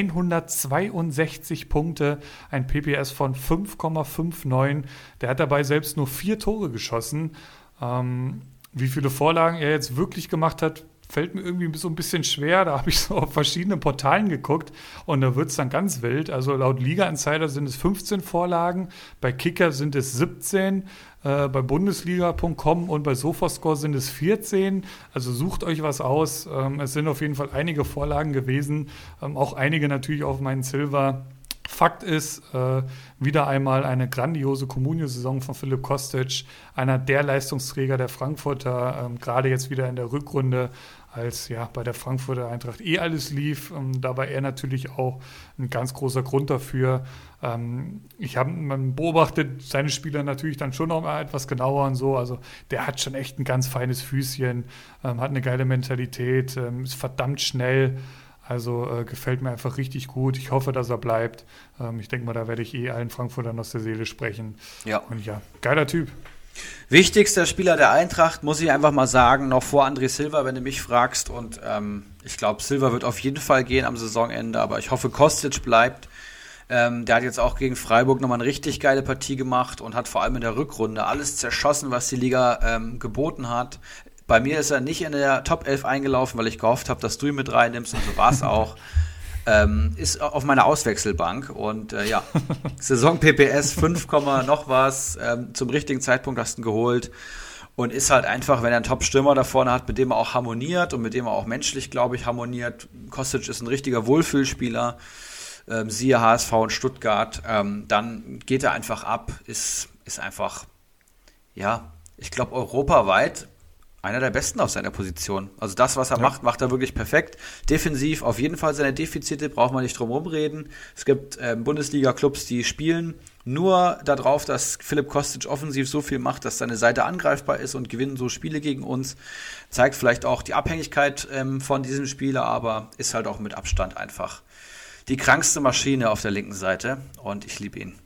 162 Punkte, ein PPS von 5,59. Der hat dabei selbst nur 4 Tore geschossen. Wie viele Vorlagen er jetzt wirklich gemacht hat, fällt mir irgendwie so ein bisschen schwer. Da habe ich so auf verschiedene Portalen geguckt und da wird es dann ganz wild. Also laut Liga Insider sind es 15 Vorlagen, bei Kicker sind es 17, bei Bundesliga.com und bei Sofascore sind es 14. Also sucht euch was aus. Es sind auf jeden Fall einige Vorlagen gewesen, auch einige natürlich auf meinen Silver. Fakt ist, wieder einmal eine grandiose Comunio-Saison von Philipp Kostic, einer der Leistungsträger der Frankfurter, gerade jetzt wieder in der Rückrunde, als ja bei der Frankfurter Eintracht alles lief. Da war er natürlich auch ein ganz großer Grund dafür. Man beobachtet seine Spieler natürlich dann schon noch mal etwas genauer und so. Also der hat schon echt ein ganz feines Füßchen, hat eine geile Mentalität, ist verdammt schnell. Also gefällt mir einfach richtig gut. Ich hoffe, dass er bleibt. Ich denke mal, da werde ich allen Frankfurtern aus der Seele sprechen. Ja. Und ja, geiler Typ. Wichtigster Spieler der Eintracht, muss ich einfach mal sagen, noch vor André Silva, wenn du mich fragst. Und ich glaube, Silva wird auf jeden Fall gehen am Saisonende, aber ich hoffe, Kostic bleibt. Der hat jetzt auch gegen Freiburg nochmal eine richtig geile Partie gemacht und hat vor allem in der Rückrunde alles zerschossen, was die Liga geboten hat. Bei mir ist er nicht in der Top 11 eingelaufen, weil ich gehofft habe, dass du ihn mit reinnimmst und so war es auch. Ist auf meiner Auswechselbank und ja, Saison PPS 5, noch was, zum richtigen Zeitpunkt hast du ihn geholt und ist halt einfach, wenn er einen Top-Stürmer da vorne hat, mit dem er auch harmoniert und mit dem er auch menschlich, glaube ich, harmoniert. Kostic ist ein richtiger Wohlfühlspieler, siehe HSV und Stuttgart, dann geht er einfach ab, ist einfach, ja, ich glaube europaweit einer der Besten auf seiner Position. Also das, was er macht er wirklich perfekt. Defensiv auf jeden Fall seine Defizite, braucht man nicht drum rumreden. Es gibt Bundesliga-Clubs, die spielen nur darauf, dass Philipp Kostic offensiv so viel macht, dass seine Seite angreifbar ist und gewinnen so Spiele gegen uns. Zeigt vielleicht auch die Abhängigkeit von diesem Spieler, aber ist halt auch mit Abstand einfach die krankste Maschine auf der linken Seite und ich liebe ihn.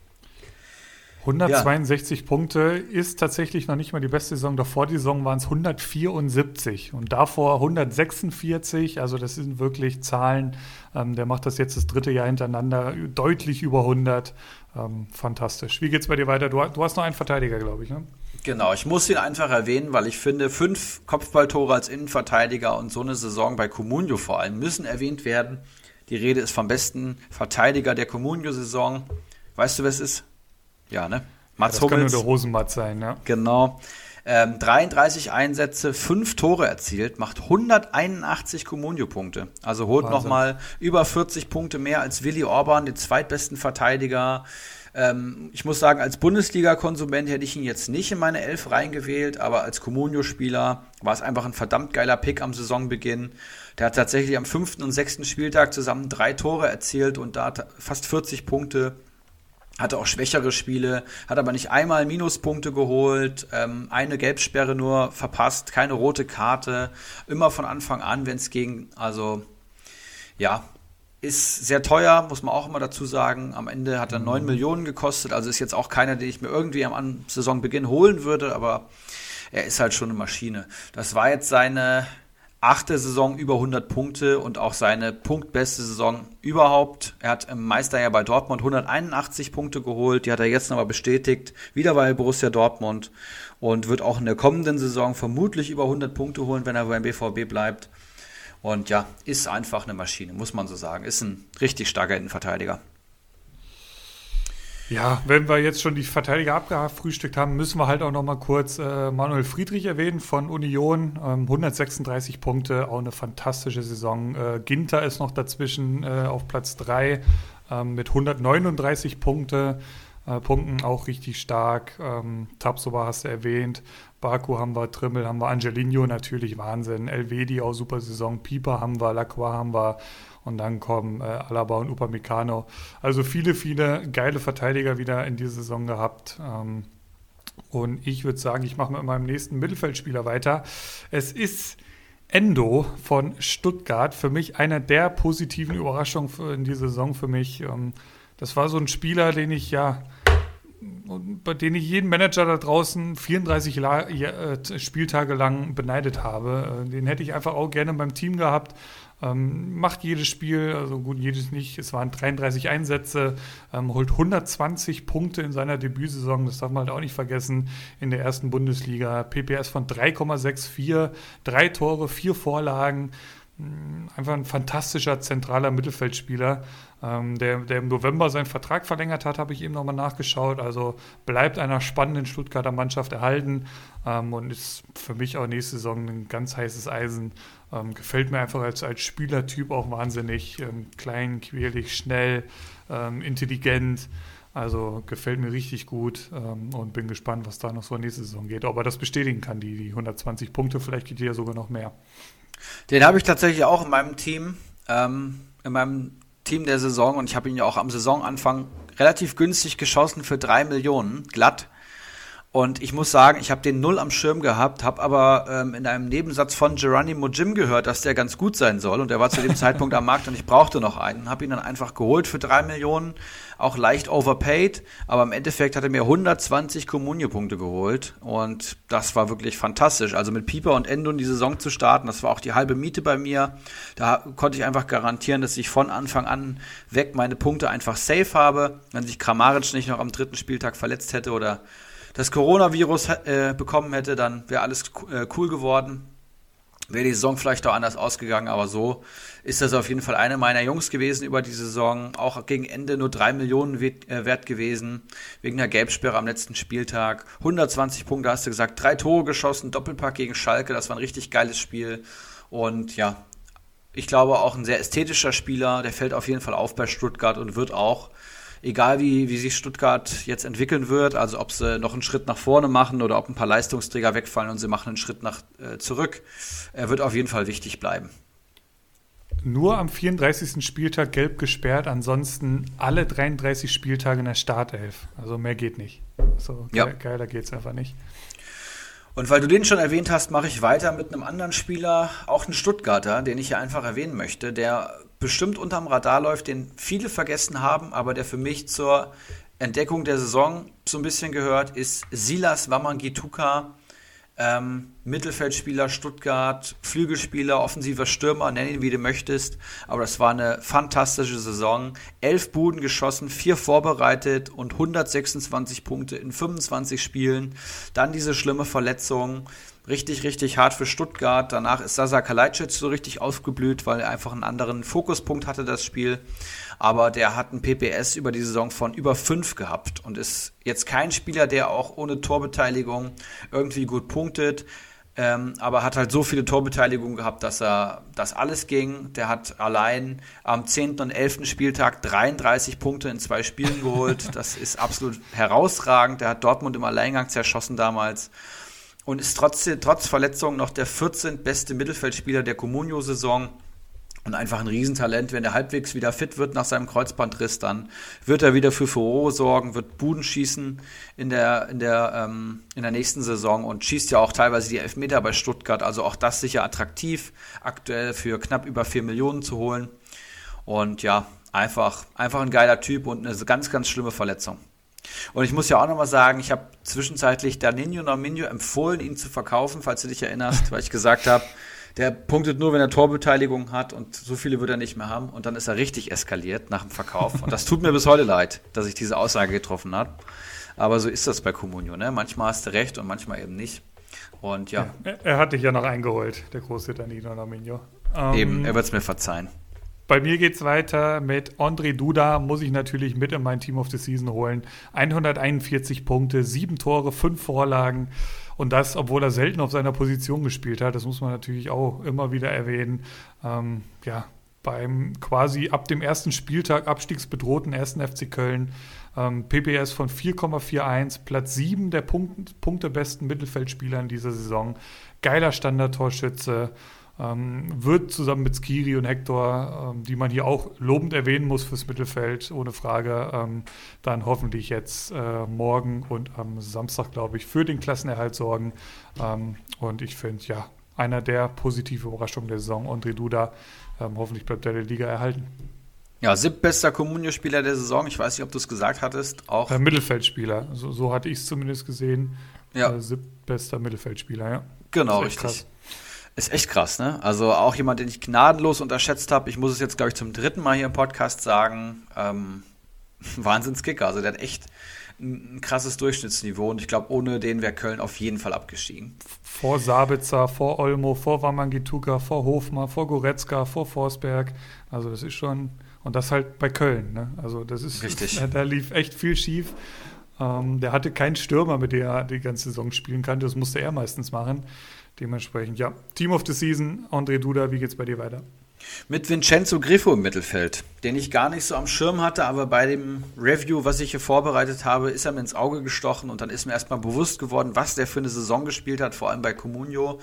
162 Punkte ist tatsächlich noch nicht mal die beste Saison. Davor die Saison waren es 174 und davor 146. Also das sind wirklich Zahlen. Der macht das jetzt das 3. Jahr hintereinander, deutlich über 100. Fantastisch. Wie geht's bei dir weiter? Du hast noch einen Verteidiger, glaube ich, ne? Genau, ich muss ihn einfach erwähnen, weil ich finde, 5 Kopfballtore als Innenverteidiger und so eine Saison bei Comunio vor allem müssen erwähnt werden. Die Rede ist vom besten Verteidiger der Comunio-Saison. Weißt du, wer es ist? Ja, ne? Mats Hummels. Das kann nur der Hosenmatt sein, ne? Genau. 33 Einsätze, 5 Tore erzielt, macht 181 Comunio-Punkte. Also holt nochmal über 40 Punkte mehr als Willi Orban, den zweitbesten Verteidiger. Ich muss sagen, als Bundesliga-Konsument hätte ich ihn jetzt nicht in meine 11 reingewählt, aber als Comunio-Spieler war es einfach ein verdammt geiler Pick am Saisonbeginn. Der hat tatsächlich am 5. und 6. Spieltag zusammen 3 Tore erzielt und da hat fast 40 Punkte. Hatte auch schwächere Spiele, hat aber nicht einmal Minuspunkte geholt, eine Gelbsperre nur verpasst, keine rote Karte, immer von Anfang an, wenn es ging. Also ja, ist sehr teuer, muss man auch immer dazu sagen. Am Ende hat er 9 Millionen gekostet, also ist jetzt auch keiner, den ich mir irgendwie am Saisonbeginn holen würde, aber er ist halt schon eine Maschine. Das war jetzt seine 8. Saison über 100 Punkte und auch seine punktbeste Saison überhaupt. Er hat im Meisterjahr bei Dortmund 181 Punkte geholt, die hat er jetzt nochmal bestätigt, wieder bei Borussia Dortmund und wird auch in der kommenden Saison vermutlich über 100 Punkte holen, wenn er beim BVB bleibt. Und ja, ist einfach eine Maschine, muss man so sagen. Ist ein richtig starker Innenverteidiger. Ja, wenn wir jetzt schon die Verteidiger abgefrühstückt haben, müssen wir halt auch noch mal kurz Manuel Friedrich erwähnen von Union. 136 Punkte, auch eine fantastische Saison. Ginter ist noch dazwischen auf Platz 3 mit 139 Punkten, auch richtig stark. Tapsoba hast du erwähnt, Baku haben wir, Trimmel haben wir, Angelino natürlich, Wahnsinn, Elvedi auch super Saison, Pieper haben wir, Lacroix haben wir. Und dann kommen Alaba und Upamecano. Also viele, viele geile Verteidiger wieder in dieser Saison gehabt. Und ich würde sagen, ich mache mit meinem nächsten Mittelfeldspieler weiter. Es ist Endo von Stuttgart. Für mich einer der positiven Überraschungen in dieser Saison für mich. Das war so ein Spieler, bei denen ich jeden Manager da draußen 34 Spieltage lang beneidet habe. Den hätte ich einfach auch gerne beim Team gehabt. Macht jedes Spiel, also gut, jedes nicht. Es waren 33 Einsätze, holt 120 Punkte in seiner Debütsaison, das darf man halt auch nicht vergessen, in der ersten Bundesliga. PPS von 3,64, 3 Tore, 4 Vorlagen. Einfach ein fantastischer zentraler Mittelfeldspieler, der im November seinen Vertrag verlängert hat, habe ich eben nochmal nachgeschaut. Also bleibt einer spannenden Stuttgarter Mannschaft erhalten und ist für mich auch nächste Saison ein ganz heißes Eisen. Gefällt mir einfach als Spielertyp auch wahnsinnig. Klein, quirlig, schnell, intelligent. Also gefällt mir richtig gut und bin gespannt, was da noch so nächste Saison geht. Ob er das bestätigen kann, die 120 Punkte, vielleicht geht die ja sogar noch mehr. Den habe ich tatsächlich auch in meinem Team der Saison und ich habe ihn ja auch am Saisonanfang relativ günstig geschossen für 3 Millionen, glatt. Und ich muss sagen, ich habe den 0 am Schirm gehabt, habe aber in einem Nebensatz von Geronimo Jim gehört, dass der ganz gut sein soll und der war zu dem Zeitpunkt am Markt und ich brauchte noch einen. Habe ihn dann einfach geholt für 3 Millionen, auch leicht overpaid, aber im Endeffekt hat er mir 120 Comunio-Punkte geholt und das war wirklich fantastisch. Also mit Pieper und Endo in die Saison zu starten, das war auch die halbe Miete bei mir. Da konnte ich einfach garantieren, dass ich von Anfang an weg meine Punkte einfach safe habe. Wenn sich Kramaric nicht noch am 3. Spieltag verletzt hätte oder das Coronavirus bekommen hätte, dann wäre alles cool geworden. Wäre die Saison vielleicht auch anders ausgegangen, aber so ist das auf jeden Fall eine meiner Jungs gewesen über die Saison. Auch gegen Ende nur 3 Millionen wert gewesen, wegen der Gelbsperre am letzten Spieltag. 120 Punkte, hast du gesagt, 3 Tore geschossen, Doppelpack gegen Schalke, das war ein richtig geiles Spiel. Und ja, ich glaube auch ein sehr ästhetischer Spieler, der fällt auf jeden Fall auf bei Stuttgart und wird auch, egal wie sich Stuttgart jetzt entwickeln wird, also ob sie noch einen Schritt nach vorne machen oder ob ein paar Leistungsträger wegfallen und sie machen einen Schritt zurück, er wird auf jeden Fall wichtig bleiben. Nur am 34. Spieltag gelb gesperrt, ansonsten alle 33 Spieltage in der Startelf. Also mehr geht nicht. So geiler geht's einfach nicht. Und weil du den schon erwähnt hast, mache ich weiter mit einem anderen Spieler, auch einen Stuttgarter, den ich hier einfach erwähnen möchte, der bestimmt unterm Radar läuft, den viele vergessen haben, aber der für mich zur Entdeckung der Saison so ein bisschen gehört, ist Silas Wamangituka, Mittelfeldspieler Stuttgart, Flügelspieler, offensiver Stürmer, nenn ihn wie du möchtest, aber das war eine fantastische Saison, 11 Buden geschossen, 4 vorbereitet und 126 Punkte in 25 Spielen, dann diese schlimme Verletzung, Richtig, richtig hart für Stuttgart. Danach ist Sasa Kalajdzic so richtig aufgeblüht, weil er einfach einen anderen Fokuspunkt hatte, das Spiel. Aber der hat einen PPS über die Saison von über 5 gehabt und ist jetzt kein Spieler, der auch ohne Torbeteiligung irgendwie gut punktet. Aber hat halt so viele Torbeteiligungen gehabt, dass alles ging. Der hat allein am 10. und 11. Spieltag 33 Punkte in 2 Spielen geholt. Das ist absolut herausragend. Der hat Dortmund im Alleingang zerschossen damals und ist trotz Verletzung noch der 14. beste Mittelfeldspieler der Comunio-Saison. Und einfach ein Riesentalent. Wenn er halbwegs wieder fit wird nach seinem Kreuzbandriss, dann wird er wieder für Furore sorgen, wird Buden schießen in der nächsten Saison und schießt ja auch teilweise die Elfmeter bei Stuttgart. Also auch das sicher attraktiv, aktuell für knapp über 4 Millionen zu holen. Und ja, einfach ein geiler Typ und eine ganz, ganz schlimme Verletzung. Und ich muss ja auch nochmal sagen, ich habe zwischenzeitlich Danilo Norminho empfohlen, ihn zu verkaufen, falls du dich erinnerst, weil ich gesagt habe, der punktet nur, wenn er Torbeteiligung hat und so viele wird er nicht mehr haben. Und dann ist er richtig eskaliert nach dem Verkauf. Und das tut mir bis heute leid, dass ich diese Aussage getroffen habe. Aber so ist das bei Comunio, ne? Manchmal hast du recht und manchmal eben nicht. Und ja. Er hat dich ja noch eingeholt, der große Danilo Norminho. Eben, er wird es mir verzeihen. Bei mir geht's weiter mit Ondrej Duda, muss ich natürlich mit in mein Team of the Season holen. 141 Punkte, 7 Tore, 5 Vorlagen. Und das, obwohl er selten auf seiner Position gespielt hat. Das muss man natürlich auch immer wieder erwähnen. Beim quasi ab dem ersten Spieltag abstiegsbedrohten 1. FC Köln. PPS von 4,41, Platz 7 der punktebesten Mittelfeldspieler in dieser Saison. Geiler Standardtorschütze. Wird zusammen mit Skiri und Hector, die man hier auch lobend erwähnen muss fürs Mittelfeld, ohne Frage, dann hoffentlich jetzt morgen und am Samstag, glaube ich, für den Klassenerhalt sorgen. Und ich finde, ja, einer der positiven Überraschungen der Saison, Ondrej Duda, hoffentlich bleibt er der Liga erhalten. Ja, 7. bester Comunio-Spieler der Saison, ich weiß nicht, ob du es gesagt hattest. Auch Mittelfeldspieler, so hatte ich es zumindest gesehen. Ja. 7. bester Mittelfeldspieler, ja. Genau, richtig. Krass. Ist echt krass, ne? Also auch jemand, den ich gnadenlos unterschätzt habe. Ich muss es jetzt, glaube ich, zum 3. Mal hier im Podcast sagen. Wahnsinnskicker. Also der hat echt ein krasses Durchschnittsniveau. Und ich glaube, ohne den wäre Köln auf jeden Fall abgestiegen. Vor Sabitzer, vor Olmo, vor Wamangituka, vor Hofmar, vor Goretzka, vor Forsberg. Also das ist schon... Und das halt bei Köln, ne? Also das ist... Richtig. Da lief echt viel schief. Der hatte keinen Stürmer, mit dem er die ganze Saison spielen kann. Das musste er meistens machen. Dementsprechend, ja, Team of the Season, Ondrej Duda, wie geht's bei dir weiter? Mit Vincenzo Griffo im Mittelfeld, den ich gar nicht so am Schirm hatte, aber bei dem Review, was ich hier vorbereitet habe, ist er mir ins Auge gestochen und dann ist mir erstmal bewusst geworden, was der für eine Saison gespielt hat, vor allem bei Comunio.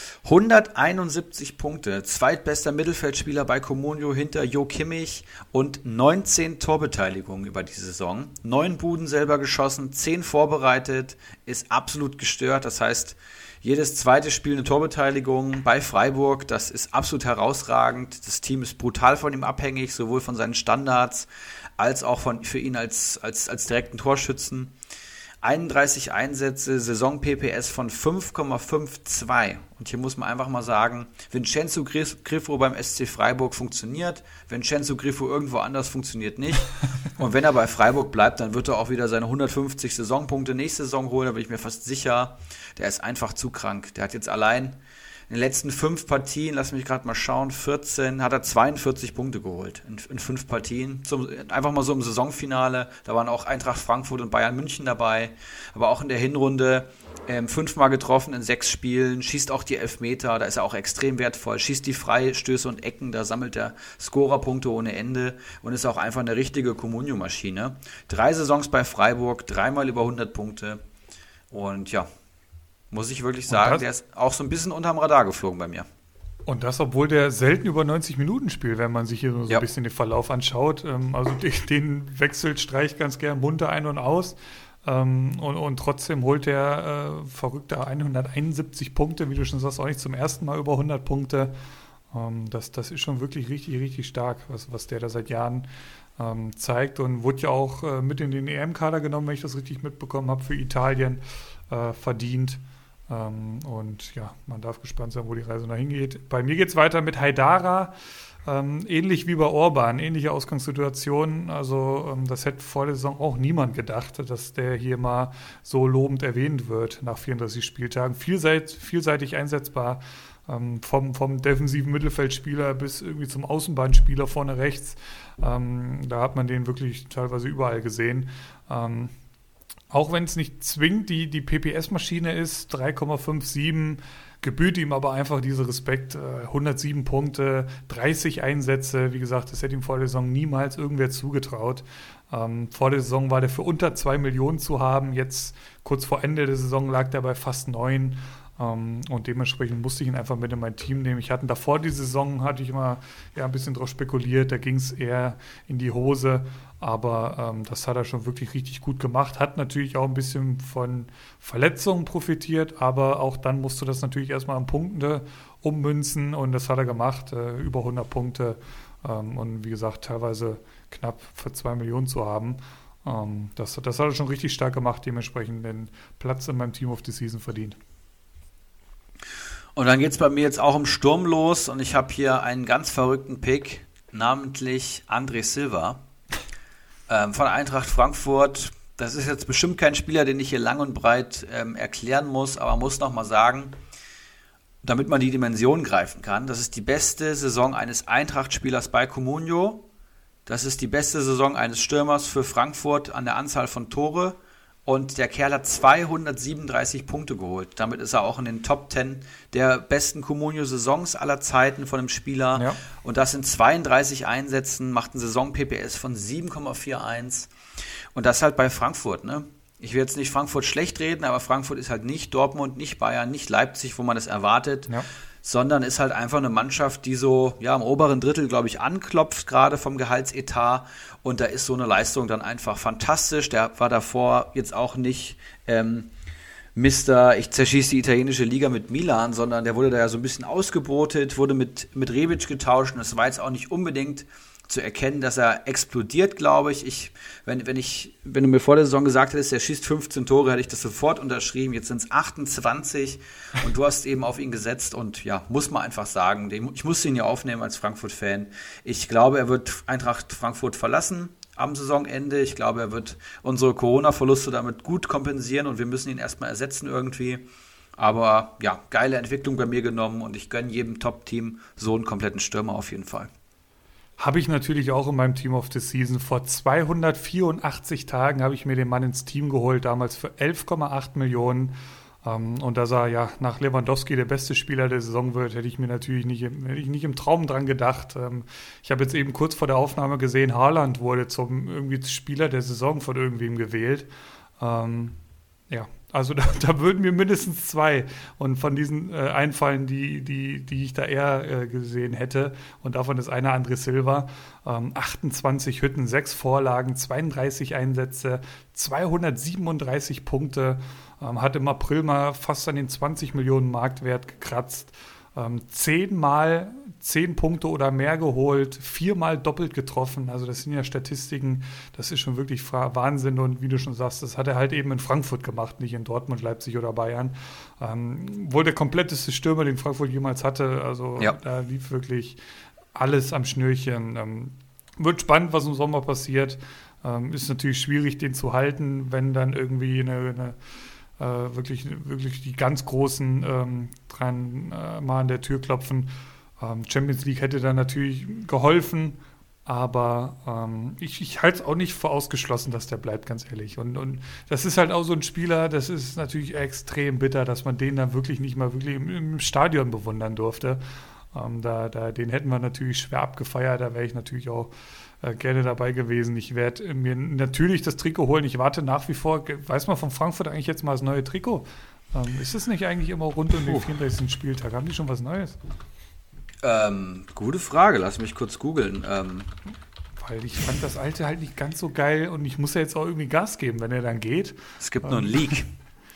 171 Punkte, zweitbester Mittelfeldspieler bei Comunio hinter Jo Kimmich und 19 Torbeteiligungen über die Saison. 9 Buden selber geschossen, 10 vorbereitet, ist absolut gestört, das heißt, jedes zweite Spiel eine Torbeteiligung bei Freiburg, das ist absolut herausragend. Das Team ist brutal von ihm abhängig, sowohl von seinen Standards als auch für ihn als direkten Torschützen. 31 Einsätze, Saison-PPS von 5,52. Und hier muss man einfach mal sagen, Vincenzo Griffo beim SC Freiburg funktioniert, Vincenzo Griffo irgendwo anders funktioniert nicht. Und wenn er bei Freiburg bleibt, dann wird er auch wieder seine 150 Saisonpunkte nächste Saison holen, da bin ich mir fast sicher. Der ist einfach zu krank. Der hat jetzt allein in den letzten 5 Partien, lass mich gerade mal schauen, 14, hat er 42 Punkte geholt in 5 Partien. Einfach mal so im Saisonfinale, da waren auch Eintracht Frankfurt und Bayern München dabei, aber auch in der Hinrunde 5-mal getroffen in 6 Spielen, schießt auch die Elfmeter, da ist er auch extrem wertvoll, schießt die Freistöße und Ecken, da sammelt er Scorerpunkte ohne Ende und ist auch einfach eine richtige Comunio-Maschine. 3 Saisons bei Freiburg, 3-mal über 100 Punkte und ja, muss ich wirklich sagen, der ist auch so ein bisschen unterm Radar geflogen bei mir. Und das, obwohl der selten über 90 Minuten spielt, wenn man sich hier so ein bisschen den Verlauf anschaut. Also den wechselt Streich ganz gern munter ein und aus. Und trotzdem holt der verrückte 171 Punkte, wie du schon sagst, auch nicht zum ersten Mal über 100 Punkte. Das ist schon wirklich richtig, richtig stark, was der da seit Jahren zeigt. Und wurde ja auch mit in den EM-Kader genommen, wenn ich das richtig mitbekommen habe, für Italien verdient. Und ja, man darf gespannt sein, wo die Reise noch hingeht. Bei mir geht es weiter mit Haidara. Ähnlich wie bei Orban, ähnliche Ausgangssituation. Also das hätte vor der Saison auch niemand gedacht, dass der hier mal so lobend erwähnt wird nach 34 Spieltagen. Vielseitig einsetzbar, vom defensiven Mittelfeldspieler bis irgendwie zum Außenbahnspieler vorne rechts. Da hat man den wirklich teilweise überall gesehen. Auch wenn es nicht zwingend die PPS-Maschine ist, 3,57, gebührt ihm aber einfach dieser Respekt. 107 Punkte, 30 Einsätze. Wie gesagt, das hätte ihm vor der Saison niemals irgendwer zugetraut. Vor der Saison war der für unter 2 Millionen zu haben. Jetzt, kurz vor Ende der Saison, lag der bei fast 9. Und dementsprechend musste ich ihn einfach mit in mein Team nehmen. Davor die Saison hatte ich immer ein bisschen drauf spekuliert, da ging es eher in die Hose, aber das hat er schon wirklich richtig gut gemacht, hat natürlich auch ein bisschen von Verletzungen profitiert, aber auch dann musst du das natürlich erstmal an Punkte ummünzen und das hat er gemacht, über 100 Punkte und wie gesagt teilweise knapp für 2 Millionen zu haben. Das hat er schon richtig stark gemacht, dementsprechend den Platz in meinem Team of the Season verdient. Und dann geht es bei mir jetzt auch im Sturm los und ich habe hier einen ganz verrückten Pick, namentlich André Silva von Eintracht Frankfurt. Das ist jetzt bestimmt kein Spieler, den ich hier lang und breit erklären muss, aber muss nochmal sagen, damit man die Dimension greifen kann, das ist die beste Saison eines Eintracht-Spielers bei Comunio. Das ist die beste Saison eines Stürmers für Frankfurt an der Anzahl von Tore. Und der Kerl hat 237 Punkte geholt. Damit ist er auch in den Top 10 der besten Comunio-Saisons aller Zeiten von einem Spieler. Ja. Und das in 32 Einsätzen, macht einen Saison-PPS von 7,41. Und das halt bei Frankfurt, ne? Ich will jetzt nicht Frankfurt schlecht reden, aber Frankfurt ist halt nicht Dortmund, nicht Bayern, nicht Leipzig, wo man das erwartet. Ja. Sondern ist halt einfach eine Mannschaft, die so im oberen Drittel, glaube ich, anklopft, gerade vom Gehaltsetat. Und da ist so eine Leistung dann einfach fantastisch. Der war davor jetzt auch nicht ich zerschieße die italienische Liga mit Milan, sondern der wurde da ja so ein bisschen ausgebotet, wurde mit Rebic getauscht. Und es war jetzt auch nicht unbedingt zu erkennen, dass er explodiert, glaube ich. Wenn du mir vor der Saison gesagt hättest, er schießt 15 Tore, hätte ich das sofort unterschrieben. Jetzt sind es 28 und du hast eben auf ihn gesetzt und ja, muss man einfach sagen, ich musste ihn ja aufnehmen als Frankfurt-Fan. Ich glaube, er wird Eintracht Frankfurt verlassen am Saisonende. Ich glaube, er wird unsere Corona-Verluste damit gut kompensieren und wir müssen ihn erstmal ersetzen irgendwie. Aber ja, geile Entwicklung bei mir genommen und ich gönne jedem Top-Team so einen kompletten Stürmer auf jeden Fall. Habe ich natürlich auch in meinem Team of the Season. Vor 284 Tagen habe ich mir den Mann ins Team geholt, damals für 11,8 Millionen. Und dass er nach Lewandowski der beste Spieler der Saison wird, hätte ich mir natürlich nicht im Traum dran gedacht. Ich habe jetzt eben kurz vor der Aufnahme gesehen, Haaland wurde zum irgendwie Spieler der Saison von irgendwem gewählt. Also da würden mir mindestens 2 und von diesen einfallen, die ich da eher gesehen hätte. Und davon ist einer André Silva. 28 Hütten, 6 Vorlagen, 32 Einsätze, 237 Punkte. Hat im April mal fast an den 20 Millionen Marktwert gekratzt. 10-mal 10 Punkte oder mehr geholt, 4-mal doppelt getroffen. Also das sind ja Statistiken, das ist schon wirklich Wahnsinn. Und wie du schon sagst, das hat er halt eben in Frankfurt gemacht, nicht in Dortmund, Leipzig oder Bayern. Wohl der kompletteste Stürmer, den Frankfurt jemals hatte. Also Da lief wirklich alles am Schnürchen. Wird spannend, was im Sommer passiert. Ist natürlich schwierig, den zu halten, wenn dann irgendwie wirklich die ganz Großen mal an der Tür klopfen. Champions League hätte da natürlich geholfen, aber ich halte es auch nicht für ausgeschlossen, dass der bleibt, ganz ehrlich. Und das ist halt auch so ein Spieler, das ist natürlich extrem bitter, dass man den dann wirklich nicht mal wirklich im Stadion bewundern durfte. Den hätten wir natürlich schwer abgefeiert, da wäre ich natürlich auch gerne dabei gewesen. Ich werde mir natürlich das Trikot holen. Ich warte nach wie vor, weiß man von Frankfurt eigentlich jetzt mal das neue Trikot? Ist es nicht eigentlich immer rund um den 34. Spieltag? Haben die schon was Neues? Gute Frage, lass mich kurz googeln. Weil ich fand das alte halt nicht ganz so geil und ich muss ja jetzt auch irgendwie Gas geben, wenn er dann geht. Es gibt nur einen Leak.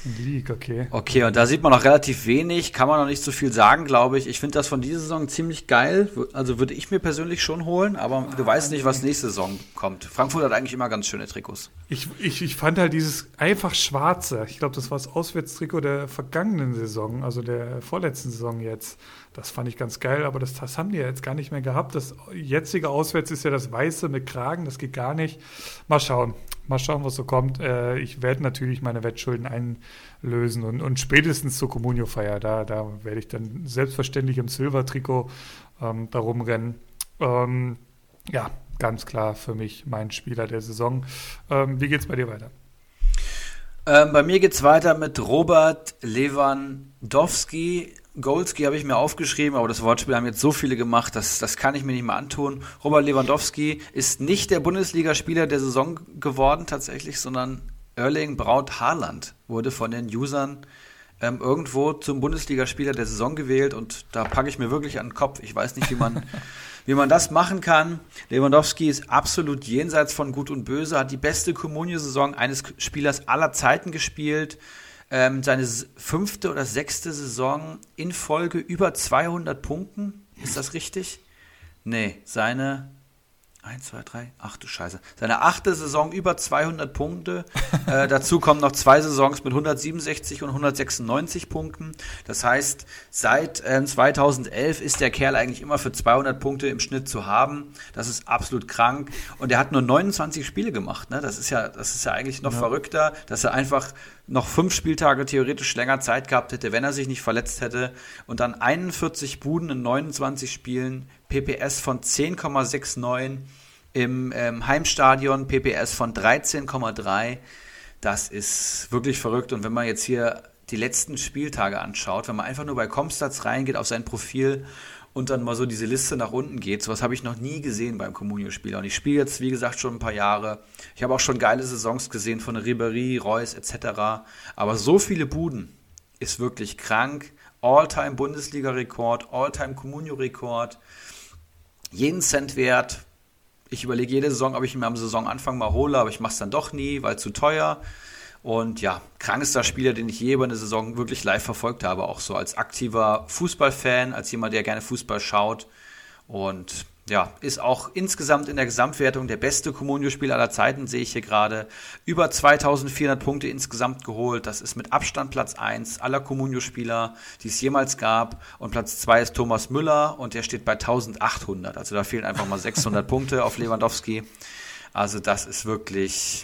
League, okay. Okay, und da sieht man noch relativ wenig, kann man noch nicht so viel sagen, glaube ich. Ich finde das von dieser Saison ziemlich geil. Also würde ich mir persönlich schon holen, aber du weißt nicht, was nächste Saison kommt. Frankfurt hat eigentlich immer ganz schöne Trikots. Ich fand halt dieses einfach schwarze, ich glaube, das war das Auswärtstrikot der vergangenen Saison, also der vorletzten Saison jetzt. Das fand ich ganz geil, aber das haben die ja jetzt gar nicht mehr gehabt. Das jetzige Auswärts ist ja das Weiße mit Kragen, das geht gar nicht. Mal schauen, was so kommt. Ich werde natürlich meine Wettschulden einlösen und spätestens zur Comunio-Feier, da werde ich dann selbstverständlich im Silver-Trikot da rumrennen. Ja, ganz klar für mich mein Spieler der Saison. Wie geht's bei dir weiter? Bei mir geht's weiter mit Robert Lewandowski. Golski habe ich mir aufgeschrieben, aber das Wortspiel haben jetzt so viele gemacht, das kann ich mir nicht mehr antun. Robert Lewandowski ist nicht der Bundesligaspieler der Saison geworden tatsächlich, sondern Erling Braut Haaland wurde von den Usern irgendwo zum Bundesligaspieler der Saison gewählt und da packe ich mir wirklich an den Kopf. Ich weiß nicht, wie man das machen kann. Lewandowski ist absolut jenseits von Gut und Böse, hat die beste Comunio-Saison eines Spielers aller Zeiten gespielt. Seine 5. oder 6. Saison in Folge über 200 Punkten. Ist das richtig? Nee, seine 1, 2, 3, ach du Scheiße. Seine 8. Saison über 200 Punkte. Dazu kommen noch 2 Saisons mit 167 und 196 Punkten. Das heißt, seit 2011 ist der Kerl eigentlich immer für 200 Punkte im Schnitt zu haben. Das ist absolut krank. Und er hat nur 29 Spiele gemacht. Ne? Das ist ja eigentlich noch verrückter, dass er einfach noch 5 Spieltage theoretisch länger Zeit gehabt hätte, wenn er sich nicht verletzt hätte. Und dann 41 Buden in 29 Spielen, PPS von 10,69 im Heimstadion, PPS von 13,3. Das ist wirklich verrückt. Und wenn man jetzt hier die letzten Spieltage anschaut, wenn man einfach nur bei Comstats reingeht auf sein Profil und dann mal so diese Liste nach unten geht, sowas habe ich noch nie gesehen beim Comunio-Spieler. Und ich spiele jetzt, wie gesagt, schon ein paar Jahre. Ich habe auch schon geile Saisons gesehen von Ribéry, Reus etc. Aber so viele Buden ist wirklich krank. All-Time-Bundesliga-Rekord, All-Time-Comunio-Rekord. Jeden Cent wert. Ich überlege jede Saison, ob ich ihn mir am Saisonanfang mal hole, aber ich mache es dann doch nie, weil zu teuer. Und ja, krankster Spieler, den ich je über eine Saison wirklich live verfolgt habe, auch so als aktiver Fußballfan, als jemand, der gerne Fußball schaut. Und ja, ist auch insgesamt in der Gesamtwertung der beste Comunio-Spieler aller Zeiten, sehe ich hier gerade. Über 2400 Punkte insgesamt geholt. Das ist mit Abstand Platz 1 aller Comunio-Spieler, die es jemals gab. Und Platz 2 ist Thomas Müller und der steht bei 1800. Also da fehlen einfach mal 600 Punkte auf Lewandowski. Also das ist wirklich...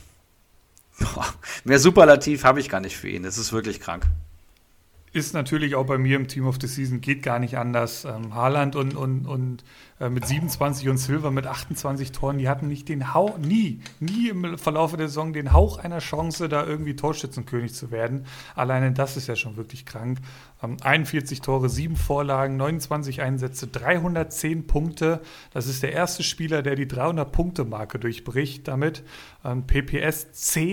mehr Superlativ habe ich gar nicht für ihn. Das ist wirklich krank. Ist natürlich auch bei mir im Team of the Season, geht gar nicht anders. Haaland und mit 27 und Silva mit 28 Toren, die hatten nicht den Hauch, nie im Verlauf der Saison den Hauch einer Chance, da irgendwie Torschützenkönig zu werden. Alleine das ist ja schon wirklich krank. 41 Tore, 7 Vorlagen, 29 Einsätze, 310 Punkte. Das ist der erste Spieler, der die 300-Punkte-Marke durchbricht damit. PPS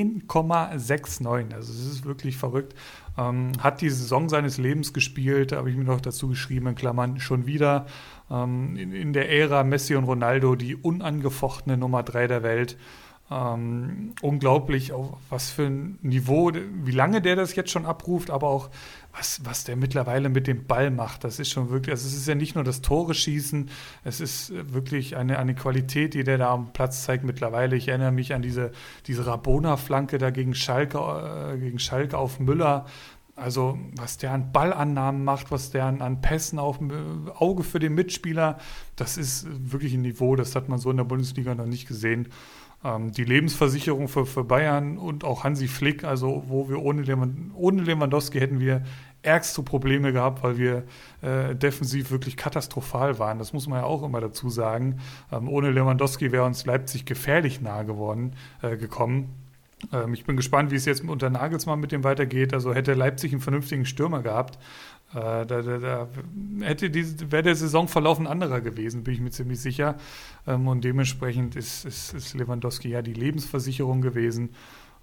10,69. Also es ist wirklich verrückt. Hat die Saison seines Lebens gespielt, da habe ich mir noch dazu geschrieben, in Klammern, schon wieder in der Ära Messi und Ronaldo die unangefochtene Nummer 3 der Welt. Unglaublich, auf was für ein Niveau, wie lange der das jetzt schon abruft, aber auch was der mittlerweile mit dem Ball macht. Das ist schon wirklich, also es ist ja nicht nur das Tore schießen, es ist wirklich eine Qualität, die der da am Platz zeigt mittlerweile. Ich erinnere mich an diese Rabona-Flanke da gegen Schalke auf Müller. Also was der an Ballannahmen macht, was der an Pässen auf dem Auge für den Mitspieler, das ist wirklich ein Niveau, das hat man so in der Bundesliga noch nicht gesehen. Die Lebensversicherung für Bayern und auch Hansi Flick, also wo wir ohne Lewandowski hätten wir ärgste Probleme gehabt, weil wir defensiv wirklich katastrophal waren. Das muss man ja auch immer dazu sagen. Ohne Lewandowski wäre uns Leipzig gefährlich nahe gekommen. Ich bin gespannt, wie es jetzt unter Nagelsmann mit dem weitergeht. Also hätte Leipzig einen vernünftigen Stürmer gehabt, wäre der Saisonverlauf ein anderer gewesen, bin ich mir ziemlich sicher. Und dementsprechend ist Lewandowski ja die Lebensversicherung gewesen.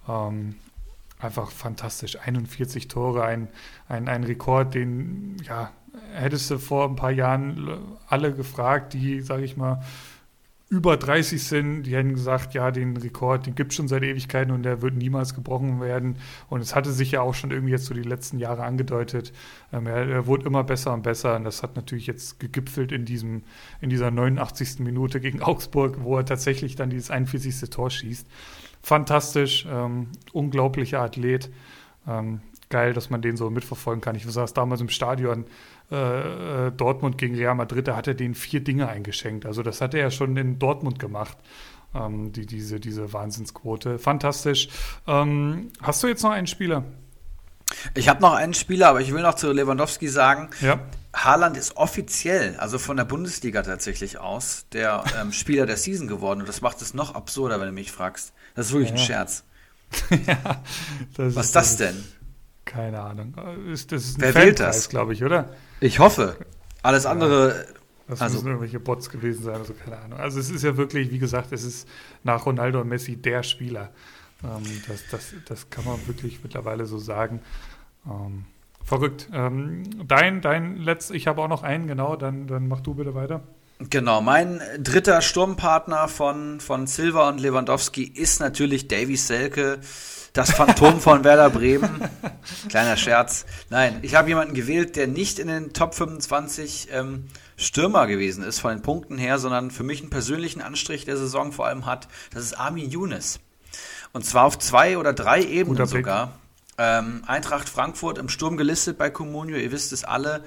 Einfach fantastisch. 41 Tore, ein Rekord, den hättest du vor ein paar Jahren alle gefragt, die, sage ich mal, über 30 sind, die hätten gesagt, ja, den Rekord, den gibt es schon seit Ewigkeiten und der wird niemals gebrochen werden. Und es hatte sich ja auch schon irgendwie jetzt so die letzten Jahre angedeutet. Er wurde immer besser und besser und das hat natürlich jetzt gegipfelt in dieser 89. Minute gegen Augsburg, wo er tatsächlich dann dieses 41. Tor schießt. Fantastisch, unglaublicher Athlet. Geil, dass man den so mitverfolgen kann. Ich saß damals im Stadion Dortmund gegen Real Madrid, da hat er denen 4 Dinge eingeschenkt. Also das hat er ja schon in Dortmund gemacht, diese Wahnsinnsquote. Fantastisch. Hast du jetzt noch einen Spieler? Ich habe noch einen Spieler, aber ich will noch zu Lewandowski sagen, ja. Haaland ist offiziell, also von der Bundesliga tatsächlich aus, der Spieler der Season geworden. Und das macht es noch absurder, wenn du mich fragst. Das ist wirklich ein Scherz. Ja, was ist das denn? Keine Ahnung. Das ist ein Wer wählt das? Glaube ich, oder? Ich hoffe. Alles andere... Das müssen irgendwelche Bots gewesen sein, also keine Ahnung. Also es ist ja wirklich, wie gesagt, es ist nach Ronaldo und Messi der Spieler. Das kann man wirklich mittlerweile so sagen. Verrückt. Dein letzter, ich habe auch noch einen, genau, dann mach du bitte weiter. Genau, mein dritter Sturmpartner von Silva und Lewandowski ist natürlich Davy Selke, das Phantom von Werder Bremen. Kleiner Scherz. Nein, ich habe jemanden gewählt, der nicht in den Top 25 Stürmer gewesen ist, von den Punkten her, sondern für mich einen persönlichen Anstrich der Saison vor allem hat. Das ist Armin Younes. Und zwar auf 2 oder 3 Ebenen sogar. Eintracht Frankfurt im Sturm gelistet bei Comunio, ihr wisst es alle.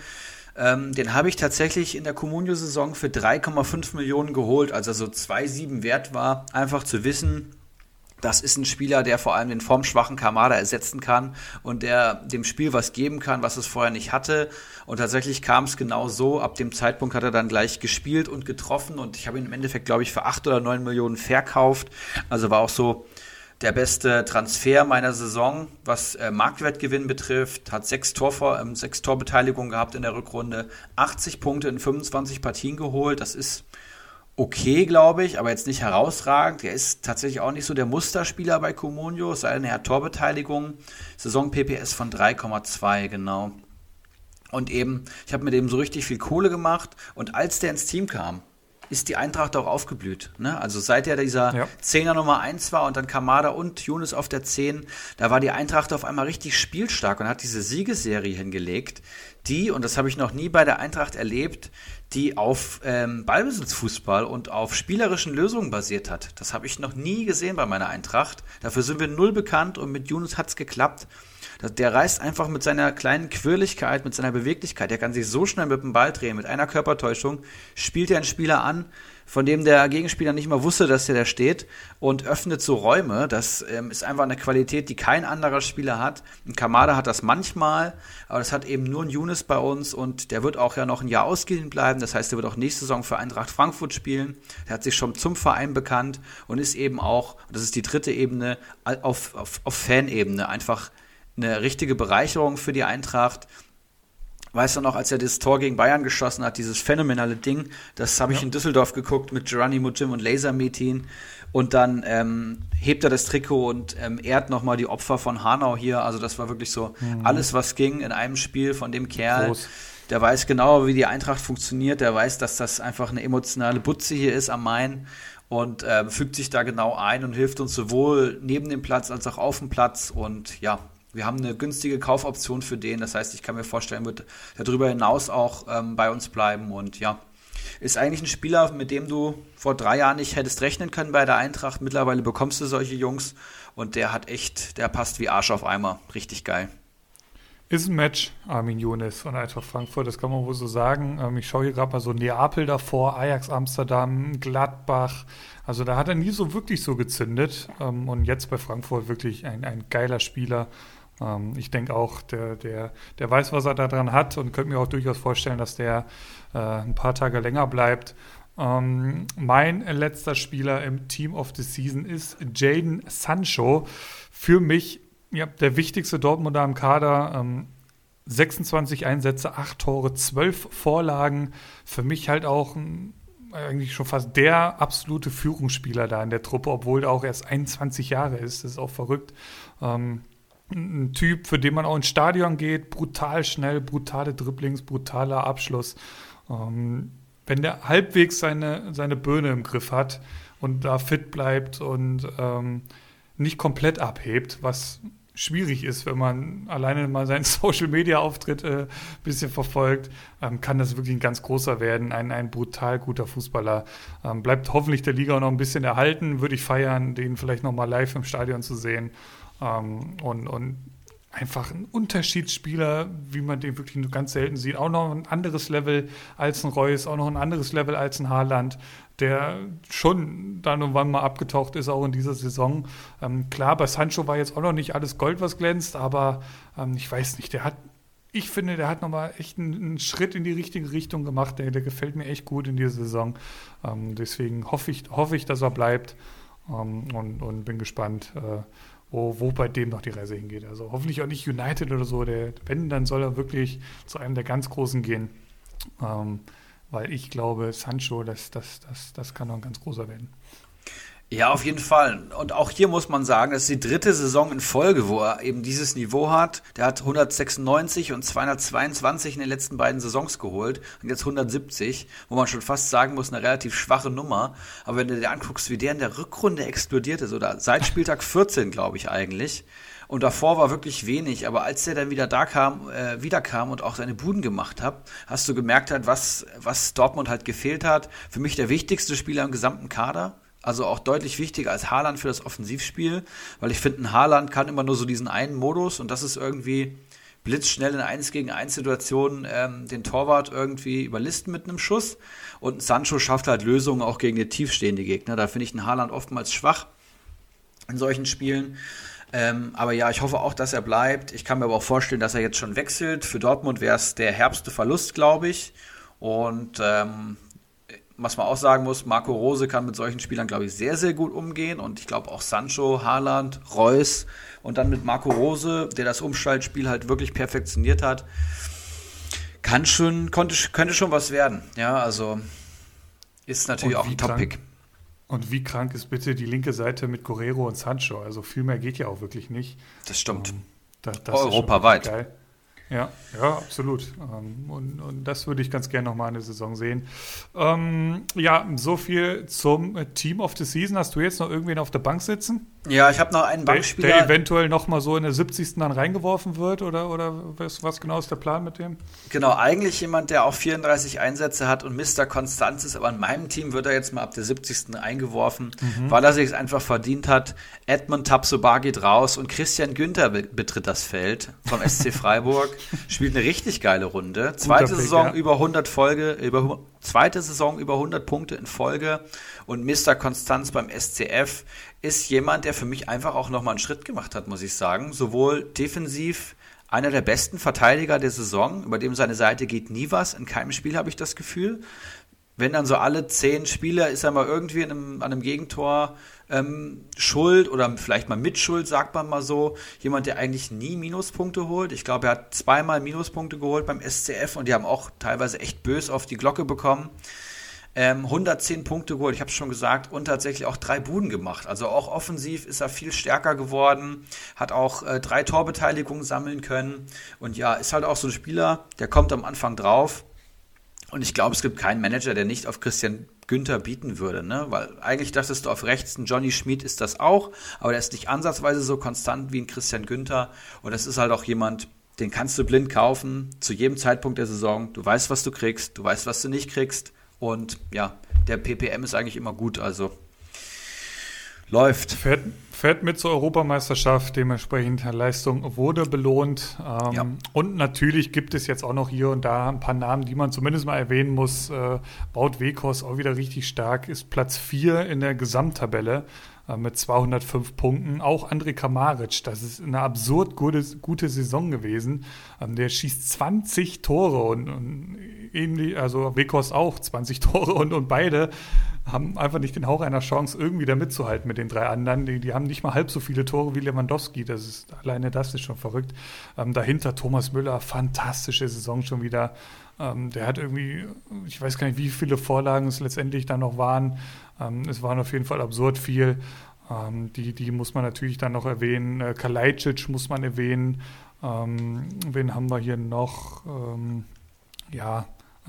Den habe ich tatsächlich in der Comunio-Saison für 3,5 Millionen geholt, als er so 2,7 wert war. Einfach zu wissen, das ist ein Spieler, der vor allem den formschwachen Kamada ersetzen kann und der dem Spiel was geben kann, was es vorher nicht hatte. Und tatsächlich kam es genau so. Ab dem Zeitpunkt hat er dann gleich gespielt und getroffen. Und ich habe ihn im Endeffekt, glaube ich, für 8 oder 9 Millionen verkauft. Also war auch so der beste Transfer meiner Saison, was Marktwertgewinn betrifft. Hat 6 Torbeteiligungen gehabt in der Rückrunde. 80 Punkte in 25 Partien geholt. Das ist okay, glaube ich, aber jetzt nicht herausragend. Er ist tatsächlich auch nicht so der Musterspieler bei Comunio, es sei denn, er hat Torbeteiligung. Saison-PPS von 3,2, genau. Und eben, ich habe mit dem so richtig viel Kohle gemacht und als der ins Team kam, ist die Eintracht auch aufgeblüht. Ne? Also seit er dieser Zehner Nummer 1 war und dann Kamada und Younes auf der 10, da war die Eintracht auf einmal richtig spielstark und hat diese Siegesserie hingelegt, die, und das habe ich noch nie bei der Eintracht erlebt, die auf Ballbesitzfußball und auf spielerischen Lösungen basiert hat. Das habe ich noch nie gesehen bei meiner Eintracht. Dafür sind wir null bekannt und mit Younes hat es geklappt. Der reißt einfach mit seiner kleinen Quirligkeit, mit seiner Beweglichkeit, der kann sich so schnell mit dem Ball drehen, mit einer Körpertäuschung, spielt er einen Spieler an, von dem der Gegenspieler nicht mal wusste, dass der da steht und öffnet so Räume. Das ist einfach eine Qualität, die kein anderer Spieler hat. Ein Kamada hat das manchmal, aber das hat eben nur ein Younes bei uns und der wird auch ja noch ein Jahr ausgeliehen bleiben. Das heißt, der wird auch nächste Saison für Eintracht Frankfurt spielen. Der hat sich schon zum Verein bekannt und ist eben auch, das ist die dritte Ebene, auf Fanebene einfach eine richtige Bereicherung für die Eintracht. Weißt du noch, als er das Tor gegen Bayern geschossen hat, dieses phänomenale Ding, das habe ich in Düsseldorf geguckt mit Geronimo Jim und Laser Metin und dann hebt er das Trikot und ehrt nochmal die Opfer von Hanau hier, also das war wirklich so alles, was ging in einem Spiel von dem Kerl. Groß. Der weiß genau, wie die Eintracht funktioniert, der weiß, dass das einfach eine emotionale Butze hier ist am Main und fügt sich da genau ein und hilft uns sowohl neben dem Platz als auch auf dem Platz und ja, wir haben eine günstige Kaufoption für den, das heißt, ich kann mir vorstellen, wird darüber hinaus auch bei uns bleiben und ja, ist eigentlich ein Spieler, mit dem du vor 3 Jahren nicht hättest rechnen können bei der Eintracht. Mittlerweile bekommst du solche Jungs und der passt wie Arsch auf Eimer, richtig geil. Ist ein Match, Armin Younes von Eintracht Frankfurt, das kann man wohl so sagen. Ich schaue hier gerade mal so Neapel davor, Ajax Amsterdam, Gladbach. Also da hat er nie so wirklich so gezündet. Und jetzt bei Frankfurt wirklich ein geiler Spieler. Ich denke auch, der weiß, was er da dran hat und könnte mir auch durchaus vorstellen, dass der ein paar Tage länger bleibt. Mein letzter Spieler im Team of the Season ist Jadon Sancho. Für mich der wichtigste Dortmunder im Kader. 26 Einsätze, 8 Tore, 12 Vorlagen. Für mich halt auch eigentlich schon fast der absolute Führungsspieler da in der Truppe, obwohl er auch erst 21 Jahre ist. Das ist auch verrückt. Ein Typ, für den man auch ins Stadion geht, brutal schnell, brutale Dribblings, brutaler Abschluss. wenn der halbwegs seine Birne im Griff hat und da fit bleibt und nicht komplett abhebt, was schwierig ist, wenn man alleine mal seinen Social-Media-Auftritt ein bisschen verfolgt, kann das wirklich ein ganz großer werden, ein brutal guter Fußballer. Bleibt hoffentlich der Liga auch noch ein bisschen erhalten, würde ich feiern, den vielleicht noch mal live im Stadion zu sehen. Und einfach ein Unterschiedsspieler, wie man den wirklich nur ganz selten sieht. Auch noch ein anderes Level als ein Reus, auch noch ein anderes Level als ein Haaland, der schon dann und wann mal abgetaucht ist, auch in dieser Saison. Klar, bei Sancho war jetzt auch noch nicht alles Gold, was glänzt, aber ich weiß nicht, ich finde, der hat nochmal echt einen Schritt in die richtige Richtung gemacht. Der gefällt mir echt gut in dieser Saison. Deswegen hoffe ich, dass er bleibt und bin gespannt, wo bei dem noch die Reise hingeht. Also hoffentlich auch nicht United oder so. Wenn, dann soll er wirklich zu einem der ganz Großen gehen. Weil ich glaube, Sancho, das kann noch ein ganz großer werden. Ja, auf jeden Fall. Und auch hier muss man sagen, das ist die 3. Saison in Folge, wo er eben dieses Niveau hat. Der hat 196 und 222 in den letzten beiden Saisons geholt und jetzt 170, wo man schon fast sagen muss, eine relativ schwache Nummer. Aber wenn du dir anguckst, wie der in der Rückrunde explodiert ist, oder seit Spieltag 14, glaube ich eigentlich, und davor war wirklich wenig, aber als der dann wiederkam und auch seine Buden gemacht hat, hast du gemerkt halt, was Dortmund halt gefehlt hat. Für mich der wichtigste Spieler im gesamten Kader. Also auch deutlich wichtiger als Haaland für das Offensivspiel, weil ich finde, ein Haaland kann immer nur so diesen einen Modus und das ist irgendwie blitzschnell in 1-gegen-1 Situationen den Torwart irgendwie überlisten mit einem Schuss und ein Sancho schafft halt Lösungen auch gegen die tiefstehende Gegner. Da finde ich einen Haaland oftmals schwach in solchen Spielen. Aber ja, ich hoffe auch, dass er bleibt. Ich kann mir aber auch vorstellen, dass er jetzt schon wechselt. Für Dortmund wäre es der herbste Verlust, glaube ich. Und was man auch sagen muss, Marco Rose kann mit solchen Spielern, glaube ich, sehr, sehr gut umgehen. Und ich glaube auch Sancho, Haaland, Reus und dann mit Marco Rose, der das Umschaltspiel halt wirklich perfektioniert hat, könnte schon was werden. Ja, also ist natürlich auch ein Top-Pick. Und wie krank ist bitte die linke Seite mit Guerrero und Sancho? Also viel mehr geht ja auch wirklich nicht. Das stimmt. Das europaweit. Ist geil. Ja, absolut. Und das würde ich ganz gerne nochmal in der Saison sehen. So viel zum Team of the Season. Hast du jetzt noch irgendwen auf der Bank sitzen? Ja, ich habe noch einen Bankspieler. Der eventuell nochmal so in der 70. dann reingeworfen wird? Oder was genau ist der Plan mit dem? Genau, eigentlich jemand, der auch 34 Einsätze hat und Mr. Konstanz ist. Aber in meinem Team wird er jetzt mal ab der 70. eingeworfen, weil er sich es einfach verdient hat. Edmund Tapsoba geht raus und Christian Günther betritt das Feld vom SC Freiburg. Spielt eine richtig geile Runde. Zweite Saison über 100 Punkte in Folge. Und Mr. Konstanz beim SCF ist jemand, der für mich einfach auch nochmal einen Schritt gemacht hat, muss ich sagen. Sowohl defensiv einer der besten Verteidiger der Saison, über dem seine Seite geht nie was. In keinem Spiel habe ich das Gefühl. Wenn dann so alle 10 Spiele ist er mal irgendwie an einem Gegentor schuld oder vielleicht mal Mitschuld, sagt man mal so. Jemand, der eigentlich nie Minuspunkte holt. Ich glaube, er hat 2-mal Minuspunkte geholt beim SCF und die haben auch teilweise echt bös auf die Glocke bekommen. 110 Punkte geholt, ich habe es schon gesagt, und tatsächlich auch 3 Buden gemacht. Also auch offensiv ist er viel stärker geworden, hat auch 3 Torbeteiligungen sammeln können. Und ja, ist halt auch so ein Spieler, der kommt am Anfang drauf. Und ich glaube, es gibt keinen Manager, der nicht auf Christian Günther bieten würde, ne? Weil eigentlich dachtest du auf rechts, ein Johnny Schmid ist das auch, aber der ist nicht ansatzweise so konstant wie ein Christian Günther. Und das ist halt auch jemand, den kannst du blind kaufen, zu jedem Zeitpunkt der Saison. Du weißt, was du kriegst, du weißt, was du nicht kriegst. Und ja, der PPM ist eigentlich immer gut, also läuft. Fährt mit zur Europameisterschaft, dementsprechend Leistung wurde belohnt. Und natürlich gibt es jetzt auch noch hier und da ein paar Namen, die man zumindest mal erwähnen muss. Wout Weghorst auch wieder richtig stark, ist Platz 4 in der Gesamttabelle mit 205 Punkten. Auch Andrej Kramaric, das ist eine absurd gute Saison gewesen. Der schießt 20 Tore und ähnlich, also Weghorst auch 20 Tore und beide haben einfach nicht den Hauch einer Chance, irgendwie da mitzuhalten mit den 3 anderen. Die haben nicht mal halb so viele Tore wie Lewandowski. Alleine das ist schon verrückt. Dahinter Thomas Müller, fantastische Saison schon wieder. Der hat irgendwie, ich weiß gar nicht, wie viele Vorlagen es letztendlich dann noch waren. Es waren auf jeden Fall absurd viel. Die muss man natürlich dann noch erwähnen. Kalajdzic muss man erwähnen. Wen haben wir hier noch?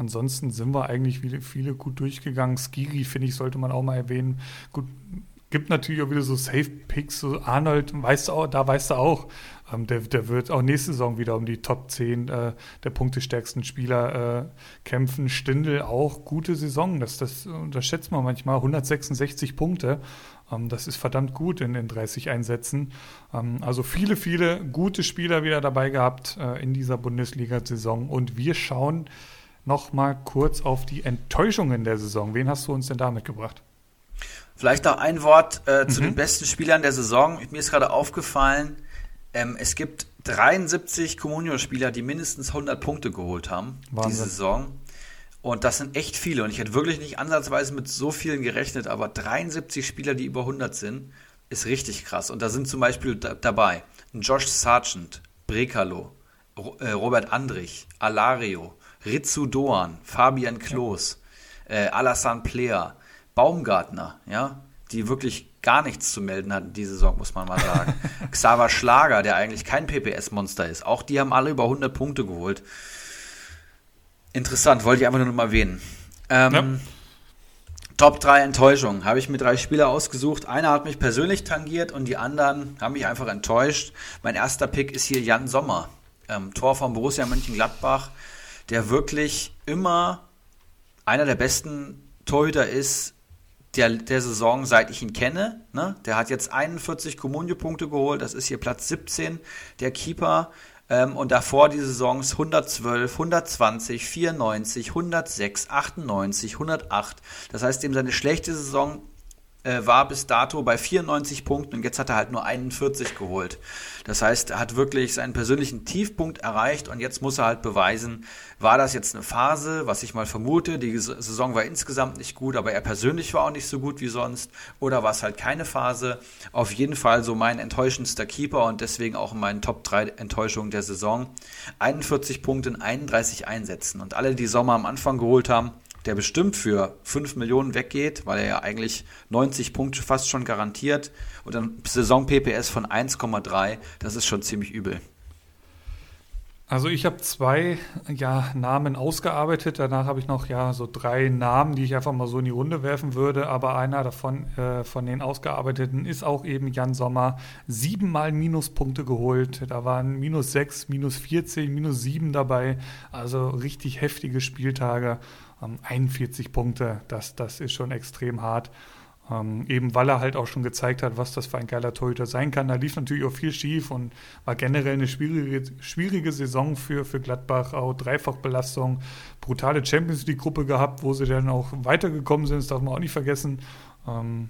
ansonsten sind wir eigentlich viele gut durchgegangen. Skiri, finde ich, sollte man auch mal erwähnen. Gut, gibt natürlich auch wieder so Safe-Picks, so Arnold, weißt du auch, der wird auch nächste Saison wieder um die Top 10 der punktestärksten Spieler kämpfen. Stindl auch, gute Saison, das unterschätzt man manchmal, 166 Punkte. Das ist verdammt gut in 30 Einsätzen. Also viele gute Spieler wieder dabei gehabt in dieser Bundesliga-Saison. Und wir schauen noch mal kurz auf die Enttäuschungen der Saison. Wen hast du uns denn da mitgebracht? Vielleicht noch ein Wort zu den besten Spielern der Saison. Mir ist gerade aufgefallen, es gibt 73 Comunio-Spieler, die mindestens 100 Punkte geholt haben diese Saison. Und das sind echt viele. Und ich hätte wirklich nicht ansatzweise mit so vielen gerechnet, aber 73 Spieler, die über 100 sind, ist richtig krass. Und da sind zum Beispiel dabei Josh Sargent, Brekalo, Robert Andrich, Alario, Ritsu Doan, Fabian Klos, Alassane Plea, Baumgartner, ja, die wirklich gar nichts zu melden hatten diese Saison, muss man mal sagen. Xaver Schlager, der eigentlich kein PPS-Monster ist. Auch die haben alle über 100 Punkte geholt. Interessant, wollte ich einfach nur noch mal erwähnen. Top 3 Enttäuschungen. Habe ich mir 3 Spieler ausgesucht. Einer hat mich persönlich tangiert und die anderen haben mich einfach enttäuscht. Mein erster Pick ist hier Jan Sommer. Tor von Borussia Mönchengladbach, der wirklich immer einer der besten Torhüter ist der Saison, seit ich ihn kenne. Ne? Der hat jetzt 41 Comunio-Punkte geholt, das ist hier Platz 17, der Keeper. Und davor die Saisons 112, 120, 94, 106, 98, 108. Das heißt, eben seine schlechte Saison war bis dato bei 94 Punkten und jetzt hat er halt nur 41 geholt. Das heißt, er hat wirklich seinen persönlichen Tiefpunkt erreicht und jetzt muss er halt beweisen, war das jetzt eine Phase, was ich mal vermute, die Saison war insgesamt nicht gut, aber er persönlich war auch nicht so gut wie sonst, oder war es halt keine Phase? Auf jeden Fall so mein enttäuschendster Keeper und deswegen auch in meinen Top 3 Enttäuschungen der Saison. 41 Punkte in 31 Einsätzen und alle, die Sommer am Anfang geholt haben, der bestimmt für 5 Millionen weggeht, weil er ja eigentlich 90 Punkte fast schon garantiert und dann Saison-PPS von 1,3, das ist schon ziemlich übel. Also ich habe 2 Namen ausgearbeitet, danach habe ich noch so 3 Namen, die ich einfach mal so in die Runde werfen würde, aber einer davon, von den ausgearbeiteten, ist auch eben Jan Sommer, 7-mal Minuspunkte geholt, da waren -6, -14, -7 dabei, also richtig heftige Spieltage. 41 Punkte, das ist schon extrem hart. Eben weil er halt auch schon gezeigt hat, was das für ein geiler Torhüter sein kann. Da lief natürlich auch viel schief und war generell eine schwierige Saison für Gladbach. Auch Dreifachbelastung, brutale Champions-League-Gruppe gehabt, wo sie dann auch weitergekommen sind, das darf man auch nicht vergessen. Dann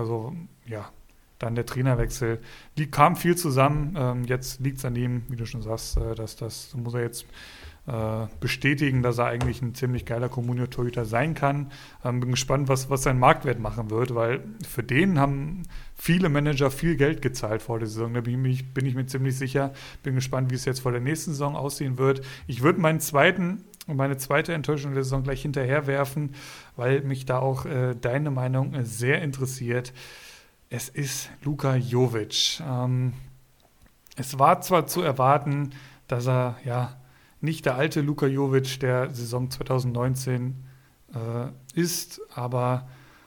der Trainerwechsel. Kam viel zusammen. Jetzt liegt es an ihm, wie du schon sagst, das muss er jetzt bestätigen, dass er eigentlich ein ziemlich geiler Comunio-Torhüter sein kann. Bin gespannt, was sein Marktwert machen wird, weil für den haben viele Manager viel Geld gezahlt vor der Saison. Da bin ich mir ziemlich sicher. Bin gespannt, wie es jetzt vor der nächsten Saison aussehen wird. Ich würde meine zweite Enttäuschung der Saison gleich hinterher werfen, weil mich da auch deine Meinung sehr interessiert. Es ist Luka Jovic. Es war zwar zu erwarten, dass er nicht der alte Luka Jovic der Saison 2019 ist, aber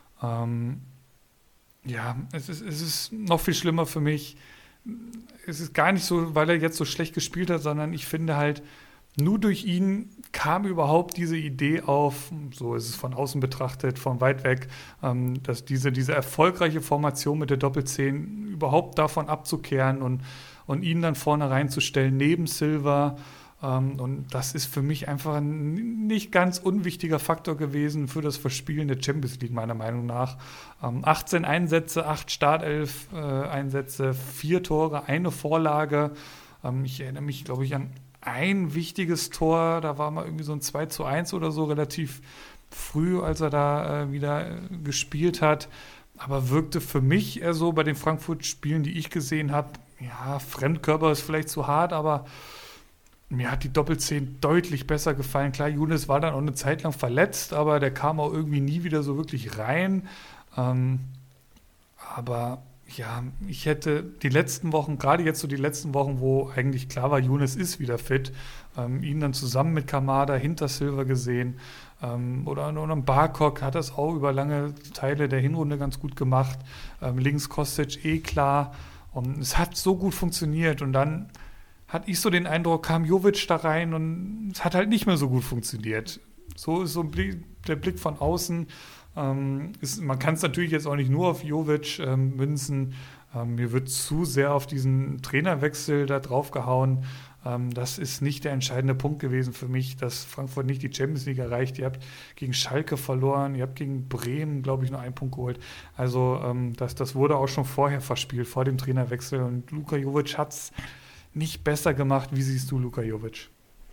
es ist noch viel schlimmer für mich. Es ist gar nicht so, weil er jetzt so schlecht gespielt hat, sondern ich finde halt, nur durch ihn kam überhaupt diese Idee auf, so ist es von außen betrachtet, von weit weg, dass diese erfolgreiche Formation mit der Doppel-10 überhaupt davon abzukehren und ihn dann vorne reinzustellen, neben Silva. Und das ist für mich einfach ein nicht ganz unwichtiger Faktor gewesen für das Verspielen der Champions League, meiner Meinung nach. 18 Einsätze, 8 Startelf-Einsätze, 4 Tore, 1 Vorlage. Ich erinnere mich, glaube ich, an ein wichtiges Tor, da war mal irgendwie so ein 2:1 oder so, relativ früh, als er da wieder gespielt hat. Aber wirkte für mich eher so bei den Frankfurt-Spielen, die ich gesehen habe, Fremdkörper ist vielleicht zu hart, aber mir hat die Doppel-10 deutlich besser gefallen. Klar, Younes war dann auch eine Zeit lang verletzt, aber der kam auch irgendwie nie wieder so wirklich rein. Aber Ja, ich hätte die letzten Wochen, gerade jetzt so die letzten Wochen, wo eigentlich klar war, Younes ist wieder fit, ihn dann zusammen mit Kamada hinter Silva gesehen. Oder Barkok hat das auch über lange Teile der Hinrunde ganz gut gemacht. Links Kostic klar. Und es hat so gut funktioniert. Und dann hatte ich so den Eindruck, kam Jovic da rein und es hat halt nicht mehr so gut funktioniert. So ist so der Blick von außen. Man kann es natürlich jetzt auch nicht nur auf Jovic münzen. Mir wird zu sehr auf diesen Trainerwechsel da drauf gehauen. Das ist nicht der entscheidende Punkt gewesen für mich, dass Frankfurt nicht die Champions League erreicht. Ihr habt gegen Schalke verloren, ihr habt gegen Bremen, glaube ich, nur einen Punkt geholt. Also das wurde auch schon vorher verspielt, vor dem Trainerwechsel. Und Luka Jovic hat es nicht besser gemacht. Wie siehst du Luka Jovic?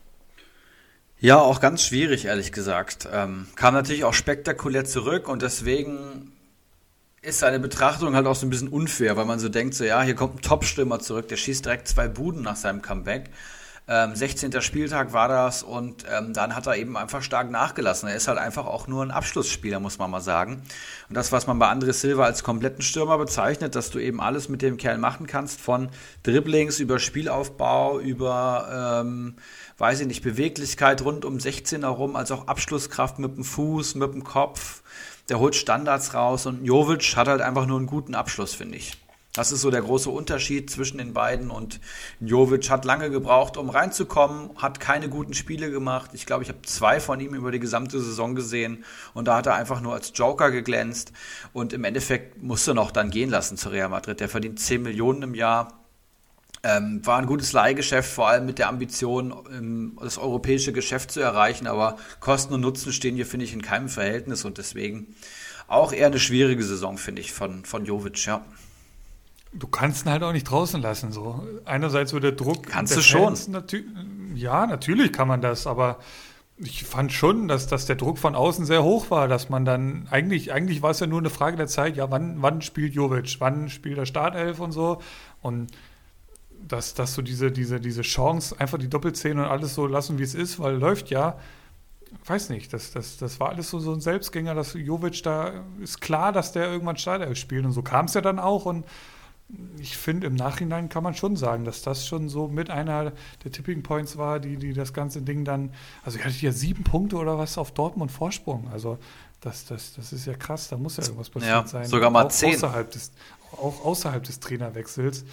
Ja, auch ganz schwierig, ehrlich gesagt. Kam natürlich auch spektakulär zurück und deswegen ist seine Betrachtung halt auch so ein bisschen unfair, weil man so denkt, so ja, hier kommt ein Top-Stürmer zurück, der schießt direkt 2 Buden nach seinem Comeback. 16. Spieltag war das und dann hat er eben einfach stark nachgelassen. Er ist halt einfach auch nur ein Abschlussspieler, muss man mal sagen. Und das, was man bei André Silva als kompletten Stürmer bezeichnet, dass du eben alles mit dem Kerl machen kannst, von Dribblings über Spielaufbau, über, weiß ich nicht, Beweglichkeit rund um 16er rum, als auch Abschlusskraft mit dem Fuß, mit dem Kopf. Der holt Standards raus und Jovic hat halt einfach nur einen guten Abschluss, finde ich. Das ist so der große Unterschied zwischen den beiden und Jovic hat lange gebraucht, um reinzukommen, hat keine guten Spiele gemacht. Ich glaube, ich habe 2 von ihm über die gesamte Saison gesehen und da hat er einfach nur als Joker geglänzt und im Endeffekt musste noch dann gehen lassen zu Real Madrid. Der verdient 10 Millionen im Jahr. War ein gutes Leihgeschäft, vor allem mit der Ambition, das europäische Geschäft zu erreichen, aber Kosten und Nutzen stehen hier, finde ich, in keinem Verhältnis und deswegen auch eher eine schwierige Saison, finde ich, von Jovic, ja. Du kannst ihn halt auch nicht draußen lassen, so. Einerseits wird der Druck... Kannst du schon. Ja, natürlich kann man das, aber ich fand schon, dass der Druck von außen sehr hoch war, dass man dann, eigentlich war es ja nur eine Frage der Zeit, ja, wann spielt Jovic, wann spielt der Startelf und so und dass so diese Chance, einfach die Doppelzehn und alles so lassen, wie es ist, weil läuft ja, weiß nicht, das war alles so ein Selbstgänger, dass Jovic da, ist klar, dass der irgendwann Startelf spielt und so kam es ja dann auch und ich finde, im Nachhinein kann man schon sagen, dass das schon so mit einer der Tipping Points war, die das ganze Ding dann, also ihr hattet ja 7 Punkte oder was auf Dortmund Vorsprung, also das ist ja krass, da muss ja irgendwas passiert sein. Sogar mal auch 10. Außerhalb des Trainerwechsels.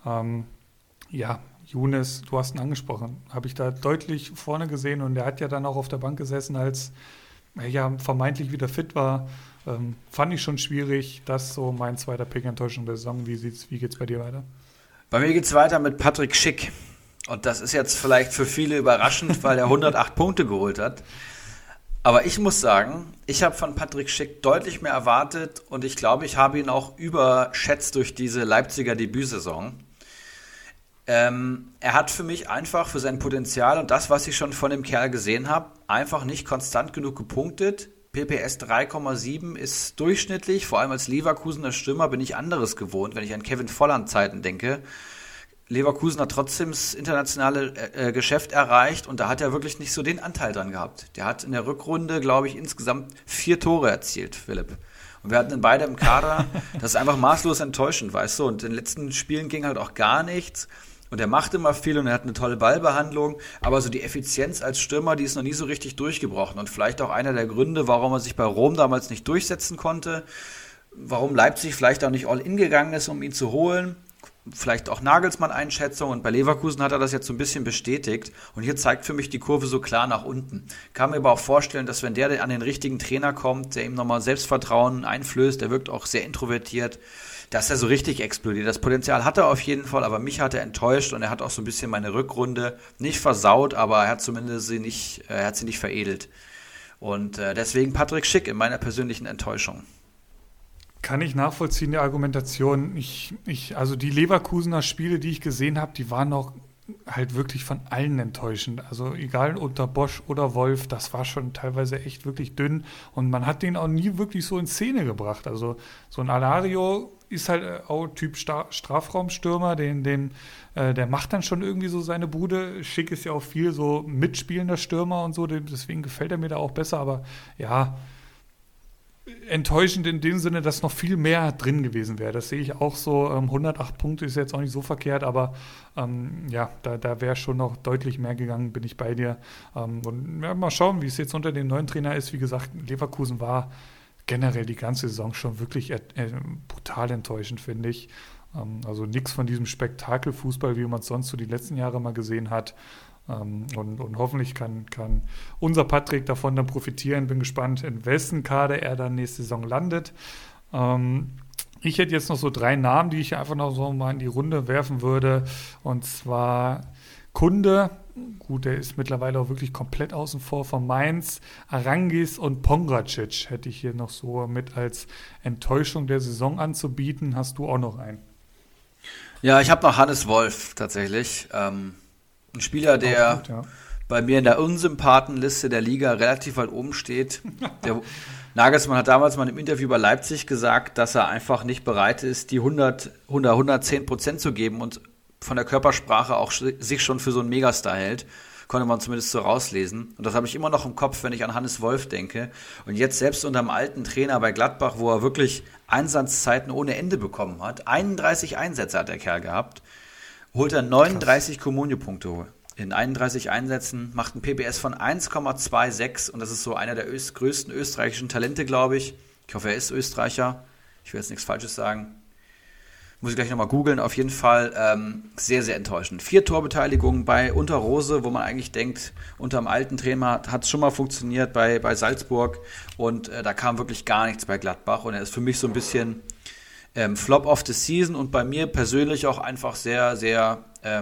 Ja, Younes, du hast ihn angesprochen, habe ich da deutlich vorne gesehen und der hat ja dann auch auf der Bank gesessen, als er ja vermeintlich wieder fit war. Fand ich schon schwierig, das so mein zweiter Pick Enttäuschung der Saison. Wie geht's bei dir weiter? Bei mir geht's weiter mit Patrick Schick und das ist jetzt vielleicht für viele überraschend, weil er 108 Punkte geholt hat. Aber ich muss sagen, ich habe von Patrick Schick deutlich mehr erwartet und ich glaube, ich habe ihn auch überschätzt durch diese Leipziger Debütsaison. Er hat für mich einfach für sein Potenzial und das, was ich schon von dem Kerl gesehen habe, einfach nicht konstant genug gepunktet. PPS 3,7 ist durchschnittlich, vor allem als Leverkusener Stürmer bin ich anderes gewohnt, wenn ich an Kevin Volland-Zeiten denke. Leverkusen hat trotzdem das internationale Geschäft erreicht und da hat er wirklich nicht so den Anteil dran gehabt. Der hat in der Rückrunde, glaube ich, insgesamt 4 Tore erzielt, Philipp. Und wir hatten ihn beide im Kader. Das ist einfach maßlos enttäuschend, weißt du. Und in den letzten Spielen ging halt auch gar nichts. Und er macht immer viel und er hat eine tolle Ballbehandlung. Aber so die Effizienz als Stürmer, die ist noch nie so richtig durchgebrochen. Und vielleicht auch einer der Gründe, warum er sich bei Rom damals nicht durchsetzen konnte. Warum Leipzig vielleicht auch nicht all in gegangen ist, um ihn zu holen. Vielleicht auch Nagelsmann-Einschätzung. Und bei Leverkusen hat er das jetzt so ein bisschen bestätigt. Und hier zeigt für mich die Kurve so klar nach unten. Kann mir aber auch vorstellen, dass wenn der an den richtigen Trainer kommt, der ihm nochmal Selbstvertrauen einflößt, der wirkt auch sehr introvertiert, dass er so richtig explodiert. Das Potenzial hat er auf jeden Fall, aber mich hat er enttäuscht und er hat auch so ein bisschen meine Rückrunde nicht versaut, aber er hat zumindest sie nicht veredelt. Und deswegen Patrick Schick in meiner persönlichen Enttäuschung. Kann ich nachvollziehen, die Argumentation. Also die Leverkusener Spiele, die ich gesehen habe, die waren noch halt wirklich von allen enttäuschend. Also egal unter Bosch oder Wolf, das war schon teilweise echt wirklich dünn und man hat den auch nie wirklich so in Szene gebracht. Also so ein Alario ist halt auch Typ Strafraumstürmer, der macht dann schon irgendwie so seine Bude. Schick ist ja auch viel so mitspielender Stürmer und so, deswegen gefällt er mir da auch besser, aber ja, enttäuschend in dem Sinne, dass noch viel mehr drin gewesen wäre. Das sehe ich auch so. 108 Punkte ist jetzt auch nicht so verkehrt, aber da wäre schon noch deutlich mehr gegangen, bin ich bei dir. Und mal schauen, wie es jetzt unter dem neuen Trainer ist. Wie gesagt, Leverkusen war generell die ganze Saison schon wirklich brutal enttäuschend, finde ich. Also nichts von diesem Spektakelfußball, wie man es sonst so die letzten Jahre mal gesehen hat. Und hoffentlich kann unser Patrick davon dann profitieren. Bin gespannt, in wessen Kader er dann nächste Saison landet. Ich hätte jetzt noch so 3 Namen, die ich einfach noch so mal in die Runde werfen würde. Und zwar Kunde. Gut, der ist mittlerweile auch wirklich komplett außen vor von Mainz. Arangis und Pongracic hätte ich hier noch so mit als Enttäuschung der Saison anzubieten. Hast du auch noch einen? Ja, ich habe noch Hannes Wolf tatsächlich. Ein Spieler, der bei mir in der Unsympathenliste der Liga relativ weit oben steht. Der Nagelsmann hat damals mal im Interview bei Leipzig gesagt, dass er einfach nicht bereit ist, die 110% zu geben und von der Körpersprache auch sich schon für so einen Megastar hält. Konnte man zumindest so rauslesen. Und das habe ich immer noch im Kopf, wenn ich an Hannes Wolf denke. Und jetzt selbst unter dem alten Trainer bei Gladbach, wo er wirklich Einsatzzeiten ohne Ende bekommen hat, 31 Einsätze hat der Kerl gehabt, holt er 39 Comunio-Punkte in 31 Einsätzen, macht ein PPS von 1,26 und das ist so einer der größten österreichischen Talente, glaube ich. Ich hoffe, er ist Österreicher. Ich will jetzt nichts Falsches sagen. Muss ich gleich nochmal googeln. Auf jeden Fall sehr, sehr enttäuschend. 4 Torbeteiligungen bei Unterrose, wo man eigentlich denkt, unter dem alten Trainer hat es schon mal funktioniert bei Salzburg. Und da kam wirklich gar nichts bei Gladbach. Und er ist für mich so ein bisschen Flop of the Season und bei mir persönlich auch einfach sehr, sehr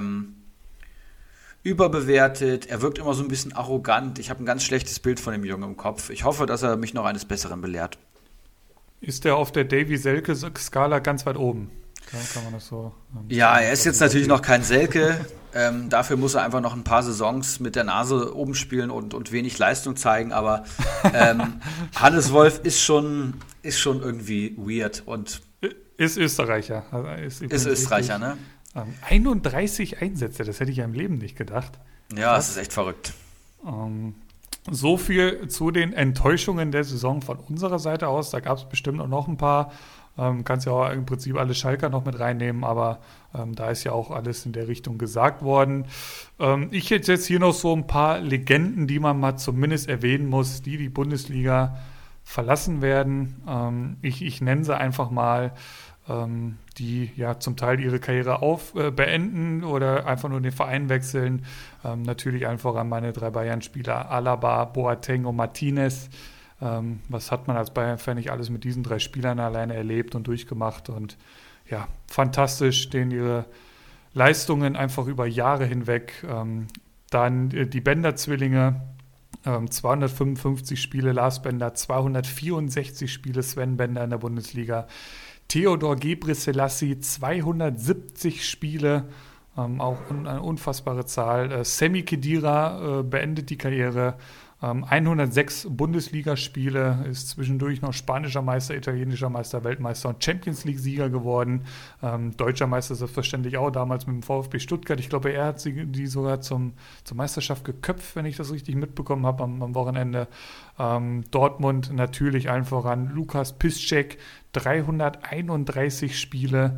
überbewertet. Er wirkt immer so ein bisschen arrogant. Ich habe ein ganz schlechtes Bild von dem Jungen im Kopf. Ich hoffe, dass er mich noch eines Besseren belehrt. Ist er auf der Davy-Selke-Skala ganz weit oben? Kann man das so? Ja, er ist jetzt natürlich noch kein Selke. Dafür muss er einfach noch ein paar Saisons mit der Nase oben spielen und wenig Leistung zeigen. Aber Hannes Wolf ist schon irgendwie weird und ist Österreicher. Ist Österreicher, ne? 31 Einsätze, das hätte ich ja im Leben nicht gedacht. Ja, das ist echt verrückt. So viel zu den Enttäuschungen der Saison von unserer Seite aus. Da gab es bestimmt auch noch ein paar. Kannst ja auch im Prinzip alle Schalker noch mit reinnehmen, aber da ist ja auch alles in der Richtung gesagt worden. Ich hätte jetzt hier noch so ein paar Legenden, die man mal zumindest erwähnen muss, die Bundesliga verlassen werden. Ich nenne sie einfach mal, die ja zum Teil ihre Karriere beenden oder einfach nur den Verein wechseln. Natürlich einfach an meine 3 Bayern-Spieler Alaba, Boateng und Martinez. Was hat man als Bayern-Fan nicht alles mit diesen 3 Spielern alleine erlebt und durchgemacht und ja, fantastisch, denen ihre Leistungen einfach über Jahre hinweg. Dann die Bender-Zwillinge, 255 Spiele Lars Bender, 264 Spiele Sven Bender in der Bundesliga. Theodor Gebrselassie, 270 Spiele, auch eine unfassbare Zahl. Semi Khedira beendet die Karriere. 106 Bundesligaspiele, ist zwischendurch noch spanischer Meister, italienischer Meister, Weltmeister und Champions-League-Sieger geworden. Deutscher Meister selbstverständlich auch, damals mit dem VfB Stuttgart. Ich glaube, er hat die sogar zur Meisterschaft geköpft, wenn ich das richtig mitbekommen habe am Wochenende. Dortmund natürlich allen voran. Lukas Piszczek, 331 Spiele.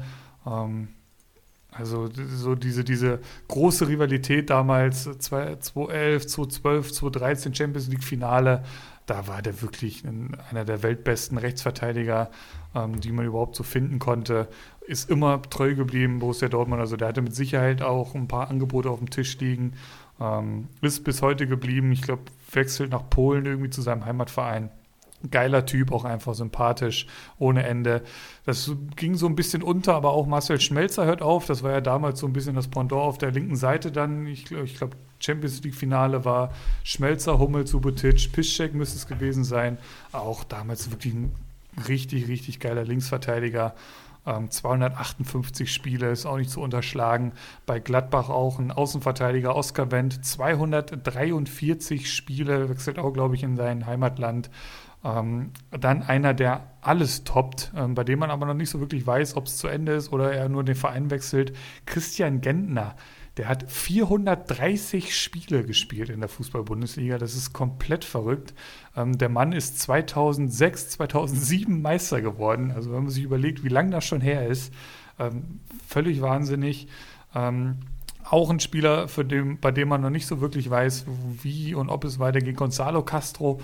Also so diese große Rivalität damals, 2011, 2012, 2013 Champions League Finale, da war der wirklich einer der weltbesten Rechtsverteidiger, die man überhaupt so finden konnte. Ist immer treu geblieben, Borussia Dortmund. Also der hatte mit Sicherheit auch ein paar Angebote auf dem Tisch liegen. Ist bis heute geblieben. Ich glaube, wechselt nach Polen irgendwie zu seinem Heimatverein. Geiler Typ, auch einfach sympathisch, ohne Ende. Das ging so ein bisschen unter, aber auch Marcel Schmelzer hört auf. Das war ja damals so ein bisschen das Pendant auf der linken Seite dann. Ich glaube, Champions League Finale war Schmelzer, Hummels, Subotic, Piszczek müsste es gewesen sein. Auch damals wirklich ein richtig, richtig geiler Linksverteidiger. 258 Spiele, ist auch nicht zu unterschlagen. Bei Gladbach auch ein Außenverteidiger, Oskar Wendt, 243 Spiele, wechselt auch, glaube ich, in sein Heimatland. Dann einer, der alles toppt, bei dem man aber noch nicht so wirklich weiß, ob es zu Ende ist oder er nur den Verein wechselt. Christian Gentner, Der hat 430 Spiele gespielt in der Fußball-Bundesliga. Das ist komplett verrückt. Der Mann ist 2006, 2007 Meister geworden. Also wenn man sich überlegt, wie lange das schon her ist, völlig wahnsinnig. Auch ein Spieler, bei dem man noch nicht so wirklich weiß, wie und ob es weitergeht. Gonzalo Castro,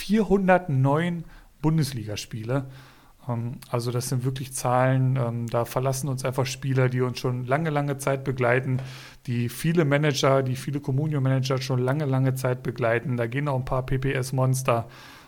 409 Bundesligaspiele. Also das sind wirklich Zahlen, da verlassen uns einfach Spieler, die uns schon lange Zeit begleiten, die viele Comunio-Manager schon lange Zeit begleiten. Da gehen auch ein paar PPS-Monster.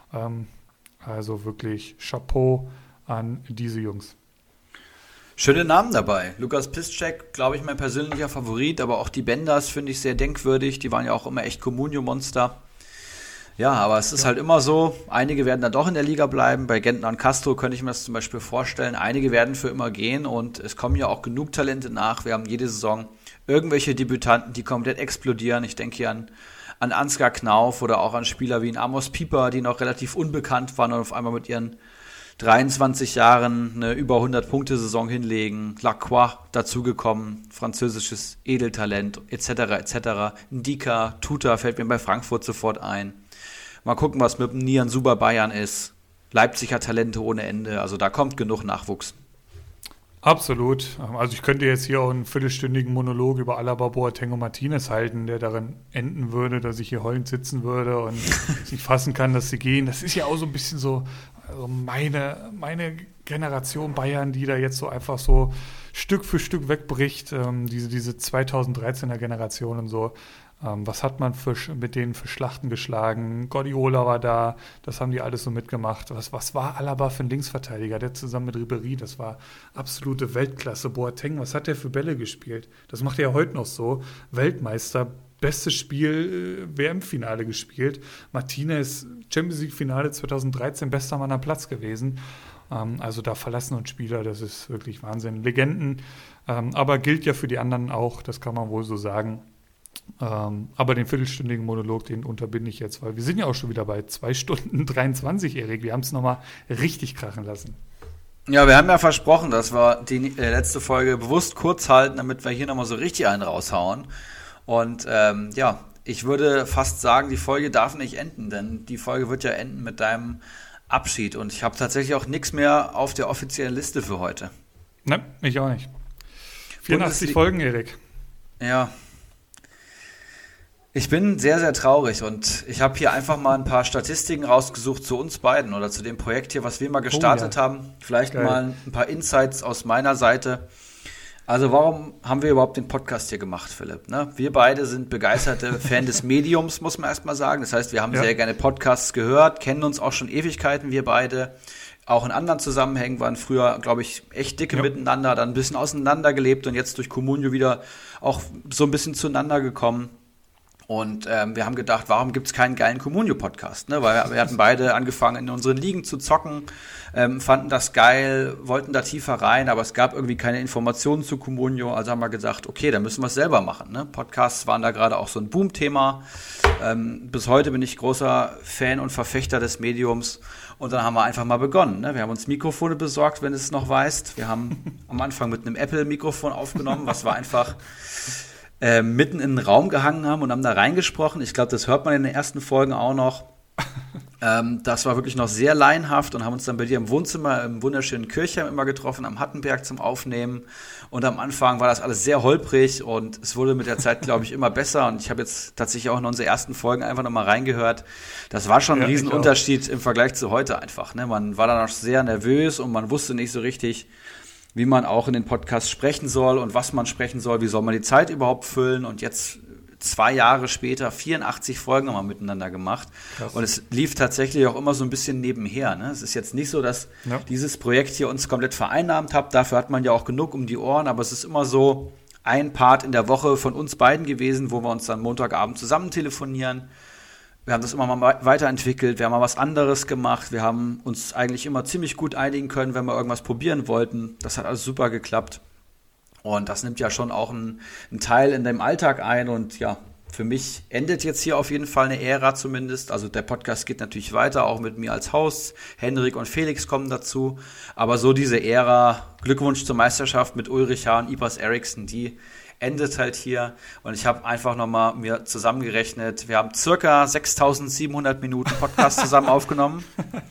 Also wirklich Chapeau an diese Jungs. Schöne Namen dabei. Lukas Piszczek, glaube ich, mein persönlicher Favorit, aber auch die Benders finde ich sehr denkwürdig. Die waren ja auch immer echt Comunio-Monster. Ja, aber es ist halt immer so, einige werden dann doch in der Liga bleiben. Bei Gentner und Castro könnte ich mir das zum Beispiel vorstellen. Einige werden für immer gehen und es kommen ja auch genug Talente nach. Wir haben jede Saison irgendwelche Debütanten, die komplett explodieren. Ich denke hier an Ansgar Knauf oder auch an Spieler wie ein Amos Pieper, die noch relativ unbekannt waren und auf einmal mit ihren 23 Jahren eine über 100-Punkte-Saison hinlegen. Lacroix dazugekommen, französisches Edeltalent etc. Ndika, Tuta fällt mir bei Frankfurt sofort ein. Mal gucken, was mit dem Nian Suber Bayern ist. Leipzig hat Talente ohne Ende, also da kommt genug Nachwuchs. Absolut. Also ich könnte jetzt hier auch einen viertelstündigen Monolog über Alaba, Boateng und Martinez halten, der darin enden würde, dass ich hier heulend sitzen würde und nicht fassen kann, dass sie gehen. Das ist ja auch so ein bisschen so meine Generation Bayern, die da jetzt so einfach so Stück für Stück wegbricht. Diese 2013er Generation und so. Was hat man mit denen für Schlachten geschlagen? Guardiola war da, das haben die alles so mitgemacht. Was war Alaba für ein Linksverteidiger? Der zusammen mit Ribéry, das war absolute Weltklasse. Boateng, was hat der für Bälle gespielt? Das macht er ja heute noch so. Weltmeister, bestes Spiel, WM-Finale gespielt. Martinez, Champions League-Finale 2013, bester Mann am Platz gewesen. Also da verlassen uns Spieler, das ist wirklich Wahnsinn. Legenden, aber gilt ja für die anderen auch, das kann man wohl so sagen. Aber den viertelstündigen Monolog, den unterbinde ich jetzt, weil wir sind ja auch schon wieder bei 2 Stunden 23, Erik. Wir haben es nochmal richtig krachen lassen. Ja, wir haben ja versprochen, dass wir die letzte Folge bewusst kurz halten, damit wir hier nochmal so richtig einen raushauen. Und ich würde fast sagen, die Folge darf nicht enden, denn die Folge wird ja enden mit deinem Abschied. Und ich habe tatsächlich auch nichts mehr auf der offiziellen Liste für heute. Ne, ich auch nicht. 84 Folgen, Erik. Ja. Ich bin sehr, sehr traurig und ich habe hier einfach mal ein paar Statistiken rausgesucht zu uns beiden oder zu dem Projekt hier, was wir mal gestartet haben. Vielleicht geil. Mal ein paar Insights aus meiner Seite. Also warum haben wir überhaupt den Podcast hier gemacht, Philipp? Ne? Wir beide sind begeisterte Fan des Mediums, muss man erst mal sagen. Das heißt, wir haben sehr gerne Podcasts gehört, kennen uns auch schon Ewigkeiten, wir beide. Auch in anderen Zusammenhängen waren früher, glaube ich, echt dicke miteinander, dann ein bisschen auseinandergelebt und jetzt durch Comunio wieder auch so ein bisschen zueinander gekommen. Und wir haben gedacht, warum gibt es keinen geilen Comunio-Podcast? Ne? Weil wir hatten beide angefangen, in unseren Ligen zu zocken, fanden das geil, wollten da tiefer rein, aber es gab irgendwie keine Informationen zu Comunio. Also haben wir gesagt, okay, dann müssen wir es selber machen. Ne? Podcasts waren da gerade auch so ein Boom-Thema. Bis heute bin ich großer Fan und Verfechter des Mediums. Und dann haben wir einfach mal begonnen. Ne? Wir haben uns Mikrofone besorgt, wenn du es noch weißt. Wir haben am Anfang mit einem Apple-Mikrofon aufgenommen, was war einfach mitten in den Raum gehangen haben und haben da reingesprochen. Ich glaube, das hört man in den ersten Folgen auch noch. Das war wirklich noch sehr laienhaft und haben uns dann bei dir im Wohnzimmer im wunderschönen Kirchheim immer getroffen, am Hattenberg zum Aufnehmen. Und am Anfang war das alles sehr holprig und es wurde mit der Zeit, glaube ich, immer besser. Und ich habe jetzt tatsächlich auch in unsere ersten Folgen einfach nochmal reingehört. Das war schon ein Riesenunterschied im Vergleich zu heute einfach. Ne? Man war dann noch sehr nervös und man wusste nicht so richtig, wie man auch in den Podcasts sprechen soll und was man sprechen soll, wie soll man die Zeit überhaupt füllen. Und jetzt 2 Jahre später 84 Folgen haben wir miteinander gemacht. Krass. Und es lief tatsächlich auch immer so ein bisschen nebenher. Ne? Es ist jetzt nicht so, dass dieses Projekt hier uns komplett vereinnahmt hat. Dafür hat man ja auch genug um die Ohren. Aber es ist immer so ein Part in der Woche von uns beiden gewesen, wo wir uns dann Montagabend zusammen telefonieren. Wir haben das immer mal weiterentwickelt, wir haben mal was anderes gemacht, wir haben uns eigentlich immer ziemlich gut einigen können, wenn wir irgendwas probieren wollten. Das hat alles super geklappt und das nimmt ja schon auch einen Teil in deinem Alltag ein und ja, für mich endet jetzt hier auf jeden Fall eine Ära zumindest. Also der Podcast geht natürlich weiter, auch mit mir als Host. Henrik und Felix kommen dazu, aber so diese Ära, Glückwunsch zur Meisterschaft mit Ulrich Hahn, Ibras Eriksson, die endet halt hier. Und ich habe einfach nochmal mir zusammengerechnet, wir haben circa 6.700 Minuten Podcast zusammen aufgenommen.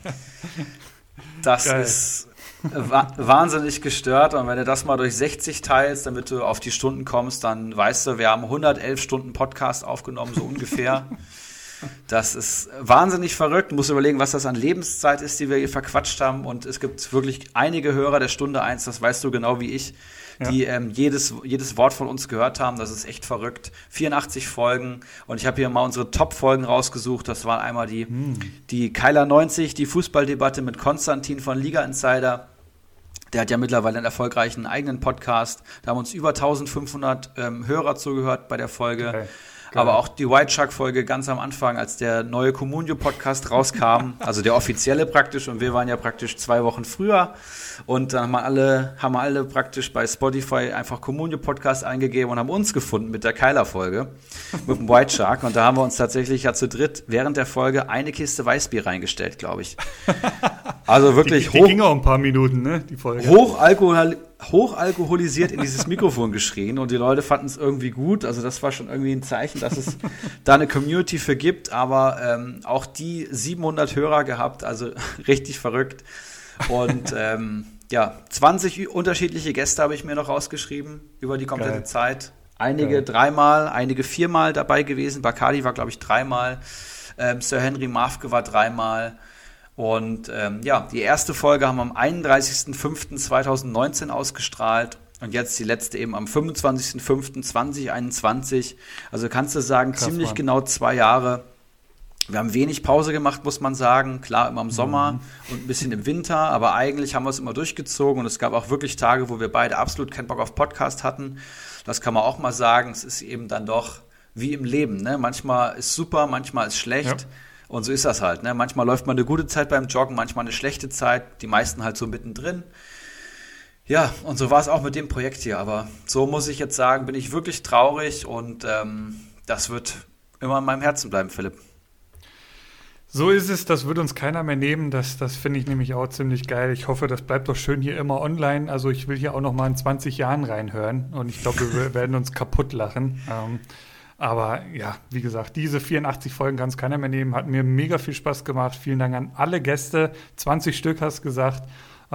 Das Geil. Ist wahnsinnig gestört. Und wenn du das mal durch 60 teilst, damit du auf die Stunden kommst, dann weißt du, wir haben 111 Stunden Podcast aufgenommen, so ungefähr. Das ist wahnsinnig verrückt. Du musst überlegen, was das an Lebenszeit ist, die wir hier verquatscht haben. Und es gibt wirklich einige Hörer der Stunde 1, das weißt du genau wie ich, die jedes Wort von uns gehört haben. Das ist echt verrückt. 84 Folgen. Und ich habe hier mal unsere Top-Folgen rausgesucht. Das waren einmal die Keiler 90, die Fußballdebatte mit Konstantin von Liga Insider. Der hat ja mittlerweile einen erfolgreichen eigenen Podcast. Da haben uns über 1500 Hörer zugehört bei der Folge. Okay. Aber auch die White Shark-Folge ganz am Anfang, als der neue Comunio-Podcast rauskam, also der offizielle praktisch, und wir waren ja praktisch 2 Wochen früher. Und dann haben alle praktisch bei Spotify einfach Comunio-Podcast eingegeben und haben uns gefunden mit der Keiler-Folge, mit dem White Shark. Und da haben wir uns tatsächlich ja zu dritt während der Folge eine Kiste Weißbier reingestellt, glaube ich. Also wirklich die ging auch ein paar Minuten, ne, die Folge. Hochalkoholisiert in dieses Mikrofon geschrien und die Leute fanden es irgendwie gut. Also das war schon irgendwie ein Zeichen, dass es da eine Community für gibt, aber auch die 700 Hörer gehabt, also richtig verrückt. Und 20 unterschiedliche Gäste habe ich mir noch rausgeschrieben über die komplette Zeit. Einige 3-mal, einige 4-mal dabei gewesen. Bacardi war, glaube ich, 3-mal. Sir Henry Mafke war 3-mal. Und die erste Folge haben wir am 31.05.2019 ausgestrahlt und jetzt die letzte eben am 25.05.2021. Also kannst du sagen, krass, ziemlich genau 2 Jahre. Wir haben wenig Pause gemacht, muss man sagen. Klar, immer im Sommer und ein bisschen im Winter, aber eigentlich haben wir es immer durchgezogen und es gab auch wirklich Tage, wo wir beide absolut keinen Bock auf Podcast hatten. Das kann man auch mal sagen. Es ist eben dann doch wie im Leben, ne? Manchmal ist super, manchmal ist schlecht. Ja. Und so ist das halt, ne? Manchmal läuft man eine gute Zeit beim Joggen, manchmal eine schlechte Zeit, die meisten halt so mittendrin. Ja, und so war es auch mit dem Projekt hier. Aber so muss ich jetzt sagen, bin ich wirklich traurig und das wird immer in meinem Herzen bleiben, Philipp. So ist es, das wird uns keiner mehr nehmen. Das finde ich nämlich auch ziemlich geil. Ich hoffe, das bleibt doch schön hier immer online. Also ich will hier auch noch mal in 20 Jahren reinhören und ich glaube, wir werden uns kaputt lachen. Aber ja, wie gesagt, diese 84 Folgen kann es keiner mehr nehmen. Hat mir mega viel Spaß gemacht. Vielen Dank an alle Gäste. 20 Stück hast du gesagt.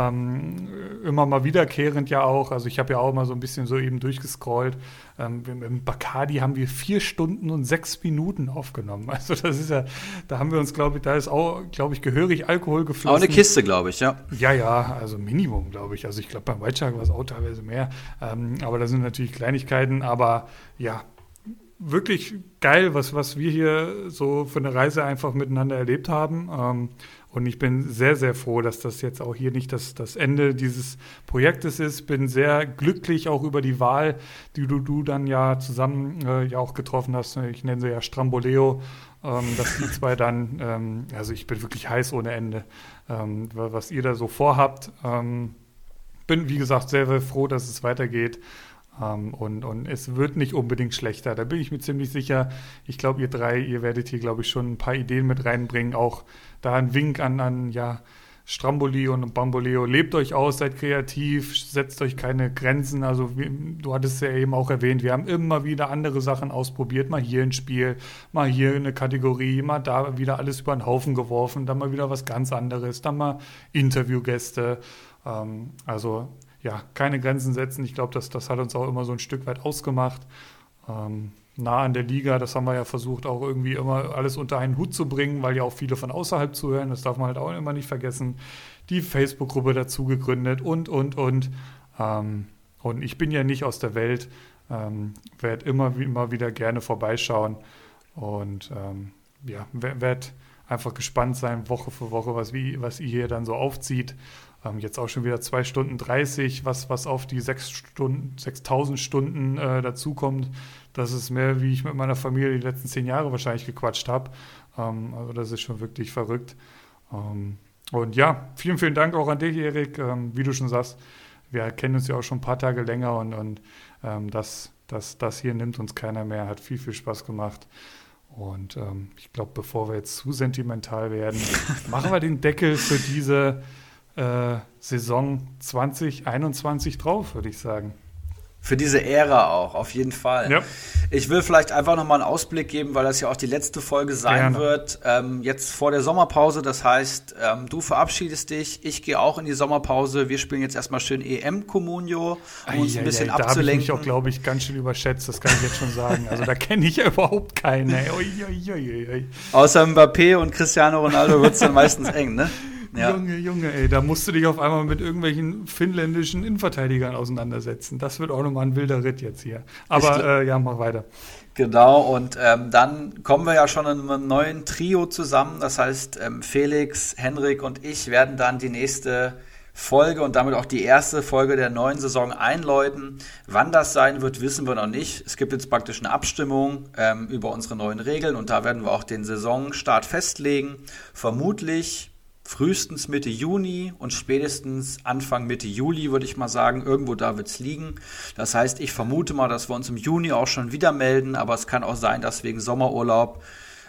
Immer mal wiederkehrend ja auch. Also ich habe ja auch mal so ein bisschen so eben durchgescrollt. Im Bacardi haben wir 4 Stunden und 6 Minuten aufgenommen. Also das ist ja, da haben wir uns, da ist auch, gehörig Alkohol geflossen. Auch eine Kiste, glaube ich, ja. Ja, also Minimum, glaube ich. Also ich glaube, beim White Shark war es auch teilweise mehr. Aber das sind natürlich Kleinigkeiten. Aber ja, wirklich geil, was wir hier so für eine Reise einfach miteinander erlebt haben. Und ich bin sehr, sehr froh, dass das jetzt auch hier nicht das Ende dieses Projektes ist. Bin sehr glücklich auch über die Wahl, die du dann ja zusammen ja auch getroffen hast. Ich nenne sie ja Stramboleo, dass die zwei dann, also ich bin wirklich heiß ohne Ende, was ihr da so vorhabt. Bin, wie gesagt, sehr, sehr froh, dass es weitergeht. Und es wird nicht unbedingt schlechter, da bin ich mir ziemlich sicher. Ich glaube, ihr 3, ihr werdet hier, glaube ich, schon ein paar Ideen mit reinbringen. Auch da ein Wink an Stramboli und Bamboleo. Lebt euch aus, seid kreativ, setzt euch keine Grenzen. Also du hattest es ja eben auch erwähnt, wir haben immer wieder andere Sachen ausprobiert. Mal hier ein Spiel, mal hier eine Kategorie, mal da wieder alles über den Haufen geworfen, dann mal wieder was ganz anderes, dann mal Interviewgäste. Also ja, keine Grenzen setzen. Ich glaube, das hat uns auch immer so ein Stück weit ausgemacht. Nah an der Liga, das haben wir ja versucht, auch irgendwie immer alles unter einen Hut zu bringen, weil ja auch viele von außerhalb zuhören. Das darf man halt auch immer nicht vergessen. Die Facebook-Gruppe dazu gegründet und. Und ich bin ja nicht aus der Welt, werde immer wieder gerne vorbeischauen und werde einfach gespannt sein, Woche für Woche, was ihr hier dann so aufzieht. Jetzt auch schon wieder 2 Stunden 30, was auf die 6.000 Stunden dazukommt. Das ist mehr, wie ich mit meiner Familie die letzten 10 Jahre wahrscheinlich gequatscht habe. Also das ist schon wirklich verrückt. Und ja, vielen, vielen Dank auch an dich, Erik. Wie du schon sagst, wir kennen uns ja auch schon ein paar Tage länger und das hier nimmt uns keiner mehr. Hat viel, viel Spaß gemacht. Und ich glaube, bevor wir jetzt zu sentimental werden, machen wir den Deckel für diese Saison 2021 drauf, würde ich sagen. Für diese Ära auch, auf jeden Fall. Ja. Ich will vielleicht einfach nochmal einen Ausblick geben, weil das ja auch die letzte Folge sein wird. Jetzt vor der Sommerpause, das heißt, du verabschiedest dich, ich gehe auch in die Sommerpause. Wir spielen jetzt erstmal schön EM-Communio, um uns ein bisschen abzulenken. Da habe ich mich auch, glaube ich, ganz schön überschätzt, das kann ich jetzt schon sagen. Also da kenne ich ja überhaupt keinen. Außer Mbappé und Cristiano Ronaldo wird es dann meistens eng, ne? Ja. Junge, ey, da musst du dich auf einmal mit irgendwelchen finnländischen Innenverteidigern auseinandersetzen. Das wird auch nochmal ein wilder Ritt jetzt hier. Aber mach weiter. Genau, und dann kommen wir ja schon in einem neuen Trio zusammen. Das heißt, Felix, Henrik und ich werden dann die nächste Folge und damit auch die erste Folge der neuen Saison einläuten. Wann das sein wird, wissen wir noch nicht. Es gibt jetzt praktisch eine Abstimmung über unsere neuen Regeln und da werden wir auch den Saisonstart festlegen. Vermutlich frühestens Mitte Juni und spätestens Anfang Mitte Juli, würde ich mal sagen. Irgendwo da wird es liegen. Das heißt, ich vermute mal, dass wir uns im Juni auch schon wieder melden, aber es kann auch sein, dass wegen Sommerurlaub,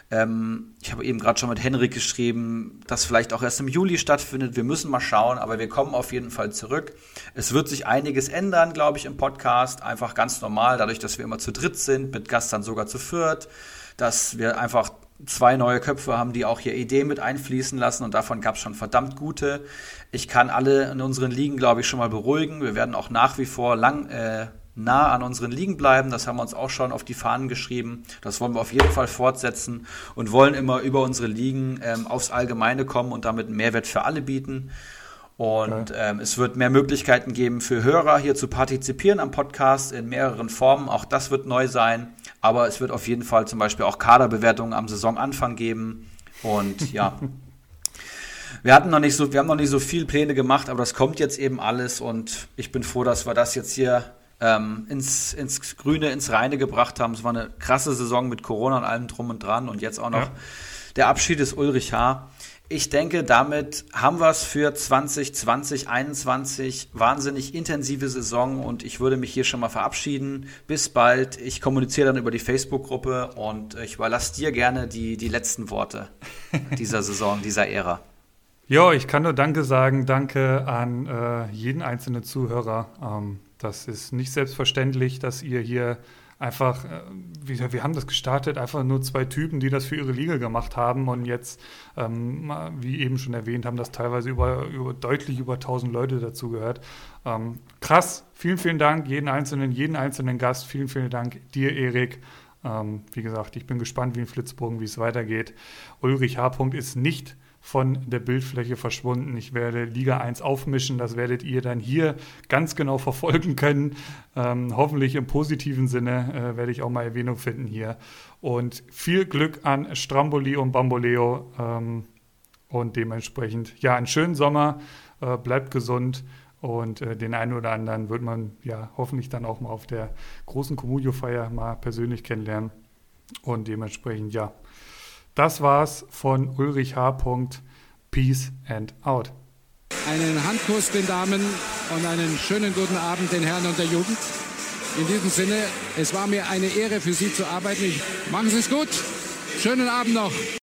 ich habe eben gerade schon mit Henrik geschrieben, das vielleicht auch erst im Juli stattfindet. Wir müssen mal schauen, aber wir kommen auf jeden Fall zurück. Es wird sich einiges ändern, glaube ich, im Podcast. Einfach ganz normal, dadurch, dass wir immer zu dritt sind, mit Gast dann sogar zu viert, dass wir einfach 2 neue Köpfe haben, die auch hier Ideen mit einfließen lassen und davon gab es schon verdammt gute. Ich kann alle in unseren Ligen, glaube ich, schon mal beruhigen. Wir werden auch nach wie vor nah an unseren Ligen bleiben. Das haben wir uns auch schon auf die Fahnen geschrieben. Das wollen wir auf jeden Fall fortsetzen und wollen immer über unsere Ligen aufs Allgemeine kommen und damit einen Mehrwert für alle bieten. Und es wird mehr Möglichkeiten geben für Hörer, hier zu partizipieren am Podcast in mehreren Formen. Auch das wird neu sein. Aber es wird auf jeden Fall zum Beispiel auch Kaderbewertungen am Saisonanfang geben. Und ja, wir haben noch nicht so viel Pläne gemacht, aber das kommt jetzt eben alles. Und ich bin froh, dass wir das jetzt hier ins Grüne, ins Reine gebracht haben. Es war eine krasse Saison mit Corona und allem drum und dran. Und jetzt auch noch der Abschied des Ulrich H. Ich denke, damit haben wir es für 2020, 2021. Wahnsinnig intensive Saison und ich würde mich hier schon mal verabschieden. Bis bald. Ich kommuniziere dann über die Facebook-Gruppe und ich überlasse dir gerne die letzten Worte dieser Saison, dieser Ära. Ja, ich kann nur Danke sagen. Danke an jeden einzelnen Zuhörer. Das ist nicht selbstverständlich, dass ihr hier einfach, wir haben das gestartet, einfach nur 2 Typen, die das für ihre Liga gemacht haben und jetzt, wie eben schon erwähnt, haben das teilweise deutlich über 1000 Leute dazu gehört. Krass, vielen Dank, jeden einzelnen Gast, vielen Dank dir, Erik. Wie gesagt, ich bin gespannt wie ein Flitzbogen, wie es weitergeht. Ulrich H. ist nicht von der Bildfläche verschwunden. Ich werde Liga 1 aufmischen, das werdet ihr dann hier ganz genau verfolgen können. Hoffentlich im positiven Sinne werde ich auch mal Erwähnung finden hier. Und viel Glück an Stramboli und Bamboleo und dementsprechend, ja, einen schönen Sommer, bleibt gesund und den einen oder anderen wird man ja hoffentlich dann auch mal auf der großen Communio-Feier mal persönlich kennenlernen und dementsprechend, ja, das war's von Ulrich H. Peace and out. Einen Handkuss den Damen und einen schönen guten Abend den Herren und der Jugend. In diesem Sinne, es war mir eine Ehre für Sie zu arbeiten. Machen Sie es gut. Schönen Abend noch.